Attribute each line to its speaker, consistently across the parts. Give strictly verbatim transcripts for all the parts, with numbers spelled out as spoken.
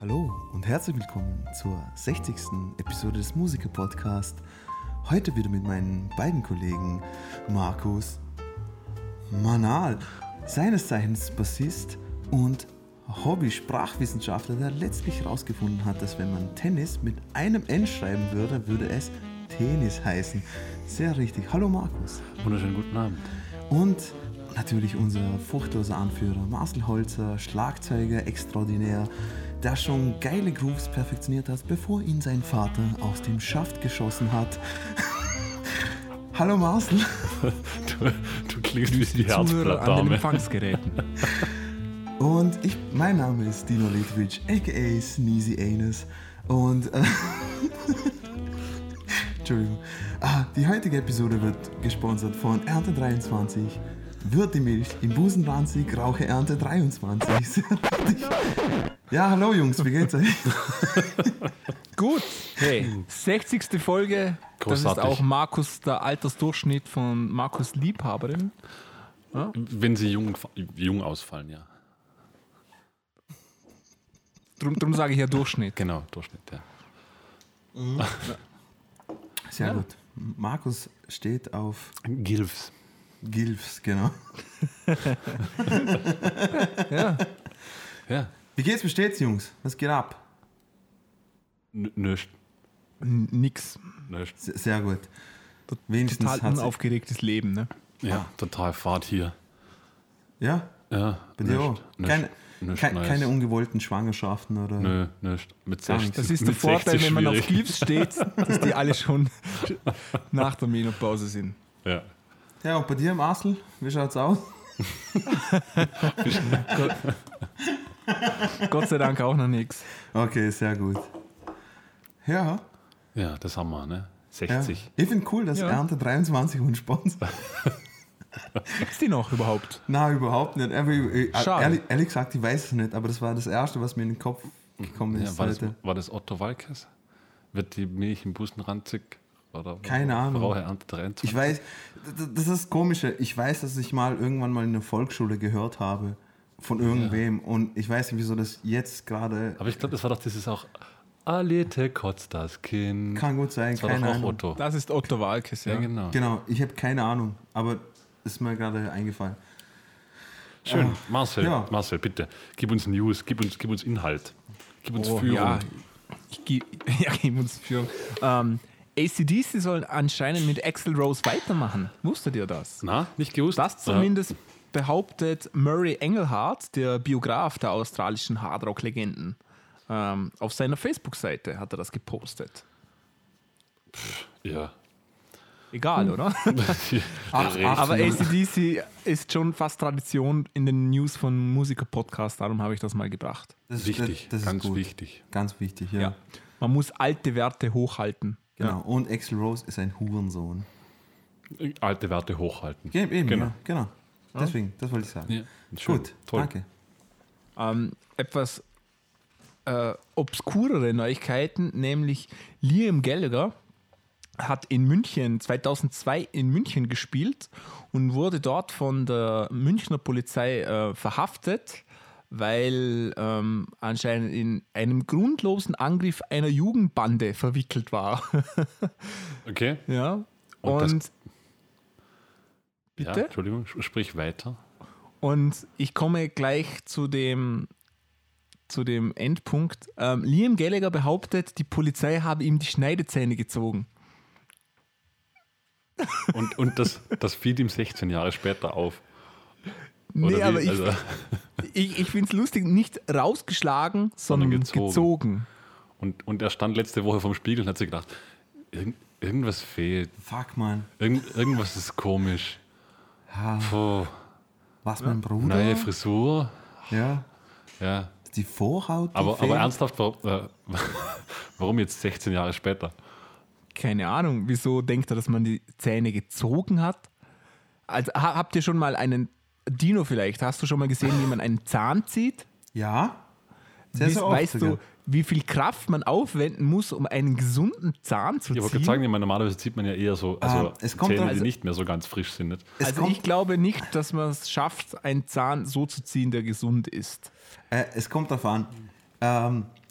Speaker 1: Hallo und herzlich willkommen zur sechzigsten Episode des Musiker-Podcast. Heute wieder mit meinen beiden Kollegen Markus Manal, seines Zeichens Bassist und Hobby-Sprachwissenschaftler, der letztlich herausgefunden hat, dass wenn man Tennis mit einem N schreiben würde, würde es Tennis heißen. Sehr richtig. Hallo Markus.
Speaker 2: Wunderschönen guten Abend.
Speaker 1: Und natürlich unser furchtloser Anführer Marcel Holzer, Schlagzeuger extraordinär, der schon geile Grooves perfektioniert hat, bevor ihn sein Vater aus dem Schaft geschossen hat. Hallo Marcel.
Speaker 2: Du, du klingst wie die
Speaker 3: Zuhörer an den
Speaker 2: Herzblattdame.
Speaker 3: Empfangsgeräten.
Speaker 1: Und ich, mein Name ist Dino Litwitsch, aka Sneezy Anus. Und äh, Entschuldigung. Ah, die heutige Episode wird gesponsert von Ernte dreiundzwanzig. Wird die Milch im Busen ranzig, rauche Ernte dreiundzwanzig. Ja, hallo Jungs, wie geht's euch?
Speaker 3: Gut, hey, sechzigste Folge.
Speaker 2: Großartig.
Speaker 3: Das ist auch Markus, der Altersdurchschnitt von Markus Liebhaberin.
Speaker 2: Wenn sie jung, jung ausfallen, ja.
Speaker 3: Drum, drum sage ich ja Durchschnitt.
Speaker 2: Genau, Durchschnitt, ja.
Speaker 1: Sehr
Speaker 3: Ja.
Speaker 1: gut. Markus steht auf
Speaker 2: Gilfs.
Speaker 1: Gilfs, genau.
Speaker 3: Ja.
Speaker 2: Ja.
Speaker 1: Wie geht's, wie steht's, Jungs? Was geht ab?
Speaker 2: N- Nöscht.
Speaker 3: N- Nix.
Speaker 2: Nöscht.
Speaker 1: Se- Sehr gut. Wenigstens
Speaker 3: Total
Speaker 1: hat's-
Speaker 3: unaufgeregtes Leben, ne?
Speaker 2: Ja, total Fahrt hier.
Speaker 1: Ja,
Speaker 2: Ja.
Speaker 1: bei dir auch.
Speaker 2: Nöscht.
Speaker 1: Keine,
Speaker 2: Nöscht
Speaker 1: kei-
Speaker 2: nice.
Speaker 1: keine ungewollten Schwangerschaften oder.
Speaker 2: Nö, nöscht. Mit
Speaker 1: Gar
Speaker 2: sechzig.
Speaker 1: nichts.
Speaker 3: Das ist der
Speaker 2: mit
Speaker 3: Vorteil,
Speaker 2: sechzig
Speaker 3: wenn man auf
Speaker 2: schwierig.
Speaker 3: Clips steht, dass die alle schon nach der Menopause sind.
Speaker 2: Ja.
Speaker 1: Ja, und bei dir, Marcel, wie schaut's aus?
Speaker 3: Gott, Gott sei Dank auch noch nichts.
Speaker 1: Okay, sehr gut. Ja,
Speaker 2: Ja, das haben wir, ne?
Speaker 1: ja.
Speaker 2: sechzig.
Speaker 1: Ich finde cool, dass
Speaker 3: Ja.
Speaker 1: Ernte dreiundzwanzig uns sponsert.
Speaker 3: Ist die noch überhaupt?
Speaker 1: Nein, überhaupt nicht. Aber ich, ich,
Speaker 3: Schade.
Speaker 1: ehrlich, ehrlich gesagt, ich weiß es nicht, aber das war das Erste, was mir in den Kopf gekommen ist.
Speaker 2: Ja, war, das,
Speaker 1: heute.
Speaker 2: war das Otto Walkes? Wird die Milch im Busen ranzig? Oder
Speaker 1: Keine Ahnung.
Speaker 2: Frau Herr Ernte dreiundzwanzig?
Speaker 1: Ich weiß, d- das ist das Komische. Ich weiß, dass ich mal irgendwann mal in der Volksschule gehört habe von irgendwem und ich weiß nicht, wieso das jetzt gerade.
Speaker 2: Aber ich glaube, das war doch dieses auch. Alete kotzt das Kind.
Speaker 1: Kann gut sein,
Speaker 2: Das war
Speaker 1: keine
Speaker 2: doch auch
Speaker 1: Ahnung.
Speaker 2: Otto.
Speaker 3: Das ist Otto Walkes, ja.
Speaker 2: Ja, genau.
Speaker 1: Genau, ich habe keine Ahnung, aber ist mir gerade eingefallen.
Speaker 2: Schön.
Speaker 1: Ah,
Speaker 2: Marcel,
Speaker 1: ja.
Speaker 2: Marcel, bitte, gib uns News, gib uns, gib uns Inhalt, gib uns
Speaker 3: Oh,
Speaker 2: Führung.
Speaker 3: ja, ich gebe ja, gib uns Führung. Ähm, A C D C soll anscheinend mit Axl Rose weitermachen. Wusstet ihr das?
Speaker 2: Na, nicht gewusst?
Speaker 3: Das zumindest behauptet Murray Engelhardt, der Biograf der australischen Hardrock-Legenden. Ähm, auf seiner Facebook-Seite hat er das gepostet.
Speaker 2: Ja.
Speaker 3: Egal, oder?
Speaker 1: Ach,
Speaker 2: Recht.
Speaker 1: ach,
Speaker 3: Aber A C D C ist schon fast Tradition in den News von Musiker-Podcast, darum habe ich das mal gebracht.
Speaker 1: Das,
Speaker 2: Wichtig,
Speaker 1: das, das
Speaker 2: ganz
Speaker 1: ist gut.
Speaker 2: wichtig.
Speaker 1: Ganz wichtig, ja.
Speaker 3: Ja. Man muss alte Werte hochhalten.
Speaker 1: Genau. Und Axl Rose ist ein Hurensohn.
Speaker 2: Alte Werte hochhalten.
Speaker 1: Ge- Eben,
Speaker 2: Genau.
Speaker 1: ja, genau. Deswegen, das wollte ich sagen.
Speaker 2: Ja. Schön.
Speaker 1: Gut,
Speaker 2: Toll.
Speaker 1: danke.
Speaker 3: Ähm, etwas äh, obskurere Neuigkeiten, nämlich Liam Gallagher hat in München zweitausendzwei in München gespielt und wurde dort von der Münchner Polizei äh, verhaftet, weil ähm, anscheinend in einem grundlosen Angriff einer Jugendbande verwickelt war.
Speaker 2: Okay.
Speaker 3: ja.
Speaker 2: Und
Speaker 3: Und,
Speaker 2: das-
Speaker 3: bitte?
Speaker 2: Ja, Entschuldigung, sprich weiter.
Speaker 3: Und ich komme gleich zu dem, zu dem Endpunkt. Ähm, Liam Gallagher behauptet, die Polizei habe ihm die Schneidezähne gezogen.
Speaker 2: Und, und das, das fiel ihm sechzehn Jahre später auf. Oder
Speaker 3: Nee,
Speaker 2: wie?
Speaker 3: aber ich,
Speaker 2: Also,
Speaker 3: ich, ich finde es lustig, nicht rausgeschlagen, sondern,
Speaker 2: Sondern
Speaker 3: gezogen.
Speaker 2: gezogen. und, und er stand letzte Woche vorm Spiegel und hat sich gedacht, irgend, irgendwas fehlt.
Speaker 1: Fuck, man.
Speaker 2: Irgend, irgendwas ist komisch.
Speaker 1: Ja,
Speaker 2: Puh,
Speaker 1: was, mein Bruder?
Speaker 2: neue Frisur.
Speaker 1: Ja,
Speaker 2: Ja.
Speaker 1: die Vorhaut. die
Speaker 2: Aber,
Speaker 1: fehlt.
Speaker 2: aber ernsthaft, warum, äh, warum jetzt sechzehn Jahre später?
Speaker 3: Keine Ahnung, wieso denkt er, dass man die Zähne gezogen hat? Also, ha- habt ihr schon mal einen, Dino vielleicht, hast du schon mal gesehen, wie man einen Zahn zieht?
Speaker 1: Ja, sehr,
Speaker 3: Wie,
Speaker 1: sehr oft
Speaker 3: weißt
Speaker 1: sogar.
Speaker 3: du, wie viel Kraft man aufwenden muss, um einen gesunden Zahn zu
Speaker 2: Ich wollte
Speaker 3: ziehen?
Speaker 2: gerade sagen, ich meine, normalerweise sieht man ja eher so also
Speaker 1: Ah, es kommt
Speaker 2: Zähne,
Speaker 1: drauf-
Speaker 2: die
Speaker 1: also-
Speaker 2: nicht mehr so ganz frisch sind. Nicht?
Speaker 1: Es
Speaker 3: Also
Speaker 1: kommt,
Speaker 3: ich glaube nicht, dass man es schafft, einen Zahn so zu ziehen, der gesund ist.
Speaker 1: äh, es kommt darauf an. Ähm,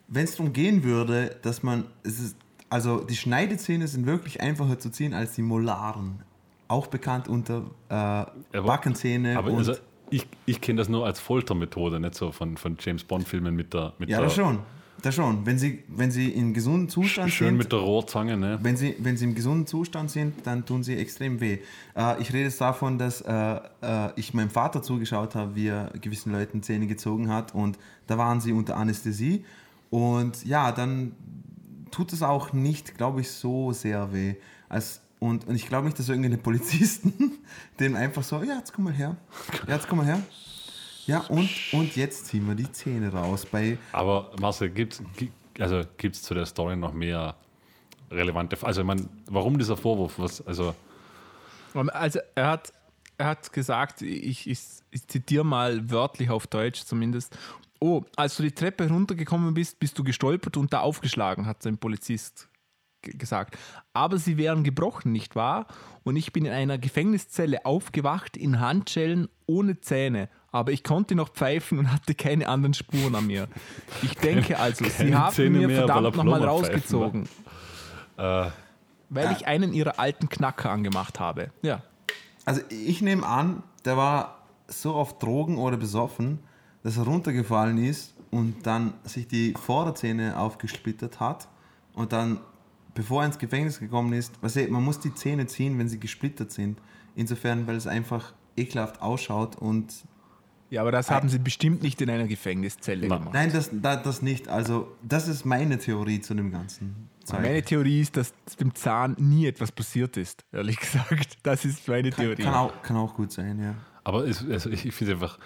Speaker 1: wenn es darum gehen würde, dass man, es ist, also die Schneidezähne sind wirklich einfacher zu ziehen als die Molaren. Auch bekannt unter äh, Backenzähne.
Speaker 2: Aber
Speaker 1: und
Speaker 2: also ich, ich kenne das nur als Foltermethode, nicht so von, von James Bond-Filmen mit der. Mit
Speaker 1: ja,
Speaker 2: der,
Speaker 1: das schon. Das schon. Wenn sie, wenn sie in gesundem Zustand
Speaker 2: schön
Speaker 1: sind.
Speaker 2: mit der Rohrzange, ne?
Speaker 1: Wenn sie, wenn sie im gesunden Zustand sind, dann tun sie extrem weh. Äh, ich rede jetzt davon, dass äh, äh, ich meinem Vater zugeschaut habe, wie er gewissen Leuten Zähne gezogen hat und da waren sie unter Anästhesie. Und ja, dann tut es auch nicht, glaube ich, so sehr weh. Als, und, und ich glaube nicht, dass irgendeine Polizisten denen einfach so, ja, jetzt komm mal her. Ja, jetzt komm mal her. Ja, und, und jetzt ziehen wir die Zähne raus. Bei
Speaker 2: Aber Marcel, gibt es also gibt's zu der Story noch mehr relevante, also ich meine, warum dieser Vorwurf? Was, also,
Speaker 3: also er hat, er hat gesagt, ich, ich, ich zitiere mal wörtlich auf Deutsch zumindest, oh, als du die Treppe runtergekommen bist, bist du gestolpert und da aufgeschlagen, hat sein Polizist g- gesagt. Aber sie wären gebrochen, nicht wahr? Und ich bin in einer Gefängniszelle aufgewacht, in Handschellen, ohne Zähne. Aber ich konnte noch pfeifen und hatte keine anderen Spuren an mir. Ich denke also, sie
Speaker 2: keine
Speaker 3: haben
Speaker 2: Zähne
Speaker 3: mir
Speaker 2: mehr, weil er
Speaker 3: verdammt nochmal
Speaker 2: Plomber pfeifen
Speaker 3: rausgezogen,
Speaker 2: äh,
Speaker 3: weil ich einen ihrer alten Knacker angemacht habe. Ja.
Speaker 1: Also ich nehme an, der war so auf Drogen oder besoffen, dass er runtergefallen ist und dann sich die Vorderzähne aufgesplittert hat und dann, bevor er ins Gefängnis gekommen ist, weißt du, man muss die Zähne ziehen, wenn sie gesplittert sind. Insofern, weil es einfach ekelhaft ausschaut und
Speaker 3: Ja, aber das haben sie bestimmt nicht in einer Gefängniszelle
Speaker 2: Nein.
Speaker 3: gemacht.
Speaker 1: nein, das, das, das nicht. Also das ist meine Theorie zu dem ganzen Zeug.
Speaker 3: Meine Theorie ist, dass dem Zahn nie etwas passiert ist, ehrlich gesagt. Das ist meine
Speaker 1: kann,
Speaker 3: Theorie.
Speaker 1: kann, auch, kann auch gut sein, ja.
Speaker 2: aber es, also ich finde einfach,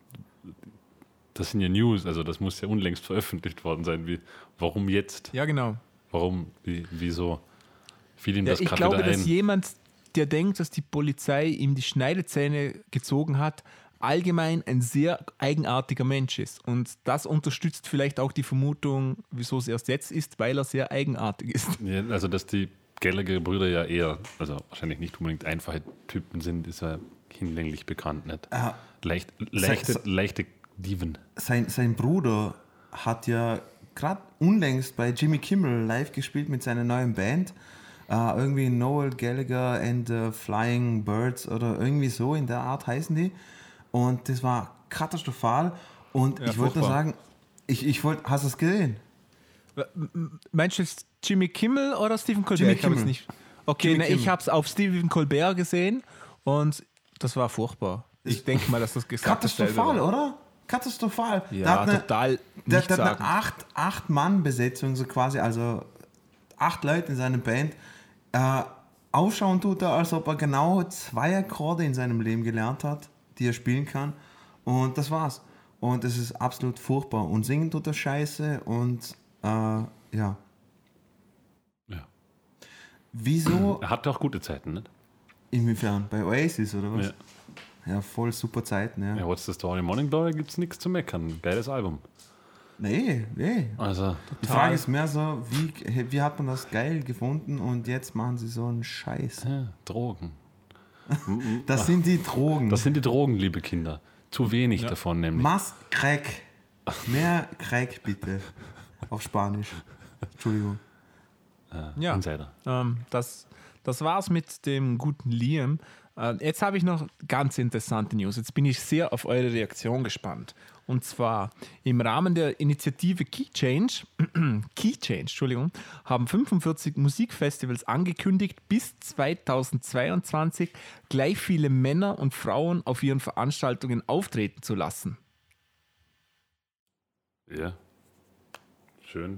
Speaker 2: das sind ja News, also das muss ja unlängst veröffentlicht worden sein. Wie, warum jetzt?
Speaker 3: Ja, genau.
Speaker 2: Warum? Wie, wieso? Fiel ihm
Speaker 3: Ja,
Speaker 2: das
Speaker 3: ich
Speaker 2: gerade
Speaker 3: glaube,
Speaker 2: wieder ein?
Speaker 3: dass jemand, der denkt, dass die Polizei ihm die Schneidezähne gezogen hat, allgemein ein sehr eigenartiger Mensch ist. Und das unterstützt vielleicht auch die Vermutung, wieso es erst jetzt ist, weil er sehr eigenartig ist.
Speaker 2: Ja, also, dass die Gallagher-Brüder ja eher, also wahrscheinlich nicht unbedingt einfache Typen sind, ist ja hinlänglich bekannt. Nicht?
Speaker 1: Äh,
Speaker 2: Leicht, leichte,
Speaker 1: se-
Speaker 2: leichte Diven.
Speaker 1: Sein, sein Bruder hat ja gerade unlängst bei Jimmy Kimmel live gespielt mit seiner neuen Band. Uh, irgendwie Noel Gallagher and the Flying Birds oder irgendwie so in der Art heißen die. Und das war katastrophal. Und
Speaker 3: Ja,
Speaker 1: ich wollte nur
Speaker 3: furchtbar.
Speaker 1: sagen, ich, ich wollte, hast du es gesehen?
Speaker 3: Meinst du jetzt Jimmy Kimmel oder Stephen Colbert?
Speaker 1: Jimmy
Speaker 3: Ich habe es
Speaker 1: Kimmel.
Speaker 3: nicht. Okay,
Speaker 1: Jimmy
Speaker 3: ne, ich
Speaker 1: Kimmel.
Speaker 3: habe es auf Stephen Colbert gesehen und das war furchtbar. Ich denke mal, dass das gesagt
Speaker 1: Katastrophal, oder? Katastrophal.
Speaker 3: Ja,
Speaker 1: Der hat eine-
Speaker 3: total
Speaker 1: Der,
Speaker 3: nicht
Speaker 1: der hat
Speaker 3: sagen.
Speaker 1: eine acht, acht Mann-Besetzung, so quasi, also acht Leute in seiner Band. Äh, ausschauen tut er, als ob er genau zwei Akkorde in seinem Leben gelernt hat, die er spielen kann. Und das war's. Und es ist absolut furchtbar. Und singen tut er scheiße und äh, ja.
Speaker 2: Ja.
Speaker 1: Wieso?
Speaker 2: Er hatte auch gute Zeiten, nicht?
Speaker 1: Inwiefern? Bei Oasis oder was?
Speaker 2: Ja.
Speaker 1: Ja, voll super Zeiten, ja.
Speaker 2: Ja, What's the Story? Morning Glory gibt es nichts zu meckern. Geiles Album.
Speaker 1: Nee, nee.
Speaker 2: Also,
Speaker 1: Die Frage ist mehr so, wie, wie hat man das geil gefunden und jetzt machen sie so einen Scheiß.
Speaker 2: ja, Drogen.
Speaker 1: Das sind die Drogen.
Speaker 2: Das sind die Drogen, liebe Kinder. Zu wenig davon nämlich.
Speaker 1: Mas Crack. Mehr Crack bitte. Auf Spanisch. Entschuldigung.
Speaker 3: Ja.
Speaker 2: Insider.
Speaker 3: Ähm, das, das war's mit dem guten Liam. Äh, jetzt habe ich noch ganz interessante News. Jetzt bin ich sehr auf eure Reaktion gespannt. Und zwar im Rahmen der Initiative Key Change, Key Change, Entschuldigung, haben fünfundvierzig Musikfestivals angekündigt, bis zweitausendzweiundzwanzig gleich viele Männer und Frauen auf ihren Veranstaltungen auftreten zu lassen.
Speaker 2: Ja. Schön.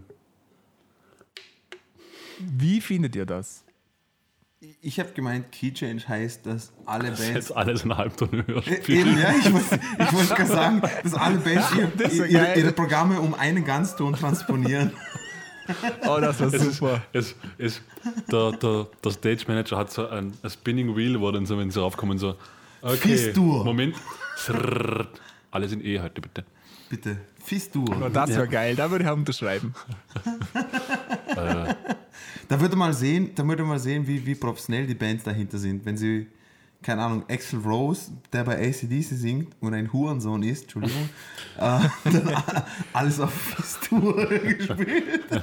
Speaker 3: Wie findet ihr das?
Speaker 1: Ich habe gemeint, Key Change heißt, dass alle
Speaker 2: Das ist
Speaker 1: Bands.
Speaker 2: jetzt alles in Halbton höher
Speaker 1: Äh,
Speaker 2: spielen.
Speaker 1: Eben, ja, ich wollte ich wollte gerade sagen, dass alle Bands ihr,
Speaker 3: Das ist ja
Speaker 1: ihre,
Speaker 3: geil.
Speaker 1: ihre Programme um einen Ganzton transponieren.
Speaker 3: Oh, das war
Speaker 2: Es ist,
Speaker 3: super.
Speaker 2: es ist, der, der, der Stage Manager hat so ein, ein Spinning Wheel, wo dann so, wenn sie raufkommen, so, okay,
Speaker 1: Fistur.
Speaker 2: Moment, Zrrr. Alles in E heute, bitte.
Speaker 1: Bitte. Fistur.
Speaker 3: Oh, das wäre geil, da würde ich auch unterschreiben.
Speaker 1: Da würde man sehen, da würde man sehen, wie, wie professionell die Bands dahinter sind, wenn sie keine Ahnung, Axl Rose, der bei A C D C singt und ein Hurensohn ist, Entschuldigung, äh, dann alles auf Fistur gespielt.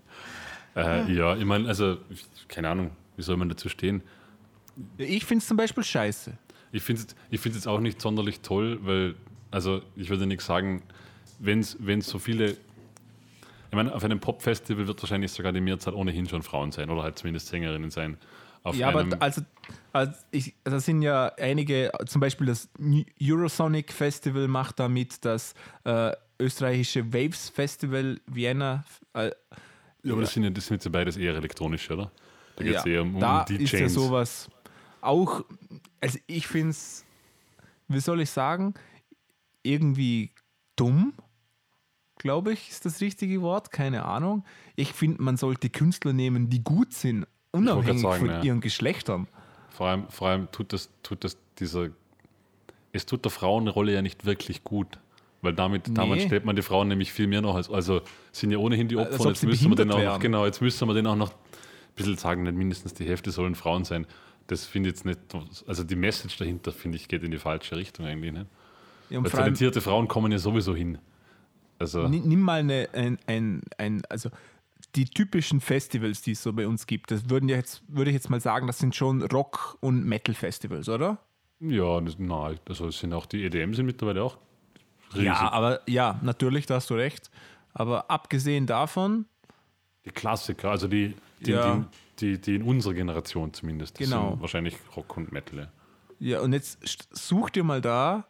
Speaker 2: Äh, ja, ich meine, also, keine Ahnung, wie soll man dazu stehen?
Speaker 3: Ich finde es zum Beispiel scheiße.
Speaker 2: Ich finde es ich find's jetzt auch nicht sonderlich toll, weil, also, ich würde nicht sagen, wenn es so viele. Ich meine, auf einem Popfestival wird wahrscheinlich sogar die Mehrzahl ohnehin schon Frauen sein oder halt zumindest Sängerinnen sein. Auf
Speaker 3: Ja,
Speaker 2: einem,
Speaker 3: aber also, also ich, das sind ja einige, zum Beispiel das Eurosonic Festival macht da mit, das äh, österreichische Waves Festival Vienna. Äh,
Speaker 2: ja, aber das sind ja das sind jetzt ja beides eher elektronisch, oder? Da geht es
Speaker 3: ja,
Speaker 2: eher um, um
Speaker 3: da
Speaker 2: die
Speaker 3: ist ja
Speaker 2: Chains.
Speaker 3: sowas auch, also ich finde es, wie soll ich sagen, irgendwie dumm, glaube ich, ist das richtige Wort, keine Ahnung. Ich finde, man sollte Künstler nehmen, die gut sind, unabhängig
Speaker 2: sagen,
Speaker 3: von
Speaker 2: ja.
Speaker 3: ihren Geschlechtern.
Speaker 2: Vor allem, vor allem tut das, tut das dieser, es tut der Frauenrolle ja nicht wirklich gut. Weil damit,
Speaker 3: Nee.
Speaker 2: damit stellt man die Frauen nämlich viel mehr noch als, also sind ja ohnehin die Opfer,
Speaker 3: Als
Speaker 2: und
Speaker 3: ob
Speaker 2: jetzt
Speaker 3: sie
Speaker 2: müssen wir den auch
Speaker 3: behindert
Speaker 2: noch,
Speaker 3: wären.
Speaker 2: genau, jetzt müssen wir den auch noch ein bisschen sagen, nicht mindestens die Hälfte sollen Frauen sein. Das finde ich jetzt nicht, also die Message dahinter, finde ich, geht in die falsche Richtung eigentlich. Nicht?
Speaker 3: Ja, und
Speaker 2: Weil
Speaker 3: vor allem,
Speaker 2: talentierte Frauen kommen ja sowieso hin. Also,
Speaker 3: ni- nimm mal eine, ein, ein, ein, also die typischen Festivals, die es so bei uns gibt, das würden ja jetzt, würde ich jetzt mal sagen, das sind schon Rock- und Metal-Festivals, oder?
Speaker 2: ja, das, nein, also es sind auch die E D M sind mittlerweile auch riesig.
Speaker 3: Ja, aber ja, natürlich, da hast du recht. Aber abgesehen davon,
Speaker 2: Die Klassiker, also die, die,
Speaker 3: Ja.
Speaker 2: die, die, die in unserer Generation zumindest, das
Speaker 3: Genau.
Speaker 2: sind wahrscheinlich Rock und Metal. Ja.
Speaker 3: ja, und jetzt st- such dir mal da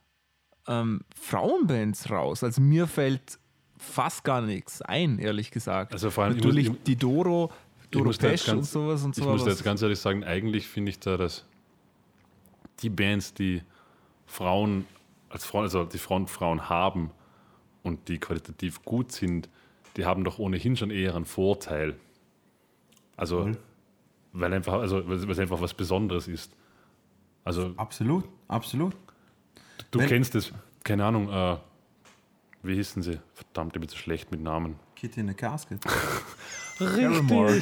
Speaker 3: ähm, Frauenbands raus. Also mir fällt fast gar nichts ein, ehrlich gesagt.
Speaker 2: Also vor allem, ich
Speaker 3: natürlich
Speaker 2: muss- ich-
Speaker 3: die Doro, Doro
Speaker 2: muss da jetzt
Speaker 3: Pesch und
Speaker 2: ganz-
Speaker 3: sowas und
Speaker 2: Ich
Speaker 3: so.
Speaker 2: muss da
Speaker 3: aber
Speaker 2: jetzt ganz ehrlich sagen, eigentlich finde ich da, dass die Bands, die Frauen als Frauen, also die Frauen Frauen haben und die qualitativ gut sind, die haben doch ohnehin schon eher einen Vorteil. Also, weil einfach, also weil es einfach was Besonderes ist. Also
Speaker 1: Absolut, absolut.
Speaker 2: du
Speaker 1: Wenn-
Speaker 2: kennst es, keine Ahnung, äh, wie hießen sie? Verdammt, ich bin so schlecht mit Namen.
Speaker 1: Kitty in a Casket.
Speaker 3: Paramore.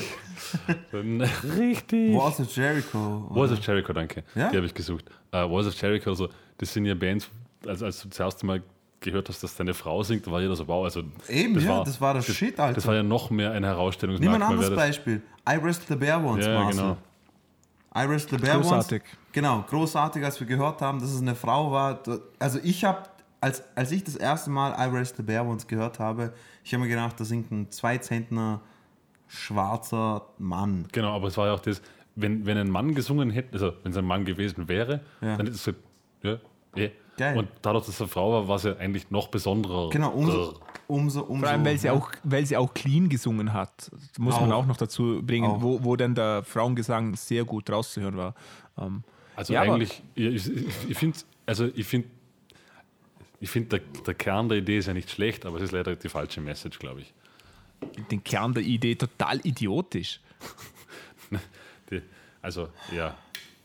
Speaker 2: Richtig.
Speaker 1: Walls of Jericho.
Speaker 2: Walls
Speaker 1: oder?
Speaker 2: of Jericho, danke.
Speaker 1: Ja?
Speaker 2: Die habe ich gesucht. Uh, Walls of Jericho, also, das sind ja Bands, also als du das erste Mal gehört hast, dass deine Frau singt, da war jeder so, wow. Also,
Speaker 1: Eben, ja, das war der Shit, Alter.
Speaker 2: Das war ja noch mehr ein
Speaker 1: Nimm
Speaker 2: Herausstellungsmerkmal.
Speaker 1: ein anderes
Speaker 2: wer das-
Speaker 1: Beispiel. I Wrestle the Bear Once,
Speaker 2: Ja,
Speaker 1: Marcel.
Speaker 2: genau.
Speaker 1: I Wrestle the Bear
Speaker 3: Großartig.
Speaker 1: Once. Genau, großartig, als wir gehört haben, dass es eine Frau war. Also ich habe, als, als ich das erste Mal I Wrestle the Bear Once gehört habe, ich habe mir gedacht, da singt ein zwei Zentner schwarzer Mann.
Speaker 2: Genau, aber es war ja auch das, wenn, wenn ein Mann gesungen hätte, also wenn es ein Mann gewesen wäre,
Speaker 1: Ja.
Speaker 2: dann ist es so, ja, eh.
Speaker 1: Geil.
Speaker 2: Und dadurch, dass es eine Frau war, war es ja eigentlich noch besonderer.
Speaker 1: Genau, umso, umso, umso.
Speaker 3: Vor allem, weil sie,
Speaker 1: ja.
Speaker 3: auch, weil sie auch clean gesungen hat. Das muss man
Speaker 1: Auch.
Speaker 3: auch noch dazu bringen,
Speaker 1: Auch.
Speaker 3: wo, wo dann der Frauengesang sehr gut rauszuhören war. Ähm,
Speaker 2: Also
Speaker 3: Ja, aber-
Speaker 2: eigentlich, ich, ich, ich finde, also ich finde, ich finde, der, der Kern der Idee ist ja nicht schlecht, aber es ist leider die falsche Message, glaube ich.
Speaker 3: den Kern der Idee total idiotisch.
Speaker 2: Die, also, ja,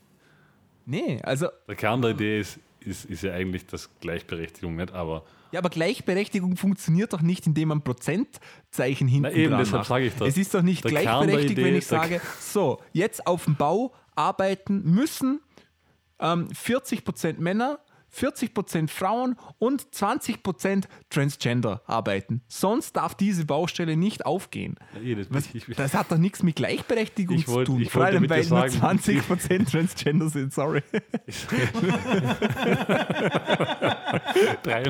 Speaker 3: Nee, also,
Speaker 2: der Kern der Idee ist, ist, ist ja eigentlich das Gleichberechtigung nicht, aber
Speaker 3: ja, aber Gleichberechtigung funktioniert doch nicht, indem man Prozentzeichen hinten
Speaker 2: Na eben,
Speaker 3: dran
Speaker 2: deshalb
Speaker 3: macht.
Speaker 2: sage ich doch.
Speaker 3: Es ist doch nicht
Speaker 2: Der Kern der
Speaker 3: gleichberechtigt,
Speaker 2: Idee-
Speaker 3: wenn ich
Speaker 2: der-
Speaker 3: sage, so, jetzt auf dem Bau arbeiten müssen ähm, vierzig Prozent Männer, vierzig Prozent Frauen und zwanzig Prozent Transgender arbeiten. Sonst darf diese Baustelle nicht aufgehen.
Speaker 2: eh, das,
Speaker 3: Was,
Speaker 2: ich, ich,
Speaker 3: das hat doch nichts mit Gleichberechtigung
Speaker 2: Ich wollt-
Speaker 3: zu tun.
Speaker 2: ich
Speaker 3: Vor
Speaker 2: wollte
Speaker 3: allem,
Speaker 2: mit
Speaker 3: weil
Speaker 2: dir
Speaker 3: nur
Speaker 2: sagen-
Speaker 3: zwanzig Prozent Transgender sind, sorry.
Speaker 2: drei,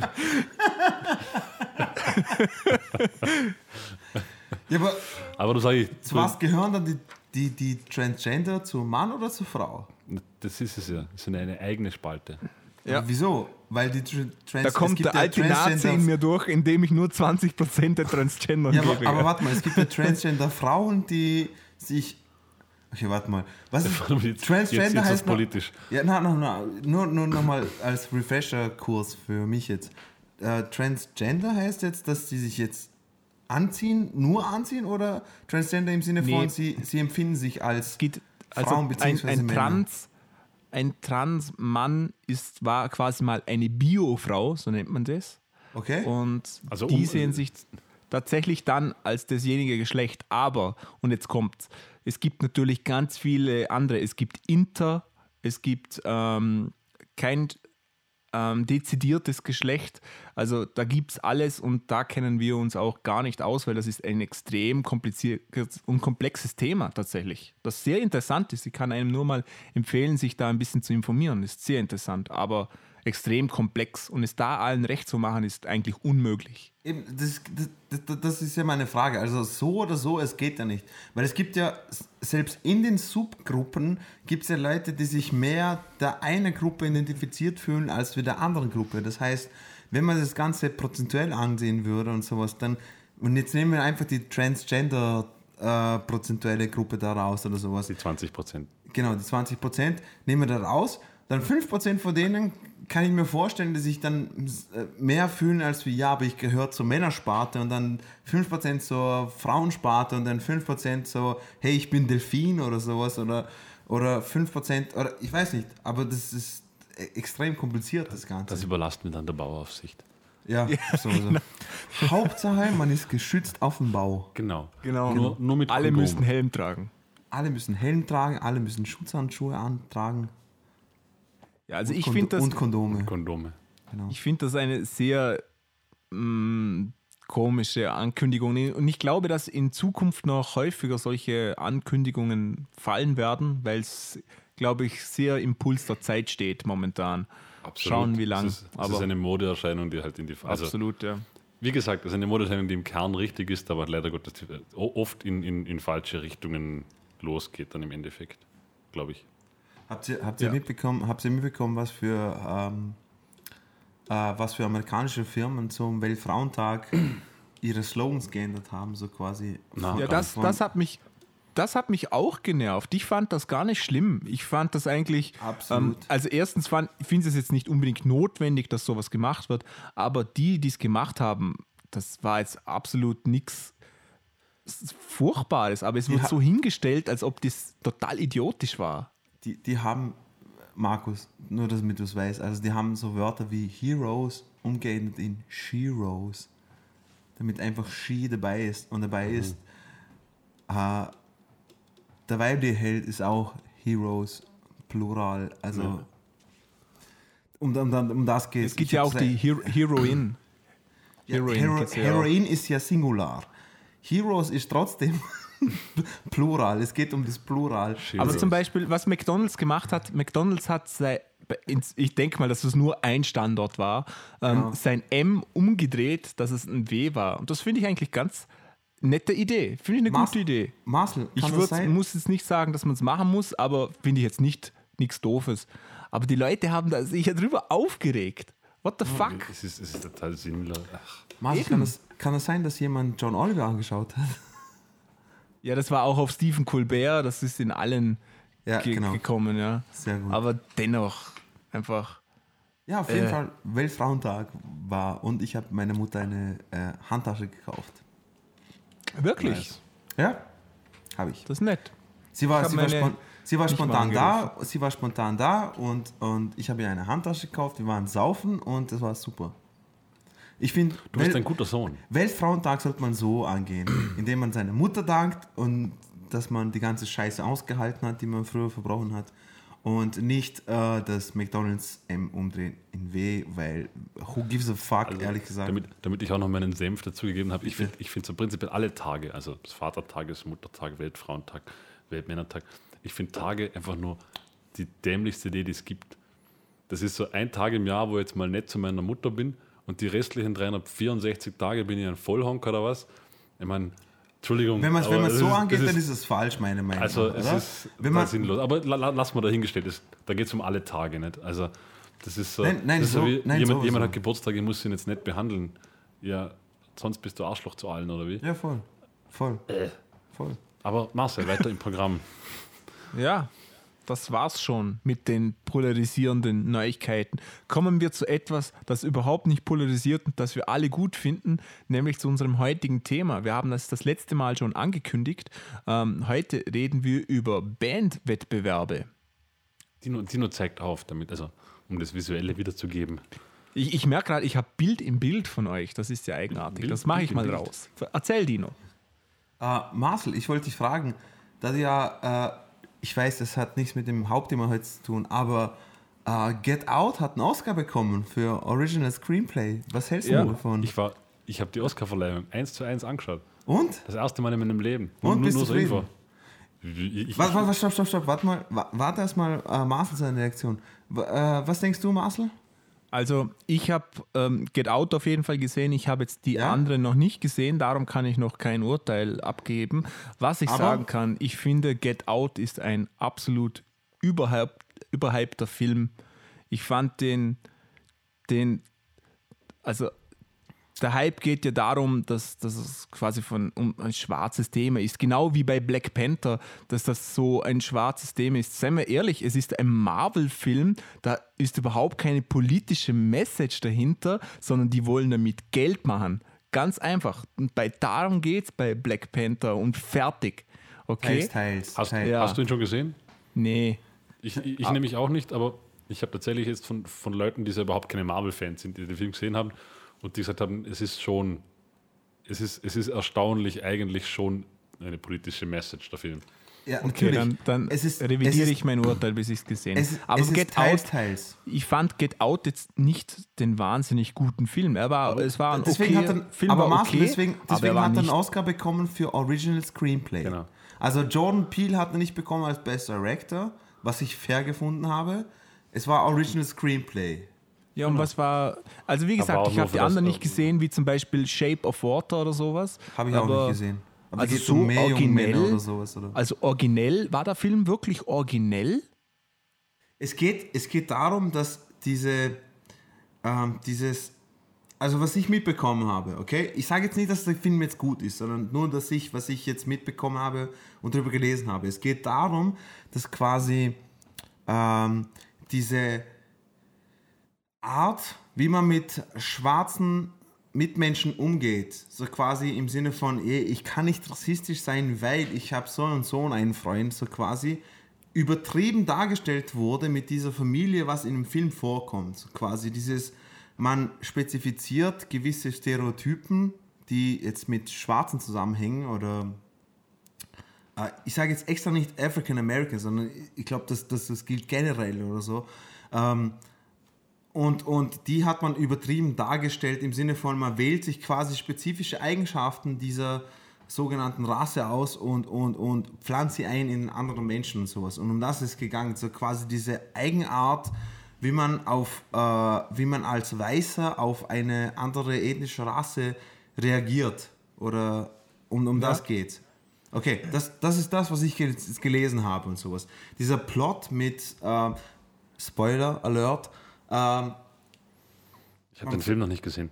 Speaker 1: Ja, aber
Speaker 2: aber du sagst,
Speaker 1: zu was gehören dann die, die, die Transgender, zu Mann oder zu Frau?
Speaker 2: das ist es ja, das ist eine eigene Spalte.
Speaker 3: Ja.
Speaker 1: Wieso? Weil die Tra- Trans
Speaker 3: Da kommt
Speaker 1: es gibt
Speaker 3: der alte
Speaker 1: ja
Speaker 3: Nazi
Speaker 1: Transgender-
Speaker 3: in mir durch, indem ich nur zwanzig Prozent der Transgender
Speaker 1: Ja,
Speaker 3: gebe.
Speaker 1: aber, aber warte mal, es gibt ja Transgender-Frauen, die sich. Okay, warte mal. Was ist
Speaker 2: Jetzt, jetzt
Speaker 1: Transgender
Speaker 2: ist das
Speaker 1: heißt noch,
Speaker 2: politisch.
Speaker 1: Ja, nein, nein, nein. Nur, nur nochmal als Refresher-Kurs für mich jetzt. Äh, Transgender heißt jetzt, dass sie sich jetzt anziehen, nur anziehen oder Transgender im Sinne von,
Speaker 3: Nee.
Speaker 1: sie, sie empfinden sich als
Speaker 3: Es geht, also
Speaker 1: Frauen
Speaker 3: ein,
Speaker 1: beziehungsweise
Speaker 3: ein
Speaker 1: Männer.
Speaker 3: Trans, ein Trans-Mann ist, war quasi mal eine Bio-Frau, so nennt man das.
Speaker 1: Okay?
Speaker 3: Und
Speaker 2: Also
Speaker 3: die
Speaker 2: um-
Speaker 3: sehen sich tatsächlich dann als dasjenige Geschlecht. Aber, und jetzt kommt's, es gibt natürlich ganz viele andere. Es gibt Inter, es gibt ähm, kein ähm, dezidiertes Geschlecht. Also da gibt es alles und da kennen wir uns auch gar nicht aus, weil das ist ein extrem kompliziertes und komplexes Thema tatsächlich, das sehr interessant ist. Ich kann einem nur mal empfehlen, sich da ein bisschen zu informieren. Das ist sehr interessant, aber extrem komplex und es da allen recht zu machen, ist eigentlich unmöglich.
Speaker 1: Eben, das, das, das, das ist ja meine Frage. Also so oder so, es geht ja nicht. Weil es gibt ja, selbst in den Subgruppen gibt es ja Leute, die sich mehr der einen Gruppe identifiziert fühlen als mit der anderen Gruppe. Das heißt, wenn man das Ganze prozentuell ansehen würde und sowas, dann, und jetzt nehmen wir einfach die Transgender äh, prozentuelle Gruppe da raus oder sowas.
Speaker 2: Die zwanzig Prozent.
Speaker 1: Genau, die zwanzig Prozent nehmen wir da raus. Dann fünf Prozent von denen kann ich mir vorstellen, dass sich dann mehr fühlen als wie, ja, aber ich gehöre zur Männersparte und dann fünf Prozent zur Frauensparte und dann fünf Prozent so, hey, ich bin Delfin oder sowas oder, oder fünf Prozent, oder ich weiß nicht, aber das ist extrem kompliziert, das Ganze.
Speaker 2: Das überlasst mir dann der Bauaufsicht.
Speaker 1: Ja, sowieso. Hauptsache, man ist geschützt auf dem Bau.
Speaker 2: Genau.
Speaker 3: Genau.
Speaker 2: Nur, nur mit
Speaker 3: Alle
Speaker 2: Kondom.
Speaker 3: müssen Helm tragen.
Speaker 1: Alle müssen Helm tragen, alle müssen Schutzhandschuhe antragen.
Speaker 3: Ja, also ich
Speaker 1: Und
Speaker 3: finde das,
Speaker 1: Und Kondome.
Speaker 2: Kondome.
Speaker 1: Genau.
Speaker 3: ich find das eine sehr mh, komische Ankündigung. Und ich glaube, dass in Zukunft noch häufiger solche Ankündigungen fallen werden, weil es, glaube ich, sehr im Puls der Zeit steht momentan.
Speaker 2: Absolut.
Speaker 3: Schauen, wie lang.
Speaker 2: Es ist, es
Speaker 3: Aber
Speaker 2: ist eine Modeerscheinung, die halt in die... Also,
Speaker 3: absolut, ja.
Speaker 2: wie gesagt, es ist eine Modeerscheinung, die im Kern richtig ist, aber leider Gottes oft in, in, in falsche Richtungen losgeht dann im Endeffekt, glaube ich.
Speaker 1: Habt ihr, habt ihr,
Speaker 3: Ja.
Speaker 1: mitbekommen, habt ihr mitbekommen, was für, ähm, äh, was für amerikanische Firmen zum Weltfrauentag ihre Slogans geändert haben, so quasi?
Speaker 2: Na,
Speaker 3: Ja, das,
Speaker 1: von-
Speaker 3: das, hat mich, das hat mich auch genervt. Ich fand das gar nicht schlimm. Ich fand das eigentlich.
Speaker 1: Absolut.
Speaker 3: Ähm, also, erstens fand, ich finde es jetzt nicht unbedingt notwendig, dass sowas gemacht wird, aber die, die es gemacht haben, das war jetzt absolut nichts Furchtbares, aber es wird
Speaker 1: ha-
Speaker 3: so hingestellt, als ob das total idiotisch war.
Speaker 1: Die, die haben, Markus, nur damit du es weißt, also die haben so Wörter wie Heroes umgeändert in Sheroes, damit einfach She dabei ist. Und dabei ist, äh, der weibliche Held ist auch Heroes, Plural, also
Speaker 2: Ja.
Speaker 1: um, um, um, um das geht
Speaker 3: Es gibt ja auch die Hero Heroin.
Speaker 1: Ja,
Speaker 3: Heroin
Speaker 1: Hero,
Speaker 3: gibt's ja
Speaker 1: Heroin ist ja Singular. Heroes ist trotzdem Plural. Es geht um das Plural.
Speaker 2: Shit.
Speaker 3: Aber
Speaker 2: Also-
Speaker 3: zum Beispiel, was McDonald's gemacht hat, McDonald's hat sei, ins, ich denke mal, dass es nur ein Standort war, ähm,
Speaker 1: Ja.
Speaker 3: sein M umgedreht, dass es ein W war. Und das finde ich eigentlich ganz nette Idee. Finde ich eine
Speaker 1: Mas-
Speaker 3: gute Idee.
Speaker 1: Marcel,
Speaker 3: Ich
Speaker 1: kann das
Speaker 3: würd,
Speaker 1: sein?
Speaker 3: muss jetzt nicht sagen, dass man es machen muss, aber finde ich jetzt nicht nichts Doofes. Aber die Leute haben da sich ja drüber aufgeregt. What the fuck?
Speaker 2: Es ist, es ist total sinnlos. Ach,
Speaker 1: Marcel,
Speaker 3: Eben.
Speaker 1: kann das, kann das sein, dass jemand John Oliver angeschaut hat?
Speaker 3: Ja, das war auch auf Stephen Colbert, das ist in allen
Speaker 1: Ja,
Speaker 3: ge
Speaker 1: genau.
Speaker 3: gekommen, ja.
Speaker 1: Sehr gut.
Speaker 3: Aber dennoch einfach.
Speaker 1: Ja, auf jeden
Speaker 3: Äh.
Speaker 1: Fall Weltfrauentag war und ich habe meiner Mutter eine äh, Handtasche gekauft.
Speaker 3: Wirklich?
Speaker 2: nice.
Speaker 1: Ja, habe ich.
Speaker 3: Das ist nett.
Speaker 1: Sie war,
Speaker 3: Ich hab
Speaker 1: sie war,
Speaker 3: meine
Speaker 1: spon sie war
Speaker 3: nicht
Speaker 1: spontan
Speaker 3: mal
Speaker 1: da, sie war spontan da und, und ich habe ihr eine Handtasche gekauft, wir waren saufen und das war super. Ich finde,
Speaker 2: Du bist ein guter Sohn.
Speaker 1: Weltfrauentag sollte man so angehen, indem man seiner Mutter dankt und dass man die ganze Scheiße ausgehalten hat, die man früher verbrochen hat. Und nicht äh, das McDonalds M umdrehen in W, weil who gives a fuck,
Speaker 2: Also,
Speaker 1: ehrlich gesagt.
Speaker 2: Damit, damit ich auch noch meinen Senf dazugegeben habe, ich finde ich find so prinzipiell alle Tage, also das Vatertag, das Muttertag, Weltfrauentag, Weltmännertag, ich finde Tage einfach nur die dämlichste Idee, die es gibt. Das ist so ein Tag im Jahr, wo ich jetzt mal nett zu meiner Mutter bin und die restlichen dreihundertvierundsechzig Tage bin ich ein Vollhonk oder was. Ich meine, Entschuldigung.
Speaker 1: wenn man es
Speaker 2: aber
Speaker 1: wenn
Speaker 2: es
Speaker 1: so
Speaker 2: ist-
Speaker 1: angeht,
Speaker 2: es
Speaker 1: dann
Speaker 2: ist
Speaker 1: ist es falsch, meine Meinung.
Speaker 2: Also
Speaker 1: nach,
Speaker 2: es
Speaker 1: oder?
Speaker 2: ist
Speaker 1: wenn
Speaker 2: total
Speaker 1: man,
Speaker 2: sinnlos. Aber la, la, lass mal dahingestellt. Das, da geht es um alle Tage nicht. Also das ist so,
Speaker 1: Nein, nein,
Speaker 2: das ist so
Speaker 1: so-
Speaker 2: wie
Speaker 1: nein,
Speaker 2: jemand,
Speaker 1: sowieso.
Speaker 2: jemand hat Geburtstag, ich muss ihn jetzt nicht behandeln. Ja, sonst bist du Arschloch zu allen, oder wie?
Speaker 1: ja, voll. Voll.
Speaker 2: Äh.
Speaker 1: Voll.
Speaker 2: Aber Marcel, weiter im Programm.
Speaker 3: Ja, das war's schon mit den polarisierenden Neuigkeiten. Kommen wir zu etwas, das überhaupt nicht polarisiert und das wir alle gut finden, nämlich zu unserem heutigen Thema. Wir haben das das letzte Mal schon angekündigt. Ähm, heute reden wir über Bandwettbewerbe.
Speaker 2: Dino, Dino zeigt auf, damit, also um das Visuelle wiederzugeben.
Speaker 3: Ich, ich merke gerade, ich habe Bild im Bild von euch. Das ist ja eigenartig.
Speaker 2: Bild-
Speaker 3: das mache ich
Speaker 2: Bild
Speaker 3: mal
Speaker 2: im Bild.
Speaker 3: raus. Erzähl, Dino.
Speaker 1: Äh, Marcel, ich wollte dich fragen, da du ja äh, ich weiß, das hat nichts mit dem Hauptthema heute zu tun, aber uh, Get Out hat einen Oscar bekommen für Original Screenplay. Was hältst
Speaker 2: Ja,
Speaker 1: du davon?
Speaker 2: Ich, war, ich habe die Oscar-Verleihung eins zu eins angeschaut.
Speaker 1: Und?
Speaker 2: Das erste Mal in meinem Leben. Nur,
Speaker 1: Und
Speaker 2: nur,
Speaker 1: bist
Speaker 2: nur
Speaker 1: du
Speaker 2: so Info.
Speaker 1: zufrieden?
Speaker 2: Ich, ich,
Speaker 1: Warte, warte, stopp, stopp, stopp. Warte mal, wa- warte erstmal uh, Marcel seine Reaktion. W- äh, was denkst du, Marcel?
Speaker 3: Also ich habe ähm, Get Out auf jeden Fall gesehen, ich habe jetzt die
Speaker 1: Ja?
Speaker 3: anderen noch nicht gesehen, darum kann ich noch kein Urteil abgeben. Was ich
Speaker 1: Aber-
Speaker 3: sagen kann, ich finde Get Out ist ein absolut überhyped, überhypter Film. Ich fand den, den, also der Hype geht ja darum, dass, dass es quasi von, um ein schwarzes Thema ist. Genau wie bei Black Panther, dass das so ein schwarzes Thema ist. Seien wir ehrlich, es ist ein Marvel-Film, da ist überhaupt keine politische Message dahinter, sondern die wollen damit Geld machen. Ganz einfach. Und bei darum geht es bei Black Panther und fertig. Okay?
Speaker 1: Teils, teils.
Speaker 2: hast,
Speaker 1: teils.
Speaker 3: Ja.
Speaker 2: hast du ihn schon gesehen?
Speaker 3: Nee.
Speaker 2: Ich, ich, ich nämlich auch nicht, aber ich habe tatsächlich jetzt von, von Leuten, die ja überhaupt keine Marvel-Fans sind, die den Film gesehen haben und die gesagt haben, es ist schon, es ist, es ist erstaunlich eigentlich schon eine politische Message, der Film.
Speaker 1: Ja,
Speaker 3: Okay,
Speaker 1: natürlich.
Speaker 3: dann, dann
Speaker 1: Es ist-
Speaker 3: revidiere
Speaker 1: es ist-
Speaker 3: ich mein Urteil, bis ich es gesehen
Speaker 1: Es,
Speaker 3: habe.
Speaker 1: ist-
Speaker 3: Aber
Speaker 1: es ist
Speaker 3: Get
Speaker 1: teils,
Speaker 3: Out,
Speaker 1: teils.
Speaker 3: ich fand Get Out jetzt nicht den wahnsinnig guten Film. Er war, es war ein
Speaker 1: Deswegen
Speaker 3: okay,
Speaker 1: hat er,
Speaker 3: Film
Speaker 1: aber
Speaker 3: war
Speaker 1: Marcel,
Speaker 3: okay,
Speaker 1: deswegen,
Speaker 3: aber er
Speaker 1: deswegen
Speaker 3: war
Speaker 1: hat er einen
Speaker 3: nicht,
Speaker 1: Oscar bekommen für Original Screenplay.
Speaker 2: Genau.
Speaker 1: Also Jordan Peele hat er nicht bekommen als Best Director, was ich fair gefunden habe. Es war Original Screenplay.
Speaker 3: Ja, und was war, also wie
Speaker 2: Aber
Speaker 3: gesagt,
Speaker 2: auch
Speaker 3: ich
Speaker 2: nur
Speaker 3: habe
Speaker 2: für
Speaker 3: die anderen
Speaker 2: das-
Speaker 3: nicht gesehen, wie zum Beispiel Shape of Water oder sowas.
Speaker 1: Habe ich
Speaker 3: aber,
Speaker 1: auch nicht gesehen. Aber
Speaker 3: also
Speaker 1: da geht
Speaker 3: so
Speaker 1: um mehr junge
Speaker 3: originell,
Speaker 1: Männer oder sowas, oder?
Speaker 3: also originell, war der Film wirklich originell?
Speaker 1: Es geht, es geht darum, dass diese, ähm, dieses, also was ich mitbekommen habe, okay? Ich sage jetzt nicht, dass der Film jetzt gut ist, sondern nur, dass ich, was ich jetzt mitbekommen habe und darüber gelesen habe. Es geht darum, dass quasi ähm, diese Art, wie man mit schwarzen Mitmenschen umgeht, so quasi im Sinne von, ey, ich kann nicht rassistisch sein, weil ich habe so und so einen Freund, so quasi übertrieben dargestellt wurde mit dieser Familie, was in dem Film vorkommt. So quasi dieses, man spezifiziert gewisse Stereotypen, die jetzt mit Schwarzen zusammenhängen oder äh, ich sage jetzt extra nicht African American, sondern ich glaube, das, das, das gilt generell oder so. Ähm, Und, und die hat man übertrieben dargestellt im Sinne von, man wählt sich quasi spezifische Eigenschaften dieser sogenannten Rasse aus und, und, und pflanzt sie ein in andere Menschen und sowas. Und um das ist gegangen, so quasi diese Eigenart, wie man, auf, äh, wie man als Weißer auf eine andere ethnische Rasse reagiert. Oder um, um das geht. Okay, das, das ist das, was ich gel- gelesen habe und sowas. Dieser Plot mit, äh, Spoiler Alert, Ähm,
Speaker 2: Ich habe den Film noch nicht gesehen.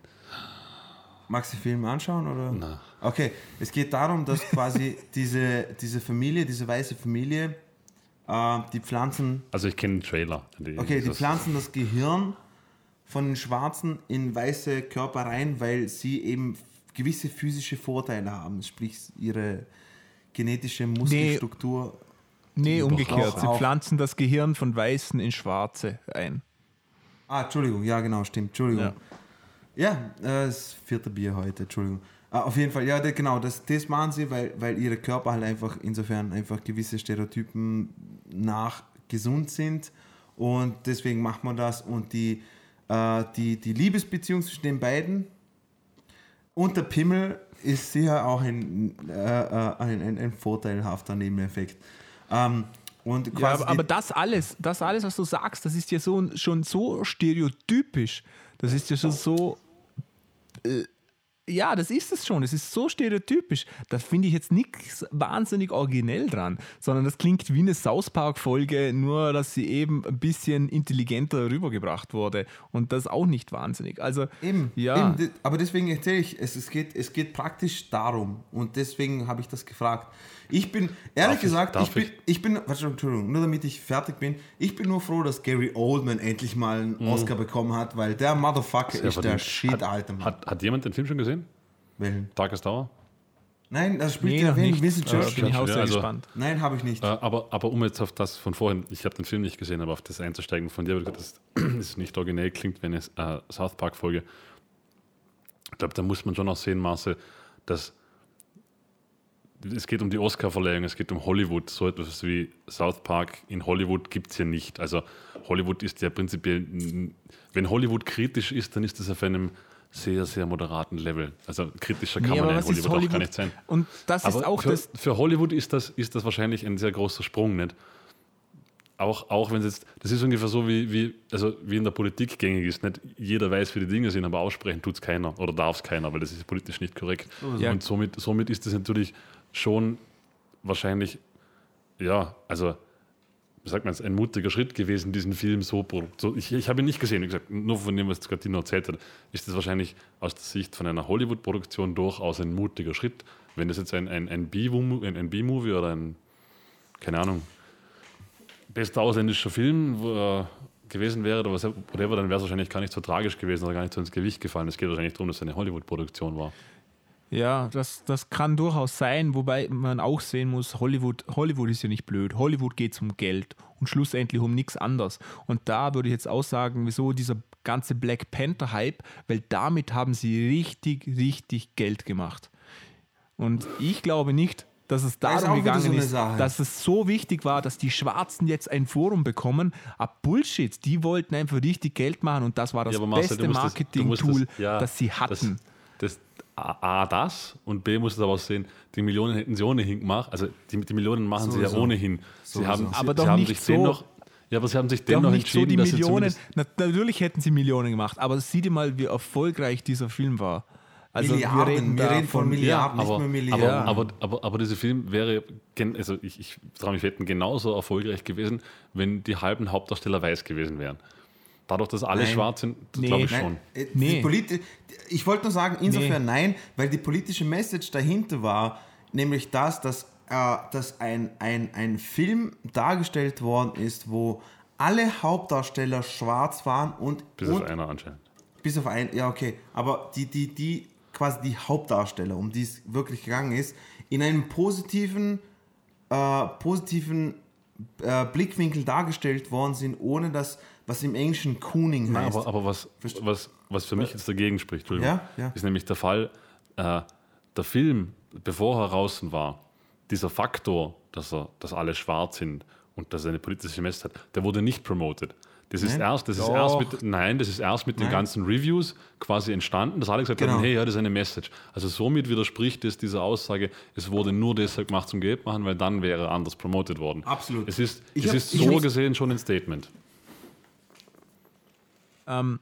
Speaker 1: magst du den Film anschauen? Oder?
Speaker 2: Na.
Speaker 1: Okay, es geht darum, dass quasi diese, diese Familie, diese weiße Familie, äh, die pflanzen,
Speaker 2: Also ich kenne den Trailer. Die,
Speaker 1: okay, die
Speaker 2: das-
Speaker 1: pflanzen das Gehirn von den Schwarzen in weiße Körper rein, weil sie eben gewisse physische Vorteile haben, sprich ihre genetische Muskelstruktur.
Speaker 3: Nee,
Speaker 2: Überhaupt
Speaker 3: umgekehrt. Sie
Speaker 1: auch.
Speaker 3: pflanzen das Gehirn von Weißen in Schwarze ein.
Speaker 1: Ah, Entschuldigung, ja genau, stimmt, Entschuldigung. Ja, äh, das vierte Bier heute, Entschuldigung. Ah, auf jeden Fall, ja, da- genau, das, das machen sie, weil, weil ihre Körper halt einfach insofern einfach gewisse Stereotypen nach gesund sind und deswegen macht man das und die, äh, die, die Liebesbeziehung zwischen den beiden und der Pimmel ist sicher auch ein, äh, äh, ein, ein, ein vorteilhafter Nebeneffekt. Ähm, und
Speaker 3: Ja,
Speaker 1: quasi
Speaker 3: aber,
Speaker 1: die-
Speaker 3: aber das alles, das alles, was du sagst, das ist ja so, schon so stereotypisch. Das ist ja schon so. Äh, ja, das ist es schon. Es ist so stereotypisch. Da finde ich jetzt nichts wahnsinnig originell dran, sondern das klingt wie eine South Park-Folge, nur dass sie eben ein bisschen intelligenter rübergebracht wurde. Und das auch nicht wahnsinnig. Also,
Speaker 1: Eben,
Speaker 3: ja.
Speaker 1: eben, de- aber deswegen erzähle ich, es, es, geht, es geht praktisch darum und deswegen habe ich das gefragt. Ich bin, ehrlich
Speaker 2: Darf ich-
Speaker 1: gesagt, ich,
Speaker 2: darf
Speaker 1: bin,
Speaker 2: ich?
Speaker 1: ich bin, warte, Entschuldigung, nur damit ich fertig bin, ich bin nur froh, dass Gary Oldman endlich mal einen Oscar bekommen hat, weil der Motherfucker
Speaker 2: Sehr
Speaker 1: ist der
Speaker 2: verdient.
Speaker 1: Shit,
Speaker 2: hat,
Speaker 1: Alter. Mann.
Speaker 2: Hat, hat jemand den Film schon gesehen?
Speaker 1: Welchen?
Speaker 2: Tagesdauer?
Speaker 1: Nein, das spielt
Speaker 3: Nee,
Speaker 1: ja
Speaker 3: noch
Speaker 1: wen?
Speaker 3: nicht.
Speaker 1: Vincent
Speaker 3: Äh,
Speaker 1: Churchill.
Speaker 3: bin ich auch sehr
Speaker 2: Also-
Speaker 3: gespannt.
Speaker 1: Nein, habe ich nicht.
Speaker 2: Äh, aber, aber um jetzt auf das von vorhin, ich habe den Film nicht gesehen, aber auf das einzusteigen von dir, weil du gesagt hast, das ist nicht originell, klingt wie eine äh, South Park-Folge. Ich glaube, da muss man schon auch sehen, Marcel, dass es geht um die Oscar-Verleihung, es geht um Hollywood. So etwas wie South Park in Hollywood gibt es ja nicht. Also Hollywood ist ja prinzipiell, wenn Hollywood kritisch ist, dann ist das auf einem sehr, sehr moderaten Level. Also kritischer kann
Speaker 3: Nee,
Speaker 2: man
Speaker 3: aber
Speaker 2: ja in
Speaker 3: was ist
Speaker 2: Hollywood,
Speaker 3: Hollywood?
Speaker 2: auch gar nicht sein.
Speaker 3: Und das ist
Speaker 2: Aber
Speaker 3: auch
Speaker 2: für,
Speaker 3: das.
Speaker 2: für Hollywood ist das, ist das wahrscheinlich ein sehr großer Sprung, nicht? Auch, auch wenn es jetzt, das ist ungefähr so, wie, wie, also wie in der Politik gängig ist. Nicht jeder weiß, wie die Dinge sind, aber aussprechen tut es keiner oder darf es keiner, weil das ist politisch nicht korrekt.
Speaker 3: Ja.
Speaker 2: Und somit, somit ist das natürlich schon wahrscheinlich, ja, also, wie sagt man es, ein mutiger Schritt gewesen, diesen Film so, so ich, ich habe ihn nicht gesehen, wie gesagt, nur von dem, was gerade Tino erzählt hat, ist das wahrscheinlich aus der Sicht von einer Hollywood-Produktion durchaus ein mutiger Schritt. Wenn das jetzt ein, ein, ein B-Movie ein, ein B-Movie oder ein, keine Ahnung, bester ausländischer Film wo, äh, gewesen wäre oder was, whatever, dann wäre es wahrscheinlich gar nicht so tragisch gewesen oder gar nicht so ins Gewicht gefallen. Es geht wahrscheinlich darum, dass es eine Hollywood-Produktion war.
Speaker 3: Ja, das, das kann durchaus sein, wobei man auch sehen muss, Hollywood, Hollywood ist ja nicht blöd. Hollywood geht es um Geld und schlussendlich um nichts anderes. Und da würde ich jetzt auch sagen, wieso dieser ganze Black Panther-Hype, weil damit haben sie richtig, richtig Geld gemacht. Und ich glaube nicht, dass es
Speaker 1: Da ist
Speaker 3: darum
Speaker 1: auch wieder
Speaker 3: gegangen
Speaker 1: so eine
Speaker 3: ist,
Speaker 1: Sache.
Speaker 3: dass es so wichtig war, dass die Schwarzen jetzt ein Forum bekommen. Ah, Bullshit, die wollten einfach richtig Geld machen und das war das
Speaker 2: Ja, aber Marcel,
Speaker 3: beste
Speaker 2: du musst das- du musst
Speaker 3: Marketing-Tool,
Speaker 2: das- ja,
Speaker 3: das sie hatten.
Speaker 2: Das, das, A, A, das und B, musst du aber auch sehen, die Millionen hätten sie ohnehin gemacht. Also die, die Millionen machen sie ja
Speaker 1: Sowieso.
Speaker 2: ohnehin. Sie
Speaker 1: Sowieso.
Speaker 2: haben, sie,
Speaker 3: Aber
Speaker 2: sie
Speaker 3: doch
Speaker 2: haben
Speaker 3: nicht
Speaker 2: sich
Speaker 3: so-
Speaker 2: dennoch, ja, aber sie haben sich
Speaker 3: Doch
Speaker 2: dennoch
Speaker 3: nicht so
Speaker 2: entschieden,
Speaker 3: die
Speaker 2: dass sie
Speaker 3: Millionen.
Speaker 2: zumindest
Speaker 3: Na, natürlich hätten sie Millionen gemacht, aber sieh dir mal, wie erfolgreich dieser Film war. Also
Speaker 1: Milliarden,
Speaker 3: wir reden,
Speaker 1: wir
Speaker 3: da
Speaker 1: reden von Milliarden,
Speaker 2: aber,
Speaker 1: nicht mehr Milliarden.
Speaker 2: aber, aber, aber, aber dieser Film wäre, gen- also ich, ich traue mich wetten, genauso erfolgreich gewesen, wenn die halben Hauptdarsteller weiß gewesen wären. Dadurch, dass alle
Speaker 1: Nein.
Speaker 2: schwarz sind,
Speaker 3: Nee.
Speaker 2: glaube ich
Speaker 1: Nein,
Speaker 2: schon.
Speaker 1: äh,
Speaker 3: Nee.
Speaker 1: die politi- ich wollte nur sagen, insofern nein, weil die politische Message dahinter war, nämlich das, dass, äh, dass ein, ein, ein Film dargestellt worden ist, wo alle Hauptdarsteller schwarz waren und,
Speaker 2: Bis
Speaker 1: und
Speaker 2: auf einer anscheinend.
Speaker 1: bis auf ein, ja okay, aber die, die, die quasi die Hauptdarsteller, um die es wirklich gegangen ist, in einem positiven, äh, positiven äh, Blickwinkel dargestellt worden sind, ohne das, was im Englischen Cooning
Speaker 2: Nein,
Speaker 1: heißt.
Speaker 2: aber, aber was,
Speaker 1: Verste-
Speaker 2: was, was für mich jetzt dagegen spricht, Entschuldigung,
Speaker 1: Ja, ja.
Speaker 2: ist nämlich der Fall, äh, der Film, bevor er draußen war, dieser Faktor, dass, er, dass alle schwarz sind und dass er eine politische Message hat, der wurde nicht promoted. Das ist
Speaker 1: Nein?
Speaker 2: erst, das ist
Speaker 3: Doch.
Speaker 2: erst mit, nein, das ist erst mit den
Speaker 1: Nein.
Speaker 2: ganzen Reviews quasi entstanden, dass alle gesagt
Speaker 1: Genau.
Speaker 2: haben, hey, ja, das ist eine Message. Also somit widerspricht es dieser Aussage, es wurde nur deshalb gemacht zum Geld machen, weil dann wäre er anders promoted worden.
Speaker 1: Absolut.
Speaker 2: Es ist,
Speaker 1: Ich
Speaker 2: es
Speaker 1: hab-
Speaker 2: ist
Speaker 1: ich
Speaker 2: so
Speaker 1: hab-
Speaker 2: gesehen schon ein Statement.
Speaker 3: Ähm,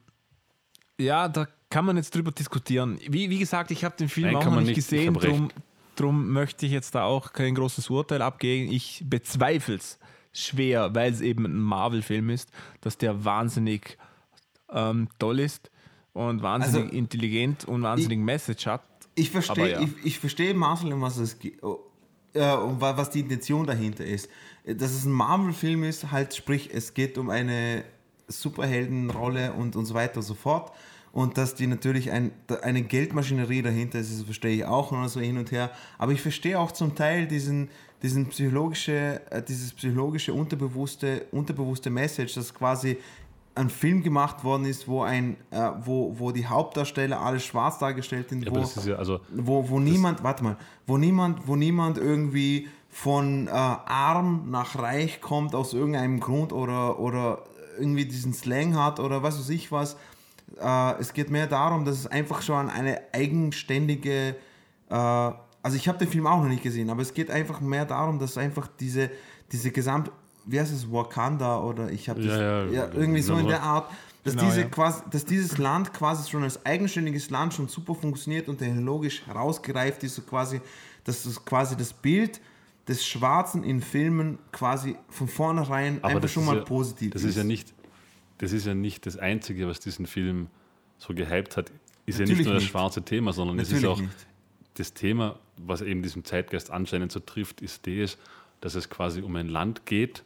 Speaker 3: ja, da kann man jetzt drüber diskutieren. Wie, wie gesagt, ich habe den Film
Speaker 2: Nein,
Speaker 3: auch
Speaker 2: kann
Speaker 3: noch
Speaker 2: man
Speaker 3: nicht
Speaker 2: nicht. Ich
Speaker 3: gesehen,
Speaker 2: hab recht.
Speaker 3: drum, drum möchte ich jetzt da auch kein großes Urteil abgeben. Ich bezweifle es schwer, weil es eben ein Marvel-Film ist, dass der wahnsinnig ähm, toll ist und wahnsinnig
Speaker 1: Also,
Speaker 3: intelligent und wahnsinnig Message hat.
Speaker 1: Ich
Speaker 3: Aber
Speaker 1: verstehe,
Speaker 3: ja.
Speaker 1: ich, ich verstehe Marcel, um was es geht, äh, um wa- was die Intention dahinter ist. Dass es ein Marvel-Film ist, halt sprich, es geht um eine Superheldenrolle und, und so weiter und so fort. Und dass die natürlich ein, da- eine Geldmaschinerie dahinter ist, das verstehe ich auch und so hin und her. Aber ich verstehe auch zum Teil diesen, diesen psychologische, äh, dieses psychologische, unterbewusste, unterbewusste Message, dass quasi ein Film gemacht worden ist, wo, ein, äh, wo, wo die Hauptdarsteller alle schwarz dargestellt sind,
Speaker 2: Ja,
Speaker 1: wo,
Speaker 2: aber das ist ja, also,
Speaker 1: wo, wo niemand, warte mal, wo niemand, wo niemand irgendwie von äh, arm nach reich kommt aus irgendeinem Grund oder, oder irgendwie diesen Slang hat oder was weiß ich was. Äh, es geht mehr darum, dass es einfach schon eine eigenständige, äh, also ich habe den Film auch noch nicht gesehen, aber es geht einfach mehr darum, dass einfach diese, diese Gesamt, wie heißt es, Wakanda oder ich habe das,
Speaker 2: Ja, ja,
Speaker 1: ja, irgendwie so in der Art, dass,
Speaker 3: Genau,
Speaker 1: diese
Speaker 3: ja.
Speaker 1: quasi, dass dieses Land quasi schon als eigenständiges Land schon super funktioniert und technologisch herausgereift ist, so quasi, dass das quasi das Bild des Schwarzen in Filmen quasi von vornherein
Speaker 2: aber
Speaker 1: einfach
Speaker 2: das
Speaker 1: schon
Speaker 2: ist
Speaker 1: mal
Speaker 2: ja,
Speaker 1: positiv
Speaker 2: das ist. ja nicht, das ist ja nicht das Einzige, was diesen Film so gehypt hat, ist ja
Speaker 1: Natürlich
Speaker 2: nicht nur das
Speaker 1: nicht.
Speaker 2: schwarze Thema, sondern es
Speaker 1: Natürlich
Speaker 2: ist auch
Speaker 1: nicht.
Speaker 2: das Thema, was eben diesen Zeitgeist anscheinend so trifft, ist das, dass es quasi um ein Land geht,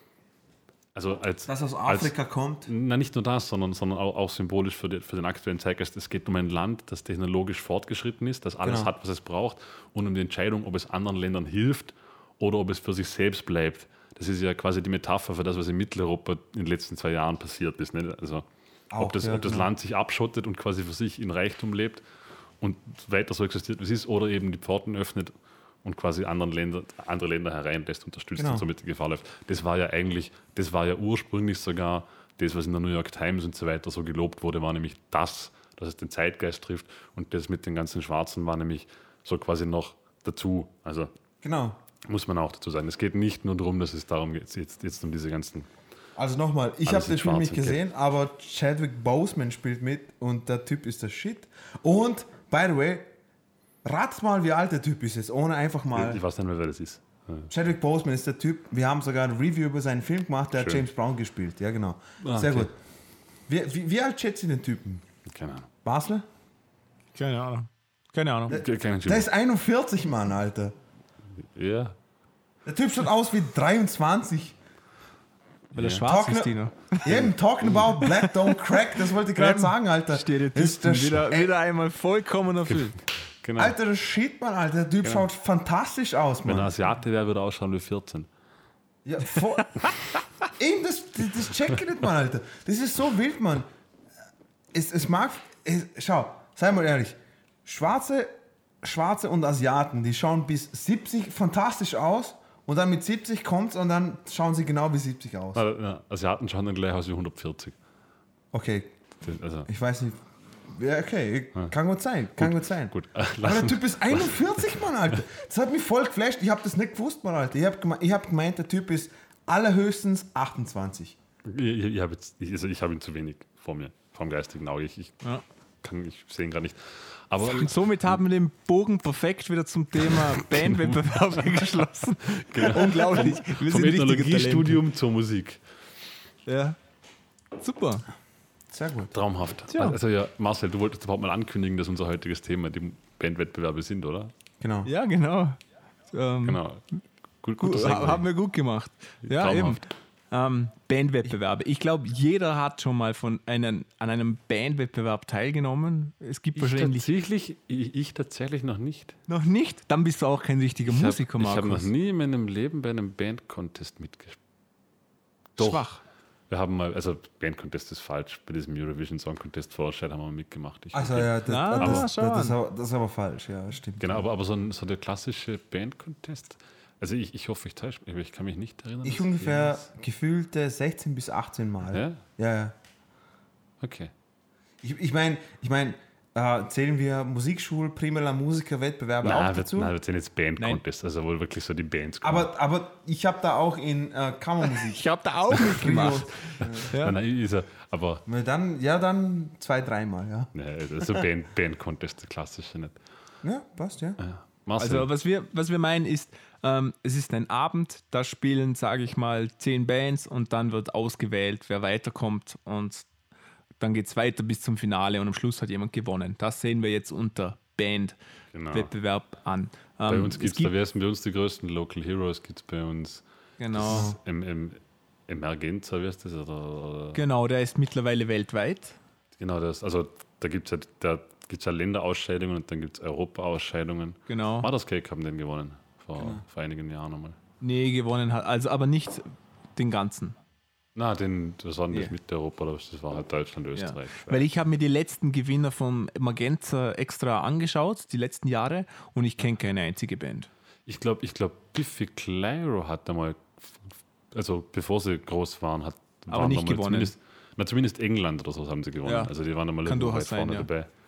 Speaker 2: also als,
Speaker 1: Das aus
Speaker 2: als,
Speaker 1: Afrika kommt.
Speaker 2: na, nicht nur das, sondern, sondern auch, auch symbolisch für, die, für den aktuellen Zeitgeist. Es geht um ein Land, das technologisch fortgeschritten ist, das alles
Speaker 1: Genau.
Speaker 2: hat, was es braucht, und um die Entscheidung, ob es anderen Ländern hilft oder ob es für sich selbst bleibt. Das ist ja quasi die Metapher für das, was in Mitteleuropa in den letzten zwei Jahren passiert ist. Nicht? Also,
Speaker 1: Auch,
Speaker 2: ob das,
Speaker 1: ja,
Speaker 2: ob das
Speaker 1: genau.
Speaker 2: Land sich abschottet und quasi für sich in Reichtum lebt und weiter so existiert, wie es ist, oder eben die Pforten öffnet und quasi anderen Länder, andere Länder hereinlässt, unterstützt
Speaker 1: Genau.
Speaker 2: und somit die Gefahr läuft. Das war ja eigentlich, das war ja ursprünglich sogar das, was in der New York Times und so weiter so gelobt wurde, war nämlich das, dass es den Zeitgeist trifft, und das mit den ganzen Schwarzen war nämlich so quasi noch dazu. Also
Speaker 1: Genau.
Speaker 2: muss man auch dazu sagen. Es geht nicht nur darum, dass es darum geht, jetzt, jetzt um diese ganzen.
Speaker 1: Also nochmal, ich habe
Speaker 2: Alles
Speaker 1: den
Speaker 2: in
Speaker 1: Film nicht
Speaker 2: Schwarz und
Speaker 1: gesehen, aber Chadwick Boseman spielt mit und der Typ ist der Shit. Und, by the way, rat mal, wie alt der Typ ist jetzt, ohne einfach mal...
Speaker 2: Ich weiß nicht mehr, wer das ist. Ja.
Speaker 1: Chadwick Boseman ist der Typ, wir haben sogar ein Review über seinen Film gemacht, der hat
Speaker 2: Schön.
Speaker 1: James Brown gespielt. Ja, genau.
Speaker 2: Ah,
Speaker 1: Sehr
Speaker 2: okay.
Speaker 1: gut. Wie, wie, wie alt schätzt ihr den Typen?
Speaker 2: Keine Ahnung.
Speaker 1: Basler?
Speaker 3: Keine Ahnung. Keine Ahnung.
Speaker 2: Keine
Speaker 1: Der
Speaker 2: Ahnung.
Speaker 1: ist einundvierzig, Mann, Alter.
Speaker 2: Ja.
Speaker 1: Der Typ schaut aus wie dreiundzwanzig.
Speaker 3: Weil er
Speaker 2: Ja.
Speaker 3: schwarz
Speaker 1: Talking-
Speaker 3: ist, Dino.
Speaker 1: Eben, talking about black don't crack, das wollte ich gerade
Speaker 3: Eben.
Speaker 1: sagen, Alter. Das ist der
Speaker 3: Stereotypen
Speaker 1: Sch-
Speaker 3: wieder,
Speaker 1: Ey,
Speaker 3: wieder einmal vollkommen erfüllt.
Speaker 2: Genau.
Speaker 1: Alter, das Shit, Mann, Alter. Der Typ schaut fantastisch aus,
Speaker 2: Wenn er
Speaker 1: Mann.
Speaker 2: Asiate wäre, würde er ausschauen wie vierzehn.
Speaker 1: Ja, voll. Eben, das, das, das check ich nicht, Mann, Alter. Das ist so wild, Mann. Es, es mag... Es, schau, sei mal ehrlich. Schwarze, Schwarze und Asiaten, die schauen bis siebzig fantastisch aus und dann mit siebzig kommt's und dann schauen sie genau wie siebzig aus.
Speaker 2: Also, ja, Asiaten schauen dann gleich aus wie hundertvierzig.
Speaker 1: Okay,
Speaker 2: Also,
Speaker 1: ich weiß nicht. Ja, okay, kann gut sein, kann gut, sein.
Speaker 2: gut.
Speaker 1: Aber
Speaker 2: Lass
Speaker 1: der
Speaker 2: uns-
Speaker 1: Typ ist einundvierzig, Mann, Alter. Das hat mich voll geflasht. Ich habe das nicht gewusst, Mann, Alter. Ich habe geme ich hab gemeint, der Typ ist allerhöchstens achtundzwanzig.
Speaker 2: Ich, ich, ich habe also ich hab ihn zu wenig vor mir, vom geistigen Auge. Ich, ich,
Speaker 3: Ja.
Speaker 2: kann, ich sehe ihn gerade nicht. Aber
Speaker 3: Und somit haben wir den Bogen perfekt wieder zum Thema Bandwettbewerbe geschlossen. Unglaublich. Wir
Speaker 2: vom
Speaker 3: sind richtige
Speaker 2: Ethnologiestudium zur Musik.
Speaker 3: Talente. Ja. Super.
Speaker 1: Sehr gut.
Speaker 2: Traumhaft.
Speaker 3: Tja.
Speaker 2: Also ja, Marcel, du wolltest überhaupt mal ankündigen, dass unser heutiges Thema die Bandwettbewerbe sind, oder?
Speaker 1: Genau.
Speaker 3: Ja, genau. Ähm,
Speaker 2: Genau. Gut,
Speaker 3: Gut,
Speaker 2: gut,
Speaker 3: ha- haben wir gut gemacht. Ja, eben.
Speaker 2: Traumhaft.
Speaker 3: Ähm, Bandwettbewerbe. Ich glaube, jeder hat schon mal von einem, an einem Bandwettbewerb teilgenommen. Es gibt
Speaker 2: Ich
Speaker 3: wahrscheinlich
Speaker 2: tatsächlich, ich, ich tatsächlich noch nicht.
Speaker 3: noch nicht. Dann bist du auch kein richtiger
Speaker 2: Ich
Speaker 3: Musiker,
Speaker 2: habe hab noch
Speaker 3: Markus.
Speaker 2: nie in meinem Leben bei einem Band-Contest mitgespielt. Doch.
Speaker 3: Schwach.
Speaker 2: Wir haben mal, also Band-Contest ist falsch, bei diesem Eurovision Song Contest Vorscheid haben wir mal mitgemacht. Ich,
Speaker 1: Also ja, das,
Speaker 3: Na,
Speaker 1: das,
Speaker 3: aber-
Speaker 1: das, das, ist aber, das ist aber falsch, ja, stimmt.
Speaker 2: Genau, aber, aber so, ein, so der klassische Band-Contest, also ich, ich hoffe, ich täusche mich, aber ich kann mich nicht erinnern.
Speaker 1: Ich
Speaker 2: dass
Speaker 1: ungefähr
Speaker 2: jemals-
Speaker 1: gefühlte sechzehn bis achtzehn Mal.
Speaker 2: Ja?
Speaker 1: Ja, ja.
Speaker 2: Okay.
Speaker 1: Ich, ich meine, ich mein, äh, zählen wir Musikschul, Primera Musiker Wettbewerbe auch
Speaker 2: Nein, wir,
Speaker 1: dazu?
Speaker 2: nein, wir sind jetzt Band-Contest, also wo wirklich so die Bands kommen.
Speaker 1: aber, aber ich habe da auch in äh, Kammermusik.
Speaker 3: Ich habe da auch mitgemacht.
Speaker 2: Nein, nein, ist er, aber
Speaker 1: Weil dann, ja, dann zwei, dreimal, ja.
Speaker 2: ne, also Band, Band-Contest, der klassische nicht.
Speaker 1: Ja, passt, ja.
Speaker 2: Ja. Marcel,
Speaker 3: Also was wir, was wir meinen ist, ähm, es ist ein Abend, da spielen, sage ich mal, zehn Bands und dann wird ausgewählt, wer weiterkommt und dann geht es weiter bis zum Finale und am Schluss hat jemand gewonnen. Das sehen wir jetzt unter Band-Wettbewerb
Speaker 2: genau.
Speaker 3: an.
Speaker 2: Bei
Speaker 3: Ähm,
Speaker 2: uns
Speaker 3: es
Speaker 2: gibt es, da wer sind bei uns die größten Local Heroes, gibt es bei uns
Speaker 3: Genau,
Speaker 2: im, im Emergenza, wie heißt das? Oder, oder,
Speaker 3: genau, der ist mittlerweile weltweit.
Speaker 2: genau, das, also da gibt es ja, da gibt's ja Länderausscheidungen und dann gibt es Europa-Ausscheidungen.
Speaker 3: Genau.
Speaker 2: Mother's Cake haben den gewonnen, vor, vor einigen Jahren einmal.
Speaker 3: Nee, gewonnen hat, also aber nicht den ganzen.
Speaker 2: Na, den, das war nicht
Speaker 3: Ja.
Speaker 2: mit Europa, das war halt Deutschland,
Speaker 3: Ja.
Speaker 2: Österreich.
Speaker 3: Weil ich habe mir die letzten Gewinner vom Magenza extra angeschaut, die letzten Jahre, und ich kenne keine einzige Band.
Speaker 2: Ich glaube, ich glaub, Biffy Clyro hat einmal, also bevor sie groß waren, hat
Speaker 3: Aber
Speaker 2: waren
Speaker 3: nicht
Speaker 2: einmal
Speaker 3: gewonnen.
Speaker 2: Zumindest, na, zumindest England oder so haben sie gewonnen.
Speaker 3: Ja.
Speaker 2: Also die waren einmal
Speaker 3: Kann
Speaker 2: irgendwo
Speaker 3: durchaus
Speaker 2: weit vorne
Speaker 3: sein, ja.
Speaker 2: dabei.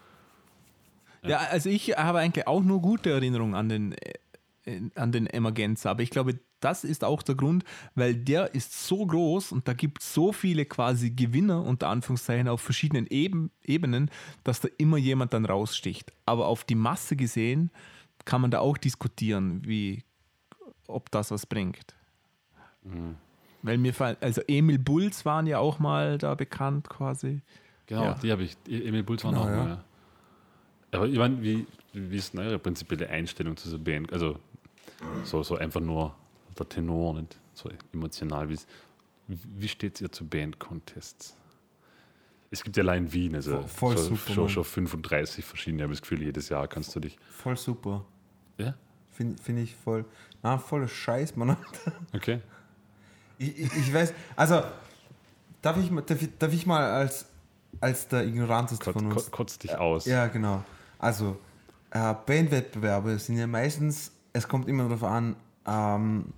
Speaker 3: Ja, also ich habe eigentlich auch nur gute Erinnerungen an den, äh, an den Emergenza, aber ich glaube, das ist auch der Grund, weil der ist so groß und da gibt es so viele quasi Gewinner, unter Anführungszeichen, auf verschiedenen Eben, Ebenen, dass da immer jemand dann raussticht. Aber auf die Masse gesehen kann man da auch diskutieren, wie, ob das was bringt.
Speaker 2: Mhm.
Speaker 3: Weil mir fallen, also Emil Bulls waren ja auch mal da bekannt quasi.
Speaker 2: Genau,
Speaker 3: Ja.
Speaker 2: die habe ich, die Emil Bulls waren
Speaker 1: Genau,
Speaker 2: auch
Speaker 1: ja.
Speaker 2: mal. Ja. Aber ich meine, wie, wie ist denn eure prinzipielle Einstellung zu so Band? Also so, so einfach nur der Tenor, nicht so emotional. Wie, wie steht ihr zu Band-Contests? Es gibt ja allein in Wien, also
Speaker 1: Voll
Speaker 2: so,
Speaker 1: super,
Speaker 2: schon,
Speaker 1: Mann.
Speaker 2: schon fünfunddreißig verschiedene. Ich habe das Gefühl, jedes Jahr kannst du dich.
Speaker 1: Voll super.
Speaker 2: Ja?
Speaker 1: Finde find ich voll. Na, voller Scheiß, Mann.
Speaker 2: Okay.
Speaker 1: Ich, ich, ich weiß, also, darf ich, mal- darf ich, darf ich mal als, als der Ignoranteste
Speaker 2: Kotz,
Speaker 1: von uns.
Speaker 2: kotz, kotz dich aus.
Speaker 1: Ja, genau. Also, äh, Bandwettbewerbe sind ja meistens es kommt immer darauf an, ähm,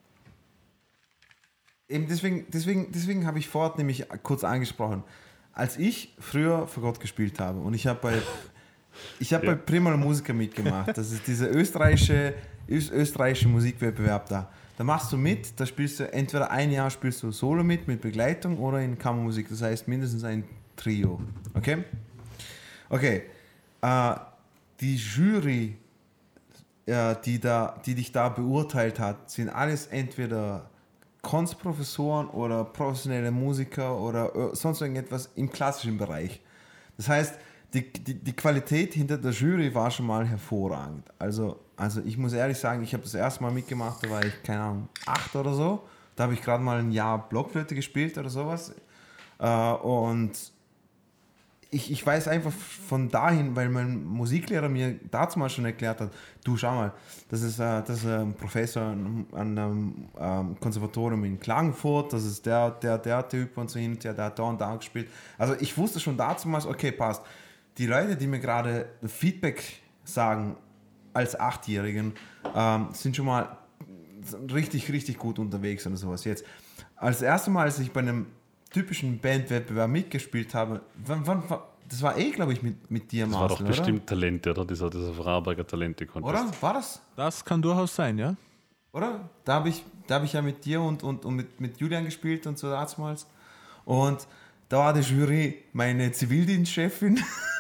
Speaker 1: eben deswegen, deswegen, deswegen habe ich vorhin nämlich kurz angesprochen, als ich früher für Gott gespielt habe und ich habe bei, ich habe
Speaker 2: Ja.
Speaker 1: bei Prima Musica mitgemacht, das ist dieser österreichische, öst- österreichische Musikwettbewerb da. Da machst du mit, da spielst du entweder ein Jahr spielst du Solo mit, mit Begleitung oder in Kammermusik, das heißt mindestens ein Trio, okay? Okay, äh, die Jury, äh, die, da, die dich da beurteilt hat, sind alles entweder Kunstprofessoren oder professionelle Musiker oder äh, sonst irgendetwas im klassischen Bereich. Das heißt, die, die, die Qualität hinter der Jury war schon mal hervorragend. Also, also ich muss ehrlich sagen, ich habe das erste Mal mitgemacht, da war ich, keine Ahnung, acht oder so. Da habe ich gerade mal ein Jahr Blockflöte gespielt oder sowas. Äh, und ich, ich weiß einfach von dahin, weil mein Musiklehrer mir dazu mal schon erklärt hat, du schau mal, das ist, äh, das ist ein Professor an einem ähm, Konservatorium in Klagenfurt, das ist der, der, der Typ und so hin und her, der hat da und da gespielt. Also ich wusste schon dazu mal, okay, passt. Die Leute, die mir gerade Feedback sagen als Achtjährigen, ähm, sind schon mal richtig, richtig gut unterwegs oder sowas. Jetzt, als erstes Mal, als ich bei einem typischen Bandwettbewerb mitgespielt habe, wann, wann, das war eh, glaube ich, mit, mit dir,
Speaker 2: Das war
Speaker 1: Marcel,
Speaker 2: doch bestimmt Talente, oder? Dieser, dieser Vorarlberger Talente-Contest.
Speaker 1: oder? Oder? War das?
Speaker 3: Das kann durchaus sein, ja.
Speaker 1: Oder? Da habe ich, da hab ich ja mit dir und, und, und mit, mit Julian gespielt und so damals. Und da war die Jury meine Zivildienstchefin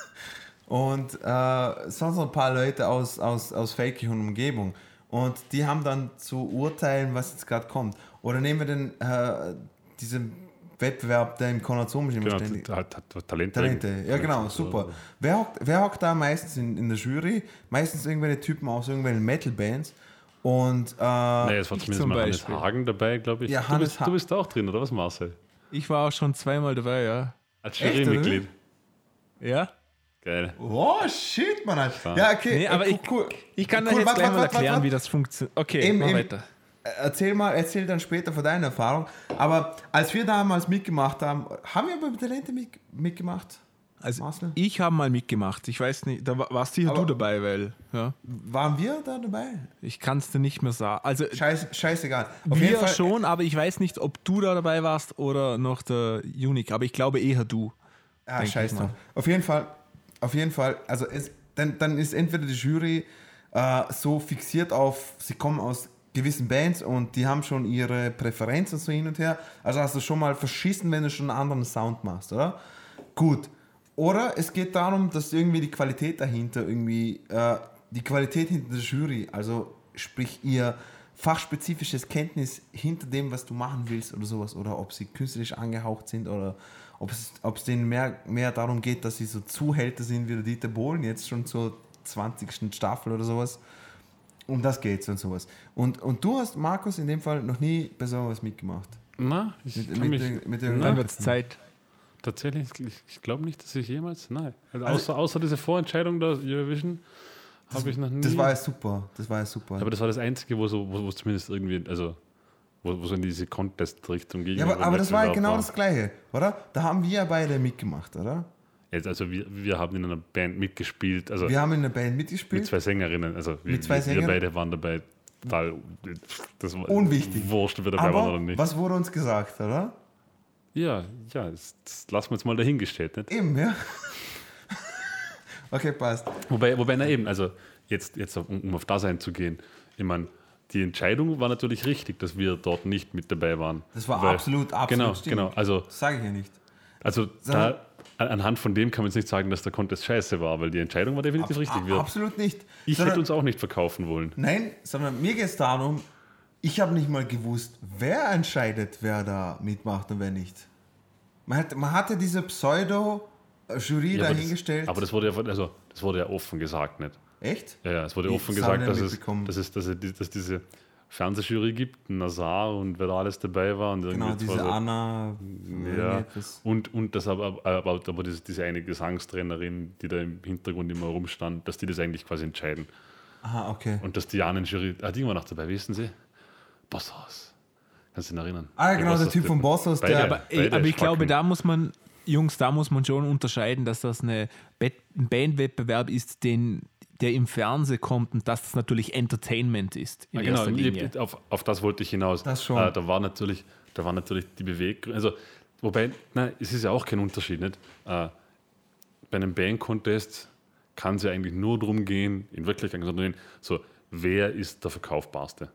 Speaker 1: und äh, sonst noch ein paar Leute aus, aus, aus Feldkirch und Umgebung. Und die haben dann zu urteilen, was jetzt gerade kommt. Oder nehmen wir den, äh, diesen Wettbewerb, der im Konrad-Sohm immer
Speaker 2: Genau,
Speaker 1: ständig...
Speaker 2: hat, hat Talente.
Speaker 1: Talente, ja genau, super. Wer hockt, wer hockt da meistens in, in der Jury? Meistens irgendwelche Typen aus irgendwelchen Metal-Bands. Und äh,
Speaker 2: Naja, es war
Speaker 3: Ich
Speaker 2: zumindest
Speaker 3: zum
Speaker 2: mal Hannes
Speaker 3: Beispiel.
Speaker 2: Hagen dabei, glaube ich.
Speaker 1: Ja,
Speaker 2: du,
Speaker 1: Hannes
Speaker 2: bist,
Speaker 1: Ha-
Speaker 2: du bist da auch drin, oder was, Marcel?
Speaker 3: Ich war auch schon zweimal dabei, ja.
Speaker 2: Als
Speaker 1: Echt,
Speaker 2: Jurymitglied.
Speaker 3: Ja?
Speaker 2: Geil.
Speaker 1: oh, shit, Mann. Ja, okay.
Speaker 3: Nee, aber
Speaker 1: äh,
Speaker 3: ich,
Speaker 1: cool.
Speaker 3: ich kann
Speaker 1: Cool,
Speaker 3: euch jetzt
Speaker 1: warte,
Speaker 3: gleich
Speaker 1: warte,
Speaker 3: mal
Speaker 1: warte,
Speaker 3: erklären,
Speaker 1: warte.
Speaker 3: wie das funktioniert. Okay,
Speaker 1: Eben,
Speaker 3: mach
Speaker 1: eben.
Speaker 3: weiter.
Speaker 1: Erzähl mal, erzähl dann später von deiner Erfahrung. Aber als wir damals mitgemacht haben, haben wir bei Talente mit, mitgemacht?
Speaker 3: Also
Speaker 1: Marcel?
Speaker 3: ich habe mal mitgemacht. Ich weiß nicht, da wa- warst sicher
Speaker 1: Aber-
Speaker 3: du dabei, weil ja,
Speaker 1: Waren wir da dabei?
Speaker 3: ich kann es dir nicht mehr sagen. Also
Speaker 1: Scheiß, scheißegal. Auf
Speaker 3: wir
Speaker 1: jeden Fall,
Speaker 3: schon, aber ich weiß nicht, ob du da dabei warst oder noch der Unique. Aber ich glaube eher du.
Speaker 1: Ah,
Speaker 3: denk
Speaker 1: scheiß
Speaker 3: ich mal.
Speaker 1: drauf. Auf jeden Fall, auf jeden Fall, also es, dann, dann ist entweder die Jury äh, so fixiert auf, sie kommen aus gewissen Bands und die haben schon ihre Präferenzen so hin und her. Also hast du schon mal verschissen, wenn du schon einen anderen Sound machst, oder? Gut. Oder es geht darum, dass irgendwie die Qualität dahinter irgendwie, äh, die Qualität hinter der Jury, also sprich ihr fachspezifisches Kenntnis hinter dem, was du machen willst oder sowas, oder ob sie künstlerisch angehaucht sind oder ob es, ob es denen mehr, mehr darum geht, dass sie so Zuhälter sind wie der Dieter Bohlen, jetzt schon zur zwanzigsten Staffel oder sowas. Um das geht's und sowas. Und, und du hast, Markus, in dem Fall noch nie bei sowas mitgemacht.
Speaker 2: Na, ich
Speaker 1: Mit,
Speaker 2: kann
Speaker 1: mit,
Speaker 2: mich,
Speaker 1: mit, mit
Speaker 3: Dann
Speaker 2: Na,
Speaker 3: wird es Zeit.
Speaker 2: tatsächlich, ich, ich glaube nicht, dass ich jemals, nein. Also außer, außer diese Vorentscheidung der Eurovision habe ich noch nie.
Speaker 1: Das war ja super. Das war ja super.
Speaker 2: aber das war das Einzige, wo so, wo, wo es zumindest irgendwie, also wo, wo so in diese Contest-Richtung ging.
Speaker 1: ja, aber, aber das war ja
Speaker 2: Wettbewerb
Speaker 1: genau
Speaker 2: war.
Speaker 1: das Gleiche, oder? Da haben wir ja beide mitgemacht, oder?
Speaker 2: Jetzt, also wir, wir haben in einer Band mitgespielt, also
Speaker 1: Wir haben in der Band
Speaker 2: mit
Speaker 1: mitgespielt.
Speaker 2: zwei Sängerinnen, also wir,
Speaker 1: Mit zwei
Speaker 2: wir,
Speaker 1: Sängern?
Speaker 2: wir beide waren dabei. Total, das war
Speaker 1: Unwichtig.
Speaker 2: Wurscht, ob wir dabei waren oder
Speaker 1: Aber
Speaker 2: nicht.
Speaker 1: was wurde uns gesagt, oder?
Speaker 2: Ja, ja, das, das lassen wir jetzt mal dahingestellt. Nicht?
Speaker 1: Eben, ja. Okay, passt.
Speaker 2: Wobei, wobei, na eben, also jetzt, jetzt um, um auf das einzugehen, ich meine, die Entscheidung war natürlich richtig, dass wir dort nicht mit dabei waren.
Speaker 1: Das war
Speaker 2: Weil-
Speaker 1: absolut, absolut
Speaker 2: Genau,
Speaker 1: stimmt.
Speaker 2: genau. Also,
Speaker 1: Das sage ich ja nicht.
Speaker 2: also
Speaker 1: Sondern-
Speaker 2: da, an- anhand von dem kann man jetzt nicht sagen, dass der Contest scheiße war, weil die Entscheidung war definitiv richtig.
Speaker 1: A-
Speaker 2: Wir,
Speaker 1: absolut nicht.
Speaker 2: ich
Speaker 1: Sondern-
Speaker 2: hätte uns auch nicht verkaufen wollen.
Speaker 1: Nein, sondern mir geht es darum, ich habe nicht mal gewusst, wer entscheidet, wer da mitmacht und wer nicht. Man, hat, man hatte diese Pseudo-Jury
Speaker 2: Ja, aber,
Speaker 1: dahingestellt.
Speaker 2: das, aber das wurde ja, also, das wurde ja offen gesagt, nicht?
Speaker 1: Echt?
Speaker 2: Ja, ja, es wurde
Speaker 1: Wie-
Speaker 2: offen
Speaker 1: das habe
Speaker 2: gesagt,
Speaker 1: ich
Speaker 2: dass
Speaker 1: nicht
Speaker 2: es,
Speaker 1: mitbekommen.
Speaker 2: dass, es, dass, es, dass es diese Fernsehjury gibt, Nazar und wer da alles dabei war. Und
Speaker 1: Genau,
Speaker 2: irgendwie
Speaker 1: diese
Speaker 2: zwar so-
Speaker 1: Anna.
Speaker 2: Ja,
Speaker 1: irgendetwas.
Speaker 2: und, und das aber, aber, aber diese, diese eine Gesangstrainerin, die da im Hintergrund immer rumstand, dass die das eigentlich quasi entscheiden.
Speaker 1: Aha, okay.
Speaker 2: Und dass die Ahnen-Jury, ah, die war noch dabei, wissen Sie? Bosshaus. Kannst du dich noch erinnern?
Speaker 1: Ah, genau, der
Speaker 2: Bosshaus,
Speaker 1: Typ vom Bosshaus,
Speaker 2: beide-
Speaker 1: der-
Speaker 3: Aber, ey,
Speaker 2: beide
Speaker 3: aber ich glaube,
Speaker 2: Spacken.
Speaker 3: da muss man, Jungs, da muss man schon unterscheiden, dass das eine Bet- ein Bandwettbewerb ist, den der im Fernsehen kommt und dass das natürlich Entertainment ist in
Speaker 2: Ja, genau,
Speaker 3: erster Linie.
Speaker 2: ich- auf, auf das wollte ich hinaus.
Speaker 1: Das schon.
Speaker 2: Äh, da war natürlich, da war natürlich die Bewegung, also wobei, nein, es ist ja auch kein Unterschied, nicht? Äh, bei einem Band-Contest kann es ja eigentlich nur darum gehen, in Wirklichkeit sondern so, wer ist der Verkaufbarste?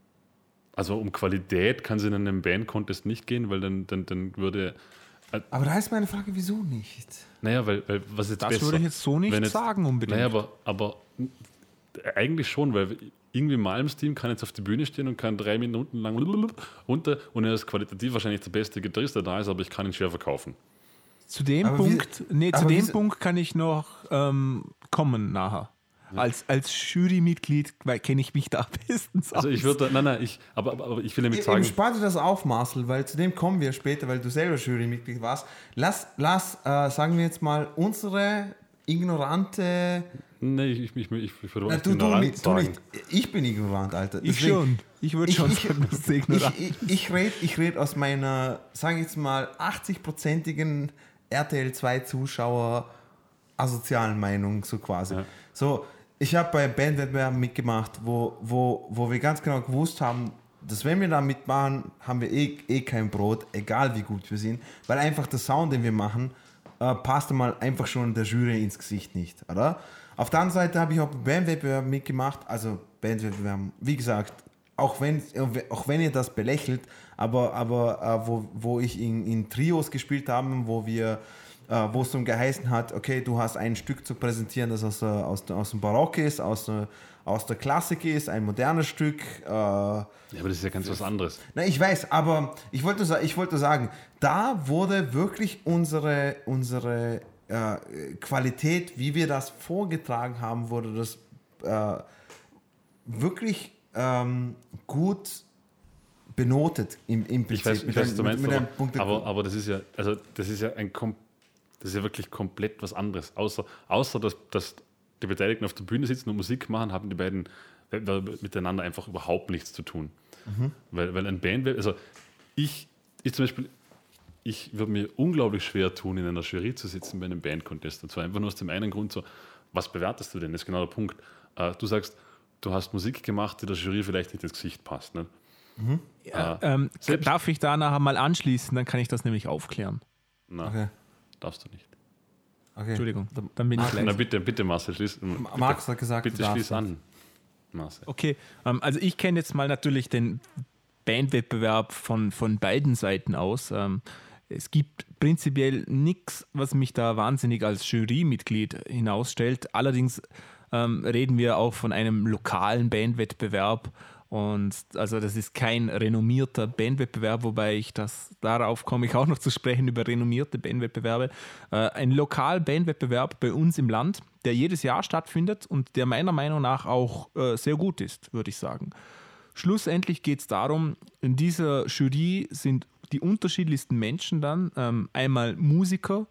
Speaker 2: Also um Qualität kann es in einem Band-Contest nicht gehen, weil dann, dann, dann würde,
Speaker 1: Aber da ist meine Frage, wieso nicht?
Speaker 2: naja, weil, weil was ist jetzt
Speaker 3: Das
Speaker 2: besser?
Speaker 3: würde ich jetzt so nicht
Speaker 2: Wenn jetzt,
Speaker 3: sagen unbedingt.
Speaker 2: Naja, aber, aber eigentlich schon, weil irgendwie Malms-Team kann jetzt auf die Bühne stehen und kann drei Minuten lang runter und er ist qualitativ wahrscheinlich der beste Gitarrist, der da ist, aber ich kann ihn schwer verkaufen.
Speaker 3: Zu dem
Speaker 1: Aber
Speaker 3: Punkt,
Speaker 1: wie-
Speaker 3: nee, zu
Speaker 1: aber
Speaker 3: dem
Speaker 1: wie-
Speaker 3: Punkt kann ich noch ähm, kommen nachher. Als, als Jurymitglied kenne ich mich da bestens
Speaker 2: Also
Speaker 3: aus.
Speaker 2: ich würde, nein, nein, ich, aber, aber, aber ich will damit
Speaker 1: Eben
Speaker 2: sagen,
Speaker 1: sparte das auf, Marcel, weil zu dem kommen wir später, weil du selber Jurymitglied warst. Lass, lass äh, sagen wir jetzt mal, unsere ignorante...
Speaker 2: nee, ich, ich, ich, ich, ich würde
Speaker 1: Na,
Speaker 2: nicht
Speaker 1: du, du,
Speaker 2: ignorant
Speaker 1: nicht, du
Speaker 2: sagen.
Speaker 1: nicht. Ich bin ignorant, Alter.
Speaker 3: ich
Speaker 1: Deswegen-
Speaker 3: schon. Ich würde schon sagen, dass du ignorant
Speaker 1: Ich, ich, ich rede ich red aus meiner, sage ich jetzt mal, achtzig-prozentigen R T L zwei Zuschauer asozialen Meinung, so quasi.
Speaker 2: Ja.
Speaker 1: So, ich habe bei Bandwettbewerben mitgemacht, wo, wo, wo wir ganz genau gewusst haben, dass wenn wir da mitmachen, haben wir eh, eh kein Brot, egal wie gut wir sind, weil einfach der Sound, den wir machen, äh, passt mal einfach schon der Jury ins Gesicht nicht, oder? Auf der anderen Seite habe ich auch bei Bandwettbewerben mitgemacht, also Bandwettbewerben, wie gesagt, auch wenn, auch wenn ihr das belächelt, aber, aber äh, wo, wo ich in, in Trios gespielt habe, wo wir äh, wo es dann geheißen hat, okay, du hast ein Stück zu präsentieren, das aus, der, aus, der, aus dem Barock ist, aus der, aus der Klassik ist, ein modernes Stück. Äh,
Speaker 2: Ja, aber das ist ja ganz was anderes.
Speaker 1: na, ich weiß, aber ich wollte, sa- ich wollte sagen, da wurde wirklich unsere, unsere äh, Qualität, wie wir das vorgetragen haben, wurde das äh, wirklich ähm, gut benotet im, im Prinzip.
Speaker 2: Ich weiß, ich
Speaker 1: Mit
Speaker 2: weiß
Speaker 1: einem-
Speaker 2: was du meinst,
Speaker 1: mit einem
Speaker 2: aber,
Speaker 1: Punkt-
Speaker 2: aber, aber das ist ja, also das ist ja ein kom das ist ja wirklich komplett was anderes. Außer, außer dass, dass die Beteiligten auf der Bühne sitzen und Musik machen, haben die beiden miteinander einfach überhaupt nichts zu tun. Mhm. Weil, weil ein Band, also ich, ich zum Beispiel, ich würde mir unglaublich schwer tun, in einer Jury zu sitzen bei einem Band-Contest. Und zwar einfach nur aus dem einen Grund so, was bewertest du denn? Das ist genau der Punkt. Äh, du sagst, du hast Musik gemacht, die der Jury vielleicht nicht ins Gesicht passt. Ne?
Speaker 1: Mhm.
Speaker 3: Ja,
Speaker 2: Äh,
Speaker 3: ähm,
Speaker 2: selbst-
Speaker 3: darf ich da nachher mal anschließen, dann kann ich das nämlich aufklären.
Speaker 2: Na,
Speaker 1: Okay.
Speaker 2: darfst du nicht.
Speaker 1: Okay.
Speaker 3: Entschuldigung, dann bin ich
Speaker 2: Na
Speaker 3: leise.
Speaker 2: bitte, bitte Marcel, schließ,
Speaker 1: Max hat gesagt,
Speaker 2: bitte
Speaker 1: du darfst
Speaker 2: schließ an. Marcel.
Speaker 3: Okay, ähm, also ich kenne jetzt mal natürlich den Bandwettbewerb von, von beiden Seiten aus. Ähm, es gibt prinzipiell nichts, was mich da wahnsinnig als Jurymitglied hinausstellt. Allerdings ähm, reden wir auch von einem lokalen Bandwettbewerb. Und also das ist kein renommierter Bandwettbewerb, wobei ich das, darauf komme ich auch noch zu sprechen, über renommierte Bandwettbewerbe. Äh, ein Lokal-Bandwettbewerb bei uns im Land, der jedes Jahr stattfindet und der meiner Meinung nach auch äh, sehr gut ist, würde ich sagen. Schlussendlich geht es darum, in dieser Jury sind die unterschiedlichsten Menschen dann, ähm, einmal Musiker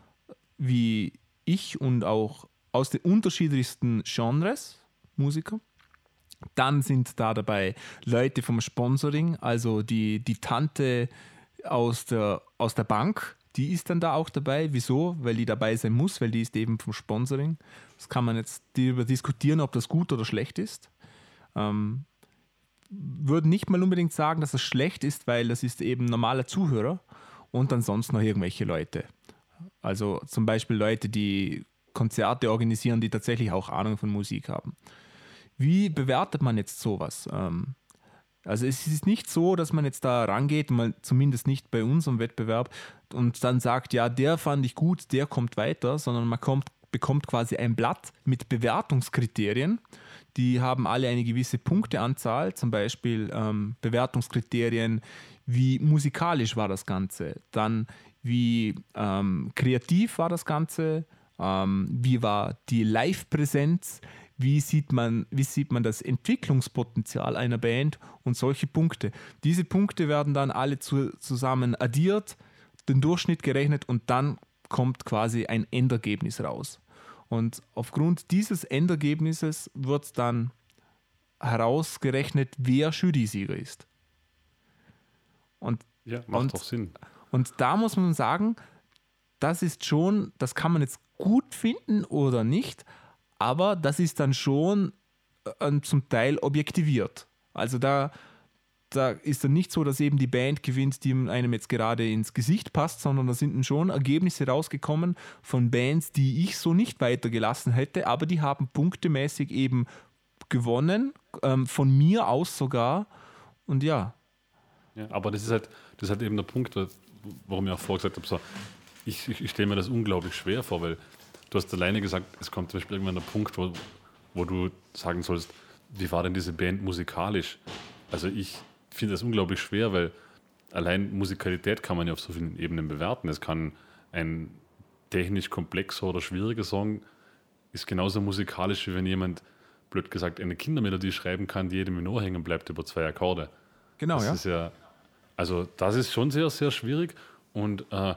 Speaker 3: wie ich und auch aus den unterschiedlichsten Genres Musiker. Dann sind da dabei Leute vom Sponsoring, also die, die Tante aus der, aus der Bank, die ist dann da auch dabei. Wieso? Weil die dabei sein muss, weil die ist eben vom Sponsoring. Das kann man jetzt darüber diskutieren, ob das gut oder schlecht ist. Ähm, würde nicht mal unbedingt sagen, dass das schlecht ist, weil das ist eben normaler Zuhörer und dann sonst noch irgendwelche Leute. Also zum Beispiel Leute, die Konzerte organisieren, die tatsächlich auch Ahnung von Musik haben. Wie bewertet man jetzt sowas? Ähm, also es ist nicht so, dass man jetzt da rangeht, mal zumindest nicht bei unserem Wettbewerb und dann sagt, ja, der fand ich gut, der kommt weiter, sondern man kommt, bekommt quasi ein Blatt mit Bewertungskriterien. Die haben alle eine gewisse Punkteanzahl, zum Beispiel ähm, Bewertungskriterien, wie musikalisch war das Ganze, dann wie ähm, kreativ war das Ganze, ähm, wie war die Live-Präsenz, wie sieht man, wie sieht man das Entwicklungspotenzial einer Band und solche Punkte. Diese Punkte werden dann alle zu, zusammen addiert, den Durchschnitt gerechnet und dann kommt quasi ein Endergebnis raus. Und aufgrund dieses Endergebnisses wird dann herausgerechnet, wer Jurysieger ist. Und,
Speaker 2: Ja, macht
Speaker 3: und,
Speaker 2: doch Sinn.
Speaker 3: und da muss man sagen, das ist schon, das kann man jetzt gut finden oder nicht, aber das ist dann schon äh, zum Teil objektiviert. Also da, da ist dann nicht so, dass eben die Band gewinnt, die einem jetzt gerade ins Gesicht passt, sondern da sind dann schon Ergebnisse rausgekommen von Bands, die ich so nicht weitergelassen hätte, aber die haben punktemäßig eben gewonnen, ähm, von mir aus sogar. Und ja.
Speaker 2: Ja, aber das ist halt, das ist halt eben der Punkt, warum ich auch vorher gesagt habe, so, ich, ich, ich stelle mir das unglaublich schwer vor, weil du hast alleine gesagt, es kommt zum Beispiel irgendwann der Punkt, wo, wo du sagen sollst, wie war denn diese Band musikalisch? Also ich finde das unglaublich schwer, weil allein Musikalität kann man ja auf so vielen Ebenen bewerten. Es kann ein technisch komplexer oder schwieriger Song ist genauso musikalisch, wie wenn jemand, blöd gesagt, eine Kindermelodie schreiben kann, die jedem im Ohr hängen bleibt über zwei Akkorde.
Speaker 3: Genau,
Speaker 2: das
Speaker 3: ja.
Speaker 2: Ist ja. Also das ist schon sehr, sehr schwierig und äh,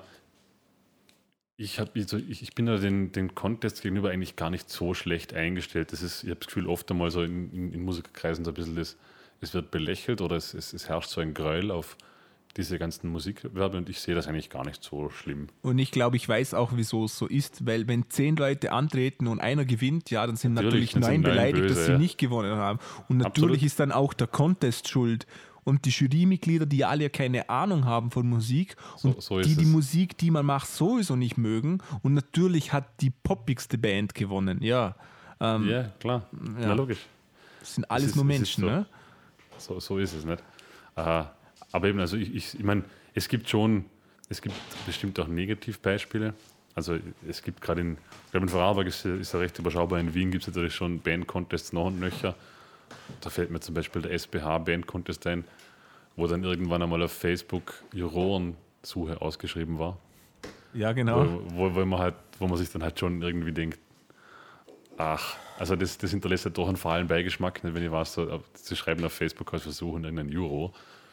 Speaker 2: ich, hab, also ich, ich bin da den, den Contest gegenüber eigentlich gar nicht so schlecht eingestellt. Das ist, ich habe das Gefühl, oft einmal so in, in, in Musikerkreisen so ein bisschen das, es wird belächelt oder es, es, es herrscht so ein Gräuel auf diese ganzen Musikwerbe und ich sehe das eigentlich gar nicht so schlimm.
Speaker 3: Und ich glaube, ich weiß auch, wieso es so ist, weil wenn zehn Leute antreten und einer gewinnt, ja, dann sind natürlich, natürlich neun beleidigt, böse, dass sie ja. nicht gewonnen haben. Und natürlich Absolut. Ist dann auch der Contest schuld und die Jurymitglieder, die alle keine Ahnung haben von Musik und so, so die die Musik, die man macht, sowieso nicht mögen. Und natürlich hat die poppigste Band gewonnen, ja.
Speaker 2: Ähm, ja, klar, ja. Na logisch.
Speaker 3: Das sind alles ist, nur Menschen,
Speaker 2: so.
Speaker 3: ne?
Speaker 2: So, so ist es nicht. Aha. Aber eben, also ich, ich, ich meine, es gibt schon, es gibt bestimmt auch Negativbeispiele. Also es gibt gerade in, ich glaube in Vorarlberg ist, ist ja recht überschaubar, in Wien gibt es natürlich schon Band-Contests noch und nöcher. Da fällt mir zum Beispiel der S B H Band-Contest ein, wo dann irgendwann einmal auf Facebook Jurorensuche ausgeschrieben war.
Speaker 3: Ja, genau.
Speaker 2: Wo, wo, wo, man halt, wo man sich dann halt schon irgendwie denkt, ach, also das, das hinterlässt halt doch einen fahlen Beigeschmack, wenn ich weiß, so, sie schreiben auf Facebook als Versuchen irgendeinen Juro.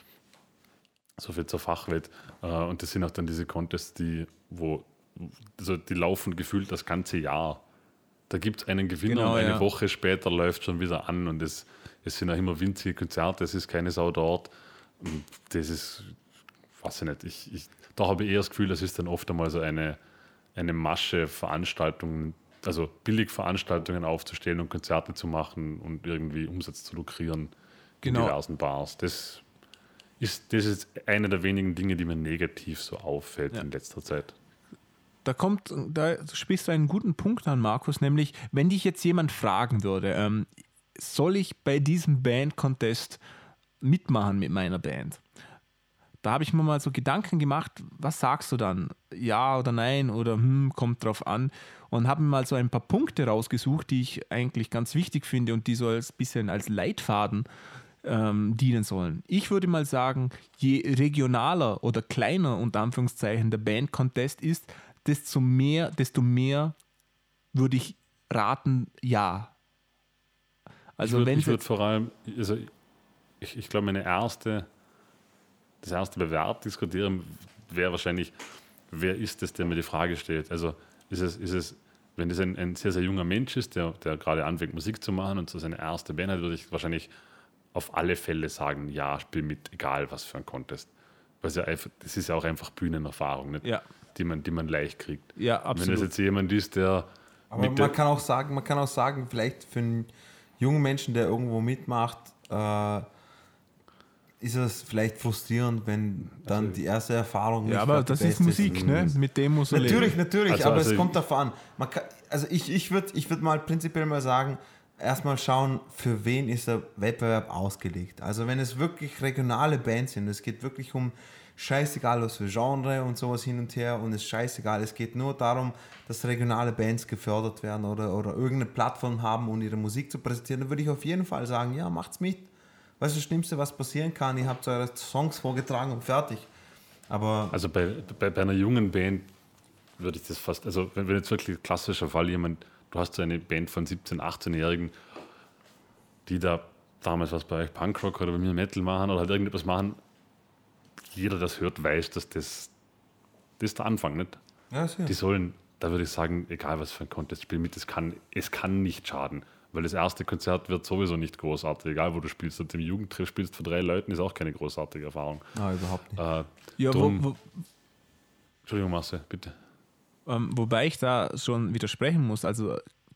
Speaker 2: So viel zur Fachwelt. Und das sind auch dann diese Contests, die, wo, also die laufen gefühlt das ganze Jahr. Da gibt es einen Gewinner genau, und eine ja. Woche später läuft schon wieder an und es, es sind auch immer winzige Konzerte, es ist keine Sau dort. Und das ist, weiß ich nicht, ich, ich, da habe ich eher das Gefühl, das ist dann oft einmal so eine, eine Masche Veranstaltungen, also Billigveranstaltungen aufzustellen und Konzerte zu machen und irgendwie Umsatz zu lukrieren
Speaker 3: genau.
Speaker 2: in diversen Bars. Das ist, das ist eine der wenigen Dinge, die mir negativ so auffällt ja. in letzter Zeit.
Speaker 3: Da kommt, da sprichst du einen guten Punkt an, Markus, nämlich, wenn dich jetzt jemand fragen würde, ähm, soll ich bei diesem Band-Contest mitmachen mit meiner Band? Da habe ich mir mal so Gedanken gemacht, was sagst du dann? Ja oder nein oder hm, kommt drauf an. Und habe mir mal so ein paar Punkte rausgesucht, die ich eigentlich ganz wichtig finde und die so ein bisschen als Leitfaden ähm, dienen sollen. Ich würde mal sagen, je regionaler oder kleiner unter Anführungszeichen der Band-Contest ist, desto mehr, desto mehr würde ich raten, ja.
Speaker 2: Also ich würde, ich würde vor allem, also ich, ich glaube, meine erste, das erste Bewertungskriterium wäre wahrscheinlich, wer ist es, der mir die Frage stellt? Also ist es, ist es wenn das ein, ein sehr, sehr junger Mensch ist, der, der gerade anfängt, Musik zu machen und so seine erste Band hat, würde ich wahrscheinlich auf alle Fälle sagen, ja, spiel mit, egal was für ein Contest. Weil ja einfach, das ist ja auch einfach Bühnenerfahrung, nicht?
Speaker 3: Ja.
Speaker 2: Die man, die man leicht kriegt.
Speaker 3: Ja, absolut.
Speaker 2: Wenn das jetzt jemand ist, der...
Speaker 1: Aber man kann auch sagen, man kann auch sagen, vielleicht für einen jungen Menschen, der irgendwo mitmacht, äh, ist es vielleicht frustrierend, wenn dann die erste Erfahrung nicht
Speaker 3: ja, aber das ist Musik, ist. Ne? Mit dem muss er
Speaker 1: Natürlich,
Speaker 3: leben.
Speaker 1: natürlich,
Speaker 2: also,
Speaker 1: aber
Speaker 2: also
Speaker 1: es kommt davon an. Man kann, also ich, ich würde ich würd mal prinzipiell mal sagen, erstmal schauen, für wen ist der Wettbewerb ausgelegt. Also wenn es wirklich regionale Bands sind, es geht wirklich um scheißegal, was für Genre und sowas hin und her und es ist scheißegal, es geht nur darum, dass regionale Bands gefördert werden oder, oder irgendeine Plattform haben, um ihre Musik zu präsentieren, dann würde ich auf jeden Fall sagen, ja, macht's mit. Was ist das Schlimmste, was passieren kann? Ihr habt eure Songs vorgetragen und fertig. Aber
Speaker 2: also bei, bei, bei einer jungen Band würde ich das fast, also wenn, wenn jetzt wirklich ein klassischer Fall jemand, du hast so eine Band von siebzehn-, achtzehnjährigen, die da damals was bei euch Punkrock oder bei mir Metal machen oder halt irgendetwas machen, jeder, das hört, weiß, dass das, das ist der Anfang, nicht?
Speaker 1: Ja, sicher.
Speaker 2: Die sollen, da würde ich sagen, egal was für ein Contest spielen mit, es kann, es kann nicht schaden. Weil das erste Konzert wird sowieso nicht großartig, egal wo du spielst. Und im Jugendtreff spielst vor drei Leuten, ist auch keine großartige Erfahrung.
Speaker 1: Nein, überhaupt nicht.
Speaker 2: Äh,
Speaker 3: ja,
Speaker 2: drum,
Speaker 3: wo, wo,
Speaker 2: Entschuldigung, Marcel, bitte.
Speaker 3: Ähm, wobei ich da schon widersprechen muss. Also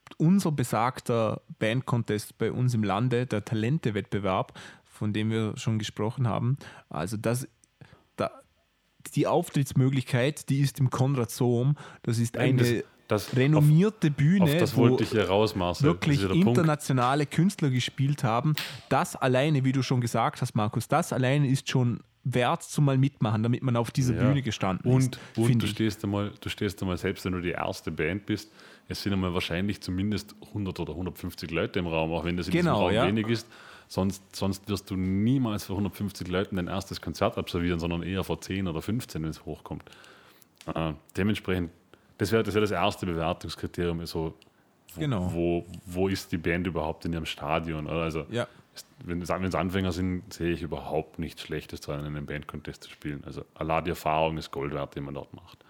Speaker 3: unser besagter Band-Contest bei uns im Lande, der Talente-Wettbewerb, von dem wir schon gesprochen haben. Also das, da, die Auftrittsmöglichkeit, die ist im Konrad Sohm. Das ist
Speaker 2: Nein,
Speaker 3: eine
Speaker 2: das, das,
Speaker 3: renommierte
Speaker 2: auf,
Speaker 3: Bühne,
Speaker 2: auf das wollte ich hier raus, Marcel.
Speaker 3: wirklich
Speaker 2: Das ist ja der
Speaker 3: internationale Punkt. Künstler gespielt haben. Das alleine, wie du schon gesagt hast, Markus, das alleine ist schon wert zu mal mitmachen, damit man auf dieser
Speaker 2: Ja.
Speaker 3: Bühne gestanden
Speaker 2: und,
Speaker 3: ist.
Speaker 2: Und du
Speaker 3: ich.
Speaker 2: stehst, einmal, du stehst einmal, selbst wenn du die erste Band bist, es sind einmal wahrscheinlich zumindest hundert oder hundertfünfzig Leute im Raum, auch wenn das in
Speaker 3: Genau,
Speaker 2: diesem Raum
Speaker 3: ja.
Speaker 2: wenig ist. Sonst, sonst wirst du niemals vor hundertfünfzig Leuten dein erstes Konzert absolvieren, sondern eher vor zehn oder fünfzehn, wenn es hochkommt. Äh, dementsprechend, das wäre das, wär das erste Bewertungskriterium, so, wo,
Speaker 3: Genau.
Speaker 2: wo, wo ist die Band überhaupt in ihrem Stadion? Oder? Also,
Speaker 3: Ja.
Speaker 2: wenn es Anfänger sind, sehe ich überhaupt nichts Schlechtes daran, in einem Band-Contest zu spielen. Also Allah, die Erfahrung ist Gold wert, die man dort macht.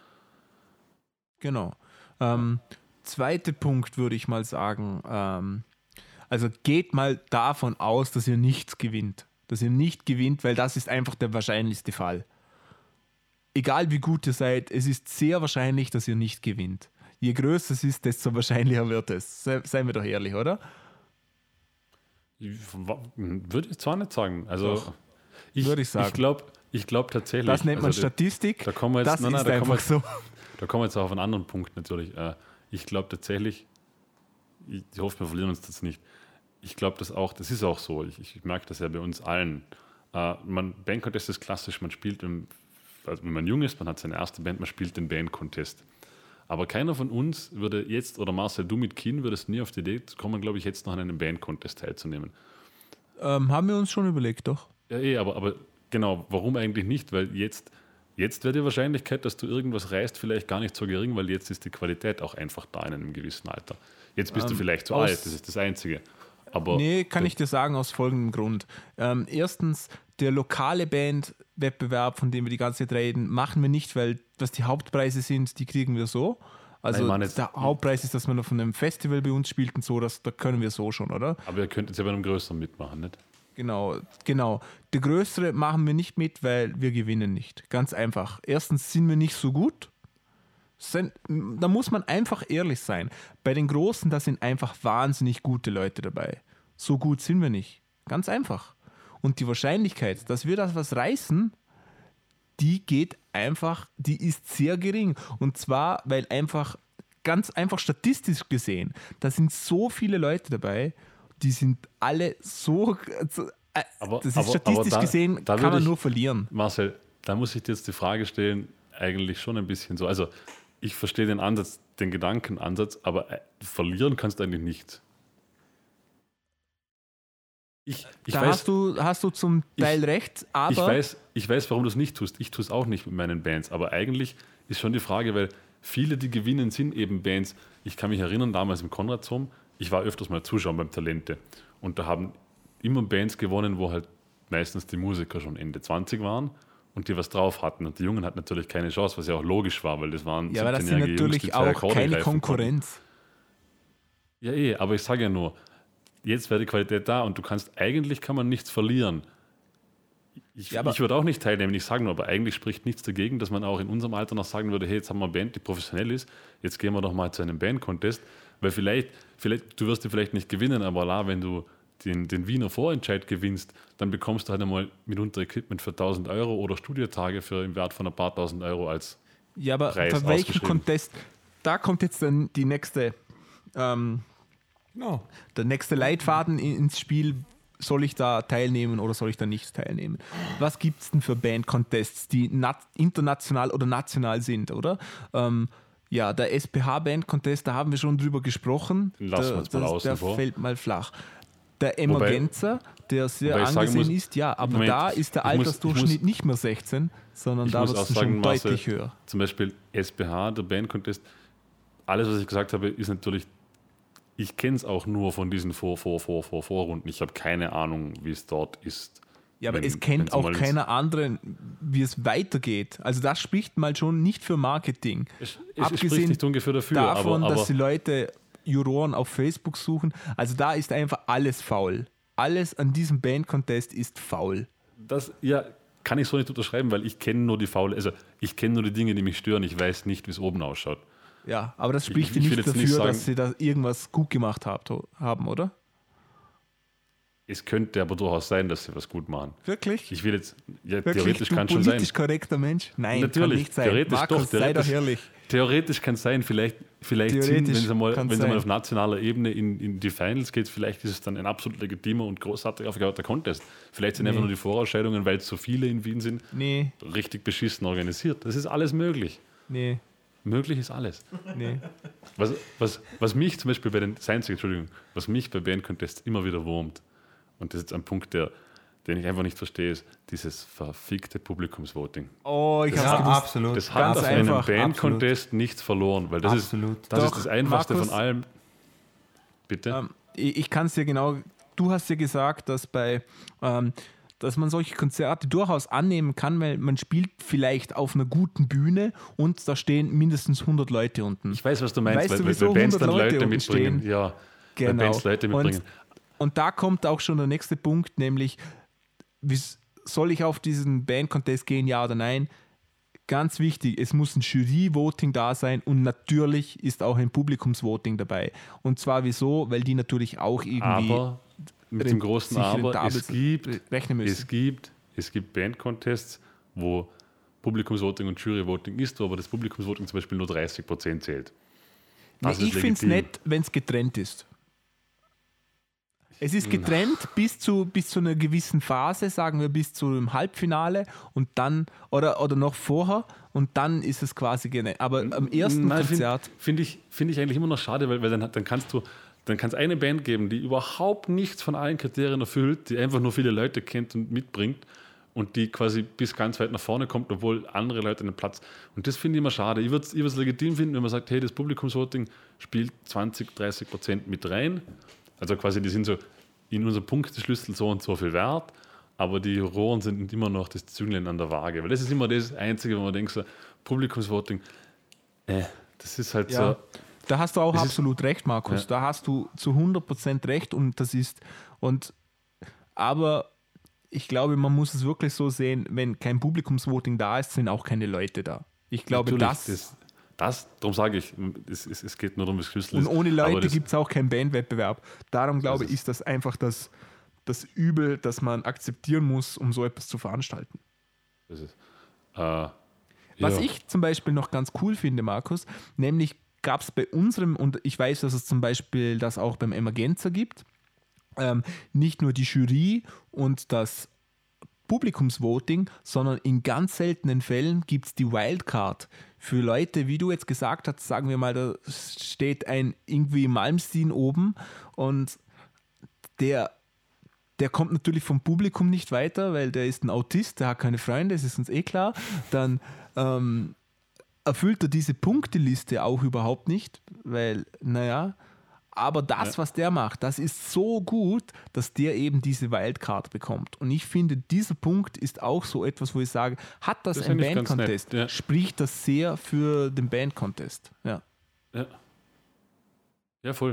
Speaker 3: Genau. Ähm, zweiter Punkt würde ich mal sagen, ähm, also geht mal davon aus, dass ihr nichts gewinnt. Dass ihr nicht gewinnt, weil das ist einfach der wahrscheinlichste Fall. Egal wie gut ihr seid, es ist sehr wahrscheinlich, dass ihr nicht gewinnt. Je größer es ist, desto wahrscheinlicher wird es. Se, seien wir doch ehrlich, oder?
Speaker 2: Ich, würde ich zwar nicht sagen. Also
Speaker 3: Doch,
Speaker 2: ich,
Speaker 3: würde ich sagen.
Speaker 2: Ich glaube ich glaub tatsächlich.
Speaker 3: Das nennt man
Speaker 2: also
Speaker 3: Statistik.
Speaker 2: Da kommen wir jetzt,
Speaker 3: das
Speaker 2: nein, nein,
Speaker 3: ist
Speaker 2: da kommen wir
Speaker 3: einfach
Speaker 2: jetzt,
Speaker 3: so.
Speaker 2: Da kommen wir jetzt auch auf einen anderen Punkt natürlich. Ich glaube tatsächlich, ich hoffe, wir verlieren uns das nicht. Ich glaube das auch, das ist auch so. Ich, ich merke das ja bei uns allen. Man, Band-Contest ist klassisch, man spielt, im, also wenn man jung ist, man hat seine erste Band, man spielt den Band-Contest. Aber keiner von uns würde jetzt, oder Marcel, du mit Kien würdest nie auf die Idee kommen, glaube ich, jetzt noch an einem Band-Contest teilzunehmen.
Speaker 3: Ähm, haben wir uns schon überlegt, doch.
Speaker 2: Ja, eh, aber, aber genau, warum eigentlich nicht? Weil jetzt, jetzt wäre die Wahrscheinlichkeit, dass du irgendwas reißt, vielleicht gar nicht so gering, weil jetzt ist die Qualität auch einfach da in einem gewissen Alter. Jetzt bist
Speaker 3: Ähm,
Speaker 2: du vielleicht zu
Speaker 3: aus-
Speaker 2: alt, das ist das Einzige. Aber
Speaker 3: Nee, kann ich dir sagen, aus folgendem Grund. Ähm, erstens, der lokale Bandwettbewerb, von dem wir die ganze Zeit reden, machen wir nicht, weil was die Hauptpreise sind, die kriegen wir so. Also
Speaker 2: Nein, Mann, jetzt-
Speaker 3: der Hauptpreis ist, dass man auf einem Festival bei uns spielt und so, das, da können wir so schon, oder?
Speaker 2: Aber ihr könnt jetzt ja bei einem größeren mitmachen, nicht?
Speaker 3: Genau, genau. Der größere machen wir nicht mit, weil wir gewinnen nicht. Ganz einfach. Erstens sind wir nicht so gut. Sind, da muss man einfach ehrlich sein. Bei den Großen, da sind einfach wahnsinnig gute Leute dabei. So gut sind wir nicht. Ganz einfach. Und die Wahrscheinlichkeit, dass wir das was reißen, die geht einfach, die ist sehr gering. Und zwar, weil einfach, ganz einfach statistisch gesehen, da sind so viele Leute dabei, die sind alle so, so äh,
Speaker 2: Aber-
Speaker 3: das ist
Speaker 2: aber-
Speaker 3: statistisch
Speaker 2: aber da-
Speaker 3: gesehen,
Speaker 2: da
Speaker 3: kann
Speaker 2: würde
Speaker 3: man
Speaker 2: ich-
Speaker 3: nur verlieren.
Speaker 2: Marcel, da muss ich dir jetzt die Frage stellen, eigentlich schon ein bisschen so. Also, ich verstehe den Ansatz, den Gedankenansatz, aber äh, verlieren kannst du eigentlich nicht. Ich, ich
Speaker 3: da
Speaker 2: weiß,
Speaker 3: hast, du, hast du zum Teil recht, aber
Speaker 2: ich, weiß, ich weiß, warum du es nicht tust. Ich tue es auch nicht mit meinen Bands. Aber eigentlich ist schon die Frage, weil viele, die gewinnen, sind eben Bands. Ich kann mich erinnern, damals im Konradsheim, ich war öfters mal Zuschauer beim Talente. Und da haben immer Bands gewonnen, wo halt meistens die Musiker schon Ende zwanzig waren und die was drauf hatten. Und die Jungen hatten natürlich keine Chance, was ja auch logisch war, weil das waren
Speaker 3: ja, aber das sind
Speaker 2: siebzehnjährige Jungs, die
Speaker 3: natürlich
Speaker 2: zwei
Speaker 3: auch
Speaker 2: Akkorde
Speaker 3: keine
Speaker 2: greifen konnten.
Speaker 3: Konkurrenz.
Speaker 2: Ja, eh, aber ich sage ja nur, jetzt wäre die Qualität da und du kannst, eigentlich kann man nichts verlieren. Ich,
Speaker 3: Ja, aber-
Speaker 2: ich würde auch nicht teilnehmen, ich sage nur, aber eigentlich spricht nichts dagegen, dass man auch in unserem Alter noch sagen würde, hey, jetzt haben wir eine Band, die professionell ist, jetzt gehen wir doch mal zu einem Band-Contest, weil vielleicht, vielleicht, du wirst die vielleicht nicht gewinnen, aber la, wenn du den, den Wiener Vorentscheid gewinnst, dann bekommst du halt einmal mitunter Equipment für tausend Euro oder Studiotage für im Wert von ein paar tausend Euro als
Speaker 3: Ja, aber
Speaker 2: Preis
Speaker 3: bei welchem
Speaker 2: ausgeschrieben.
Speaker 3: Contest, da kommt jetzt dann die nächste, ähm,
Speaker 1: Genau.
Speaker 3: der nächste Leitfaden in- ins Spiel. Soll ich da teilnehmen oder soll ich da nicht teilnehmen? Was gibt es denn für Band-Contests, die nat- international oder national sind, oder? Ähm, ja, der S P H-Band-Contest, da haben wir schon drüber gesprochen.
Speaker 2: Den lassen wir
Speaker 3: Der-
Speaker 2: jetzt mal
Speaker 3: das-
Speaker 2: außen
Speaker 3: Der
Speaker 2: vor.
Speaker 3: fällt mal flach. Der Emergenzer, der sehr
Speaker 2: wobei ich sagen
Speaker 3: angesehen
Speaker 2: muss-
Speaker 3: ist, ja, aber
Speaker 2: Moment,
Speaker 3: da ist der
Speaker 2: ich muss-
Speaker 3: Altersdurchschnitt
Speaker 2: ich muss-
Speaker 3: nicht mehr sechzehn, sondern
Speaker 2: Ich
Speaker 3: da
Speaker 2: muss
Speaker 3: wird
Speaker 2: auch
Speaker 3: es
Speaker 2: sagen,
Speaker 3: schon
Speaker 2: Marcel,
Speaker 3: deutlich höher.
Speaker 2: Zum Beispiel S B H, der Band-Contest, alles, was ich gesagt habe, ist natürlich, ich kenne es auch nur von diesen Vor-, Vor-, Vor-, Vor-, Vorrunden. Ich habe keine Ahnung, wie es dort ist.
Speaker 3: Ja, aber
Speaker 2: wenn-
Speaker 3: es kennt
Speaker 2: wenn's
Speaker 3: auch
Speaker 2: mal ins-
Speaker 3: keiner anderen, wie es weitergeht. Also das spricht mal schon nicht für Marketing.
Speaker 2: Es, es
Speaker 3: Abgesehen
Speaker 2: spricht nicht ungefähr dafür,
Speaker 3: Davon,
Speaker 2: aber, aber
Speaker 3: dass die Leute Juroren auf Facebook suchen. Also da ist einfach alles faul. Alles an diesem Band-Contest ist faul.
Speaker 2: das ja, kann ich so nicht unterschreiben, weil ich kenne nur die faule, also ich kenne nur die Dinge, die mich stören. Ich weiß nicht, wie es oben ausschaut.
Speaker 3: Ja, aber das spricht ja
Speaker 2: ich will
Speaker 3: nicht
Speaker 2: jetzt
Speaker 3: dafür,
Speaker 2: nicht sagen-
Speaker 3: dass sie da irgendwas gut gemacht habt, haben, oder?
Speaker 2: Es könnte aber durchaus sein, dass sie was gut machen.
Speaker 3: Wirklich?
Speaker 2: Ich will jetzt, ja,
Speaker 3: Wirklich?
Speaker 2: theoretisch
Speaker 3: Du
Speaker 2: kann schon sein.
Speaker 3: politisch korrekter Mensch? Nein,
Speaker 2: Natürlich,
Speaker 3: kann nicht sein.
Speaker 2: theoretisch
Speaker 3: Markus,
Speaker 2: doch.
Speaker 3: sei doch
Speaker 2: Theoretisch,
Speaker 3: ehrlich.
Speaker 2: theoretisch kann es sein, vielleicht, vielleicht sind,
Speaker 3: Theoretisch
Speaker 2: wenn es einmal,
Speaker 3: kann's
Speaker 2: wenn es einmal
Speaker 3: sein.
Speaker 2: auf nationaler Ebene in, in die Finals geht, vielleicht ist es dann ein absolut legitimer und großartig aufgebauten Contest. Vielleicht sind
Speaker 3: Nee.
Speaker 2: einfach nur die Vorausscheidungen, weil es so viele in Wien sind,
Speaker 3: Nee,
Speaker 2: richtig beschissen organisiert. Das ist alles möglich.
Speaker 3: nee,
Speaker 2: Möglich ist alles.
Speaker 3: nee.
Speaker 2: Was, was, was mich zum Beispiel bei den Science, Entschuldigung, was mich bei Band Contests immer wieder wurmt, und das ist jetzt ein Punkt, der, den ich einfach nicht verstehe, ist dieses verfickte Publikumsvoting.
Speaker 3: Oh, ich
Speaker 2: Das
Speaker 1: Ja,
Speaker 3: hab's gewusst.
Speaker 1: absolut.
Speaker 2: Das
Speaker 3: Ganz
Speaker 2: hat auf einem
Speaker 3: einfach,
Speaker 2: Band-Contest nichts verloren, weil das, ist,
Speaker 1: Absolut.
Speaker 2: das ist
Speaker 3: Doch,
Speaker 2: das Einfachste
Speaker 3: Markus,
Speaker 2: von allem. Bitte?
Speaker 3: Ähm, ich ich kann es dir genau, du hast ja gesagt, dass bei, ähm, dass man solche Konzerte durchaus annehmen kann, weil man spielt vielleicht auf einer guten Bühne und da stehen mindestens hundert Leute unten.
Speaker 2: Ich weiß, was du meinst,
Speaker 3: Weißt
Speaker 2: weil,
Speaker 3: du,
Speaker 2: weil,
Speaker 3: wieso
Speaker 2: weil Bands dann
Speaker 3: hundert Leute
Speaker 2: Leute
Speaker 3: unten
Speaker 2: mitbringen.
Speaker 3: stehen?
Speaker 2: Ja, weil
Speaker 3: Genau.
Speaker 2: Bands Leute mitbringen.
Speaker 3: Und, und da kommt auch schon der nächste Punkt, nämlich, wie, soll ich auf diesen Band-Contest gehen, ja oder nein? Ganz wichtig, es muss ein Jury-Voting da sein und natürlich ist auch ein Publikumsvoting dabei. Und zwar wieso? Weil die natürlich auch irgendwie
Speaker 2: Aber mit dem großen
Speaker 3: sich
Speaker 2: Aber,
Speaker 3: rentabel
Speaker 2: es gibt,
Speaker 3: rechnen müssen.
Speaker 2: es gibt, es gibt Band-Contests, wo Publikumsvoting und Jury-Voting ist, wo aber das Publikumsvoting zum Beispiel nur dreißig Prozent zählt.
Speaker 3: Nee,
Speaker 2: Das ist
Speaker 3: ich finde es
Speaker 2: legitim.
Speaker 3: nett, wenn es getrennt ist. Es ist getrennt bis zu, bis zu einer gewissen Phase, sagen wir bis zu einem Halbfinale und dann, oder, oder noch vorher und dann ist es quasi getrennt. Aber am ersten
Speaker 2: Nein,
Speaker 3: Konzert,
Speaker 2: Finde find ich, find ich eigentlich immer noch schade, weil, weil dann, dann kannst du dann kann es eine Band geben, die überhaupt nichts von allen Kriterien erfüllt, die einfach nur viele Leute kennt und mitbringt und die quasi bis ganz weit nach vorne kommt, obwohl andere Leute einen Platz. Und das finde ich immer schade. Ich würde es ich legitim finden, wenn man sagt, hey, das Publikumsvoting spielt zwanzig, dreißig Prozent mit rein. Also quasi, die sind so in unserem Punkteschlüssel so und so viel wert, aber die Rohren sind immer noch das Zünglein an der Waage. Weil das ist immer das Einzige, wo man denkt, so, Publikumsvoting, äh, das ist halt
Speaker 3: ja,
Speaker 2: so.
Speaker 3: da hast du auch
Speaker 2: es ist-
Speaker 3: absolut recht, Markus.
Speaker 2: Ja.
Speaker 3: Da hast du zu hundert Prozent recht und das ist, und aber ich glaube, man muss es wirklich so sehen, wenn kein Publikumsvoting da ist, sind auch keine Leute da. Ich glaube,
Speaker 2: Natürlich,
Speaker 3: das,
Speaker 2: das, das, darum sage ich, es, es, es geht nur um das Schlüssel.
Speaker 3: und ohne
Speaker 2: Aber
Speaker 3: Leute
Speaker 2: das-
Speaker 3: gibt es auch keinen Bandwettbewerb. Darum glaube ich,
Speaker 2: ist-
Speaker 3: ist das einfach das, das Übel, das man akzeptieren muss, um so etwas zu veranstalten.
Speaker 2: das ist, äh,
Speaker 3: Was
Speaker 2: ja.
Speaker 3: ich zum Beispiel noch ganz cool finde, Markus, nämlich gab es bei unserem, und ich weiß, dass es zum Beispiel das auch beim Emergenza gibt, ähm, nicht nur die Jury und das Publikumsvoting, sondern in ganz seltenen Fällen gibt es die Wildcard. Für Leute, wie du jetzt gesagt hast, sagen wir mal, da steht ein irgendwie Malmsteen oben und der, der kommt natürlich vom Publikum nicht weiter, weil der ist ein Autist, der hat keine Freunde, das ist uns eh klar. Dann ähm, erfüllt er diese Punkteliste auch überhaupt nicht, weil, naja, aber das,
Speaker 2: Ja.
Speaker 3: was der macht, das ist so gut, dass der eben diese Wildcard bekommt. Und ich finde, dieser Punkt ist auch so etwas, wo ich sage, hat das,
Speaker 2: Das
Speaker 3: ein
Speaker 2: finde ich ganz
Speaker 3: Band-Contest,
Speaker 2: nett, ja.
Speaker 3: spricht das sehr für den Band-Contest. Ja.
Speaker 2: Ja, ja voll.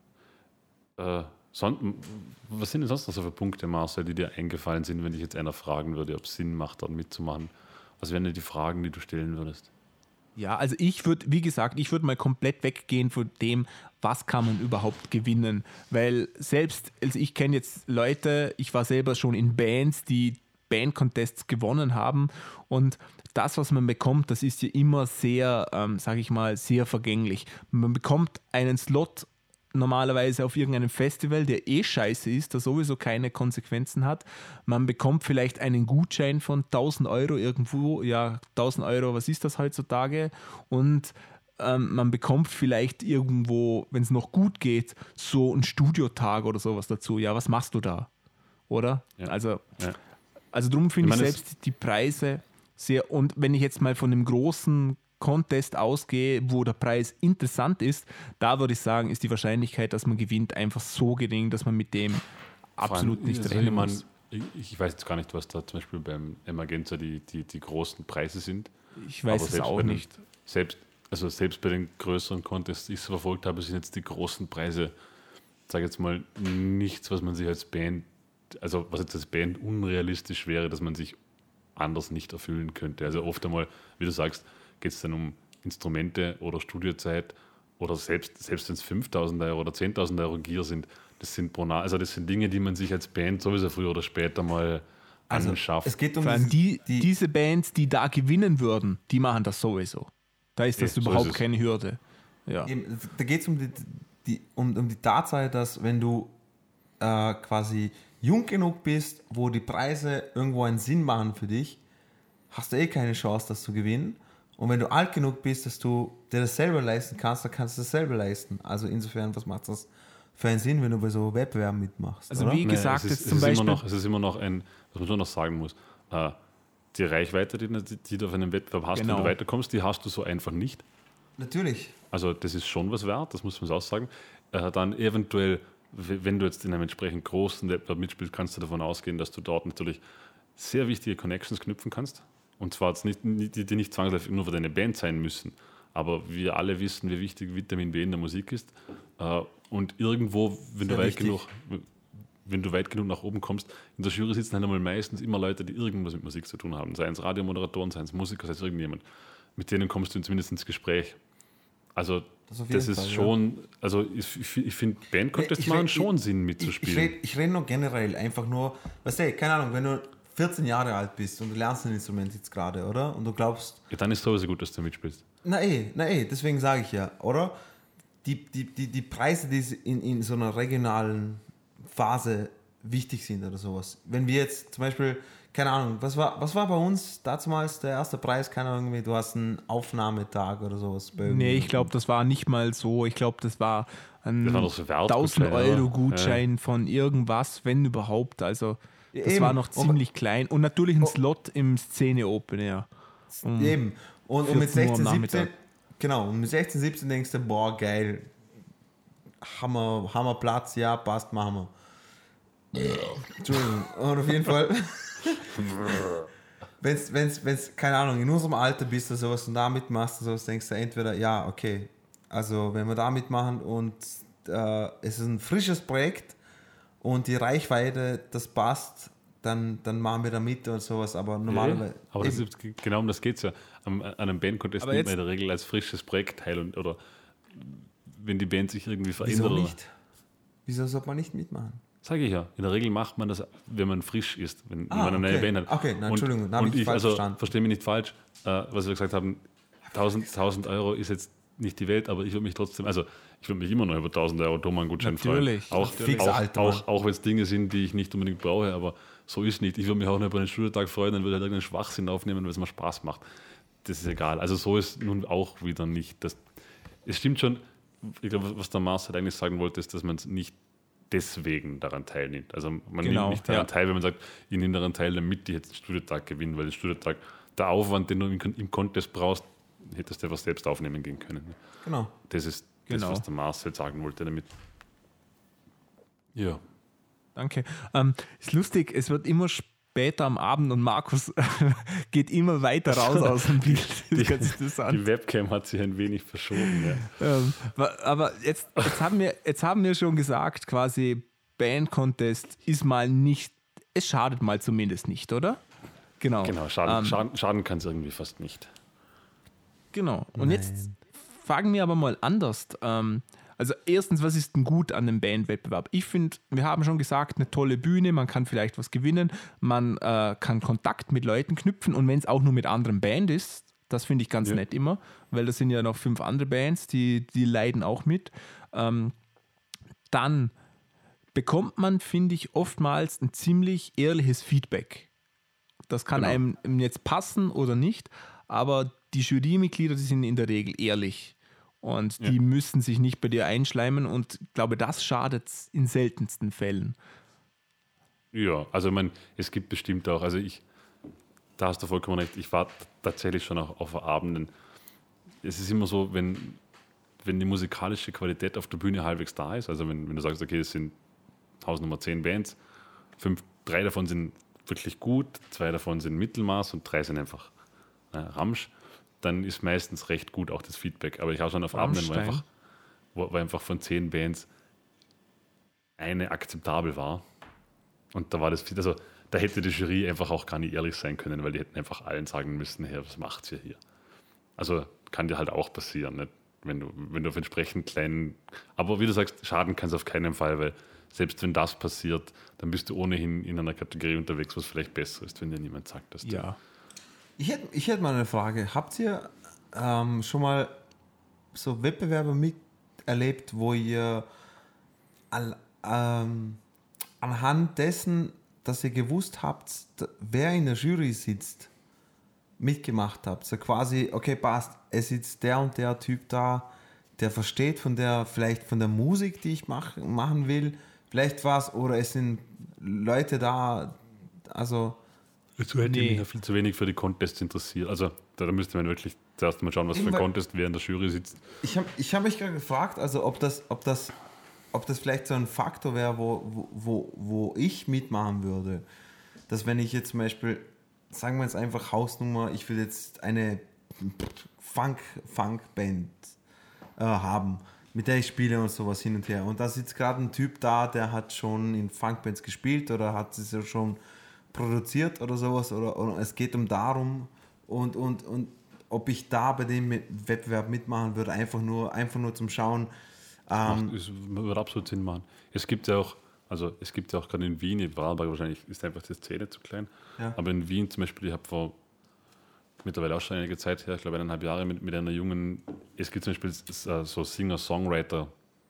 Speaker 2: Äh, son, was sind denn sonst noch so für Punkte, Marcel, die dir eingefallen sind, wenn dich jetzt einer fragen würde, ob es Sinn macht, dort mitzumachen? Was wären denn die Fragen, die du stellen würdest?
Speaker 3: Ja, also ich würde, wie gesagt, ich würde mal komplett weggehen von dem, was kann man überhaupt gewinnen. Weil selbst, also ich kenne jetzt Leute, ich war selber schon in Bands, die Band-Contests gewonnen haben und das, was man bekommt, das ist ja immer sehr, ähm, sage ich mal, sehr vergänglich. Man bekommt einen Slot normalerweise auf irgendeinem Festival, der eh scheiße ist, der sowieso keine Konsequenzen hat. Man bekommt vielleicht einen Gutschein von tausend Euro irgendwo, ja, tausend Euro, was ist das heutzutage? Und ähm, man bekommt vielleicht irgendwo, wenn es noch gut geht, so einen Studiotag oder sowas dazu. Ja, was machst du da? Oder?
Speaker 2: Ja.
Speaker 3: Also,
Speaker 2: Ja.
Speaker 3: also darum finde
Speaker 2: Ich
Speaker 3: ich,
Speaker 2: meine,
Speaker 3: selbst die Preise sehr, und wenn ich jetzt mal von einem großen Contest ausgehe, wo der Preis interessant ist, da würde ich sagen, ist die Wahrscheinlichkeit, dass man gewinnt, einfach so gering, dass man mit dem absolut
Speaker 2: Vor allem,
Speaker 3: nicht
Speaker 2: also
Speaker 3: rechnen
Speaker 2: wenn man-
Speaker 3: muss.
Speaker 2: Ich, ich weiß jetzt gar nicht, was da zum Beispiel beim Emergenza die, die, die großen Preise sind.
Speaker 3: Ich weiß
Speaker 2: Aber
Speaker 3: es
Speaker 2: selbst
Speaker 3: auch
Speaker 2: bei den-
Speaker 3: nicht.
Speaker 2: Selbst, also selbst bei den größeren Contests, die ich so verfolgt habe, sind jetzt die großen Preise, sage jetzt mal, nichts, was man sich als Band, also was jetzt als Band unrealistisch wäre, dass man sich anders nicht erfüllen könnte. Also oft einmal, wie du sagst, geht es dann um Instrumente oder Studiozeit oder selbst, selbst wenn es fünftausend Euro oder zehntausend Euro Gear sind, das sind pro Na- also das sind Dinge, die man sich als Band sowieso früher oder später mal
Speaker 1: Also,
Speaker 2: anschafft.
Speaker 1: es geht um
Speaker 3: Vor allem
Speaker 1: dieses-
Speaker 3: die, diese Bands, die da gewinnen würden, die machen das sowieso. Da ist das
Speaker 2: Ja, so
Speaker 3: überhaupt
Speaker 2: ist es.
Speaker 3: keine Hürde. Ja.
Speaker 1: Eben, da geht es um die, die, um, um die Tatsache, dass wenn du äh, quasi jung genug bist, wo die Preise irgendwo einen Sinn machen für dich, hast du eh keine Chance, das zu gewinnen. Und wenn du alt genug bist, dass du dir das selber leisten kannst, dann kannst du das selber leisten. Also insofern, was macht das für einen Sinn, wenn du bei so Wettbewerben mitmachst?
Speaker 3: Also
Speaker 1: oder?
Speaker 3: wie
Speaker 2: Nee,
Speaker 3: gesagt,
Speaker 2: es ist,
Speaker 3: jetzt
Speaker 2: es
Speaker 3: zum
Speaker 2: ist
Speaker 3: Beispiel...
Speaker 2: Immer noch, es ist immer noch ein, was man schon noch sagen muss, äh, die Reichweite, die, die du auf einem Wettbewerb hast,
Speaker 3: Genau.
Speaker 2: wenn du weiterkommst, die hast du so einfach nicht.
Speaker 1: Natürlich.
Speaker 2: Also das ist schon was wert, das muss man so auch sagen. Äh, dann eventuell, w- wenn du jetzt in einem entsprechend großen Wettbewerb mitspielst, kannst du davon ausgehen, dass du dort natürlich sehr wichtige Connections knüpfen kannst. Und zwar jetzt nicht, nicht- die, die nicht zwangsläufig nur für deine Band sein müssen, aber wir alle wissen, wie wichtig Vitamin B in der Musik ist. Äh, und irgendwo, wenn du,
Speaker 1: Sehr
Speaker 2: weit
Speaker 1: wichtig.
Speaker 2: genug, wenn du weit genug nach oben kommst, in der Jury sitzen halt einmal meistens immer Leute, die irgendwas mit Musik zu tun haben. Seien es Radiomoderatoren, seien es Musiker, sei es irgendjemand. Mit denen kommst du zumindest ins Gespräch. Also
Speaker 1: Das auf
Speaker 2: das,
Speaker 1: jeden
Speaker 2: ist
Speaker 1: Fall, ja.
Speaker 2: schon, also ich, ich, ich finde, Band-Contests
Speaker 1: Ich
Speaker 2: machen
Speaker 1: red-
Speaker 2: schon
Speaker 1: ich-
Speaker 2: Sinn
Speaker 1: Ich, ich
Speaker 2: mitzuspielen.
Speaker 1: rede ich red nur generell, einfach nur, weißt du, keine Ahnung, wenn du vierzehn Jahre alt bist und du lernst ein Instrument jetzt gerade, oder? Und du glaubst,
Speaker 2: Ja, dann ist sowieso gut, dass du mitspielst.
Speaker 1: na eh, na eh, deswegen sage ich ja, oder? Die, die, die, die Preise, die in, in so einer regionalen Phase wichtig sind oder sowas. Wenn wir jetzt zum Beispiel, keine Ahnung, was war, was war bei uns damals der erste Preis? Keine Ahnung, irgendwie, du hast einen Aufnahmetag oder sowas. Bei
Speaker 3: Nee,
Speaker 1: irgendeinem-
Speaker 3: ich glaube, das war nicht mal so. Ich glaube, das war ein
Speaker 2: Das war doch so Wertgutschein,
Speaker 3: tausend Euro
Speaker 2: oder?
Speaker 3: Gutschein von irgendwas, wenn überhaupt. Also
Speaker 1: Ja,
Speaker 3: das
Speaker 1: eben.
Speaker 3: war noch
Speaker 1: Und-
Speaker 3: ziemlich klein. Und natürlich ein
Speaker 1: Oh.
Speaker 3: Slot im Szene Open Air. Um
Speaker 1: Eben. Und, und mit
Speaker 3: vierzehn Uhr am
Speaker 1: sechzehn, siebzehn,
Speaker 3: Nachmittag.
Speaker 1: genau, und mit sechzehn, siebzehn denkst du, boah, geil, haben wir, haben wir Platz, ja, passt, machen wir. Entschuldigung. Und auf jeden Fall, wenn's, wenn's, wenn's, keine Ahnung, in unserem Alter bist oder sowas und da mitmachst oder sowas, denkst du entweder, ja, okay, also wenn wir da mitmachen und äh, es ist ein frisches Projekt und die Reichweite, das passt, dann, dann machen wir da mit oder sowas, aber normalerweise...
Speaker 2: Aber das
Speaker 1: eben.
Speaker 2: ist, genau um das geht es ja. Am, an einem Band-Contest
Speaker 3: Aber
Speaker 2: nimmt man
Speaker 3: jetzt-
Speaker 2: in der Regel als frisches Projekt teil. Und, oder wenn die Band sich irgendwie verändert.
Speaker 1: Wieso
Speaker 2: oder-
Speaker 1: nicht? Wieso sollte man nicht mitmachen?
Speaker 2: Sage ich ja. In der Regel macht man das, wenn man frisch ist, wenn
Speaker 1: Ah,
Speaker 2: man eine neue
Speaker 1: okay.
Speaker 2: Band hat.
Speaker 1: Okay, na, Entschuldigung, da hab
Speaker 2: und
Speaker 1: ich
Speaker 2: ich
Speaker 1: falsch
Speaker 2: also,
Speaker 1: verstanden.
Speaker 2: verstehe mich nicht falsch, äh, was wir gesagt haben, tausend, tausend Euro ist jetzt nicht die Welt, aber ich würde mich trotzdem, also ich würde mich immer noch über tausend Euro Thomann-Gutschein freuen.
Speaker 3: Natürlich,
Speaker 2: Auch,
Speaker 3: natürlich.
Speaker 1: Fix,
Speaker 2: auch,
Speaker 1: Alter,
Speaker 2: auch,
Speaker 1: Mann.
Speaker 2: auch wenn es Dinge sind, die ich nicht unbedingt brauche, aber so ist nicht. Ich würde mich auch noch über einen Studiotag freuen, dann würde ich halt irgendeinen Schwachsinn aufnehmen, weil es mir Spaß macht. Das ist egal. Also so ist nun auch wieder nicht. Das, es stimmt schon, ich glaube, was der Mars halt eigentlich sagen wollte, ist, dass man es nicht deswegen daran teilnimmt. Also man
Speaker 3: Genau,
Speaker 2: nimmt nicht daran
Speaker 3: ja.
Speaker 2: teil, wenn man sagt, ich nehme daran teil, damit ich jetzt den Studiotag gewinne, weil der Studiotag, der Aufwand, den du im, im Contest brauchst, hättest du einfach selbst aufnehmen gehen können.
Speaker 1: Genau.
Speaker 2: Das ist
Speaker 3: Genau.
Speaker 2: das, was der Marcel sagen wollte damit. Ja.
Speaker 3: Danke. Ähm, ist lustig, es wird immer später am Abend und Markus geht immer weiter raus aus dem Bild. Das ist ganz interessant.
Speaker 2: Die Webcam hat sich ein wenig verschoben. Ja.
Speaker 3: Ähm, wa- aber jetzt, jetzt, haben wir, jetzt haben wir schon gesagt, quasi Band-Contest ist mal nicht, es schadet mal zumindest nicht, oder? Genau.
Speaker 2: Genau, schaden,
Speaker 3: Ähm,
Speaker 2: schaden, schaden kann es irgendwie fast nicht.
Speaker 3: Genau. Und jetzt fragen wir aber mal anders. Ähm, also erstens, was ist denn gut an einem Bandwettbewerb? Ich finde, wir haben schon gesagt, eine tolle Bühne, man kann vielleicht was gewinnen, man äh, kann Kontakt mit Leuten knüpfen und wenn es auch nur mit anderen Band ist, das finde ich ganz
Speaker 2: Ja.
Speaker 3: nett immer, weil das sind ja noch fünf andere Bands, die, die leiden auch mit. Ähm, dann bekommt man, finde ich, oftmals ein ziemlich ehrliches Feedback. Das kann
Speaker 2: Genau.
Speaker 3: einem jetzt passen oder nicht, aber die Jurymitglieder, die sind in der Regel ehrlich und die
Speaker 2: Ja.
Speaker 3: müssen sich nicht bei dir einschleimen und ich glaube, das schadet in seltensten Fällen.
Speaker 2: Ja, also ich meine, es gibt bestimmt auch, also ich, da hast du vollkommen recht, ich war tatsächlich schon auch auf Abenden. Es ist immer so, wenn, wenn die musikalische Qualität auf der Bühne halbwegs da ist, also wenn, wenn du sagst, okay, es sind Hausnummer zehn Bands, fünf, drei davon sind wirklich gut, zwei davon sind Mittelmaß und drei sind einfach äh, Ramsch, dann ist meistens recht gut auch das Feedback. Aber ich habe schon auf Abenden, wo
Speaker 3: Rammstein.
Speaker 2: einfach, wo, wo einfach von zehn Bands eine akzeptabel war. Und da war das, also da hätte die Jury einfach auch gar nicht ehrlich sein können, weil die hätten einfach allen sagen müssen, hey, was macht ihr hier? Also kann dir halt auch passieren, nicht? Wenn du, wenn du auf entsprechend kleinen, aber wie du sagst, schaden kann es auf keinen Fall, weil selbst wenn das passiert, dann bist du ohnehin in einer Kategorie unterwegs, was vielleicht besser ist, wenn dir niemand sagt, dass du...
Speaker 3: Ja.
Speaker 1: Ich hätte, ich hätte mal eine Frage. Habt ihr ähm, schon mal so Wettbewerbe miterlebt, wo ihr all, ähm, anhand dessen, dass ihr gewusst habt, wer in der Jury sitzt, mitgemacht habt? So quasi, okay, passt, es sitzt der und der Typ da, der versteht von der, vielleicht von der Musik, die ich mach, machen will, vielleicht was, oder es sind Leute da, also...
Speaker 2: Dazu hätte
Speaker 3: Nee.
Speaker 2: ich mich ja viel zu wenig für die Contests interessiert. Also da, da müsste man wirklich zuerst mal schauen, was für ein
Speaker 1: Irgendwann-
Speaker 2: Contest wer in der Jury sitzt.
Speaker 1: Ich habe ich hab mich gerade gefragt, also ob das, ob das, ob das vielleicht so ein Faktor wäre, wo, wo- wo, wo ich mitmachen würde. Dass wenn ich jetzt zum Beispiel, sagen wir jetzt einfach Hausnummer, ich will jetzt eine Funk, Funk-Band äh, haben, mit der ich spiele und sowas hin und her. Und da sitzt gerade ein Typ da, der hat schon in Funkbands gespielt oder hat es ja schon produziert oder sowas. Oder, oder es geht um darum und, und, und ob ich da bei dem mit Wettbewerb mitmachen würde, einfach nur, einfach nur zum Schauen. Ähm,
Speaker 2: Macht, es würde absolut Sinn machen. Es gibt ja auch, also es gibt ja auch gerade in Wien, in Vorarlberg wahrscheinlich ist einfach die Szene zu klein,
Speaker 1: Ja.
Speaker 2: aber in Wien zum Beispiel, ich habe vor mittlerweile auch schon einige Zeit her, ich glaube eineinhalb Jahre mit, mit einer jungen, es gibt zum Beispiel äh, so Singer-Songwriter,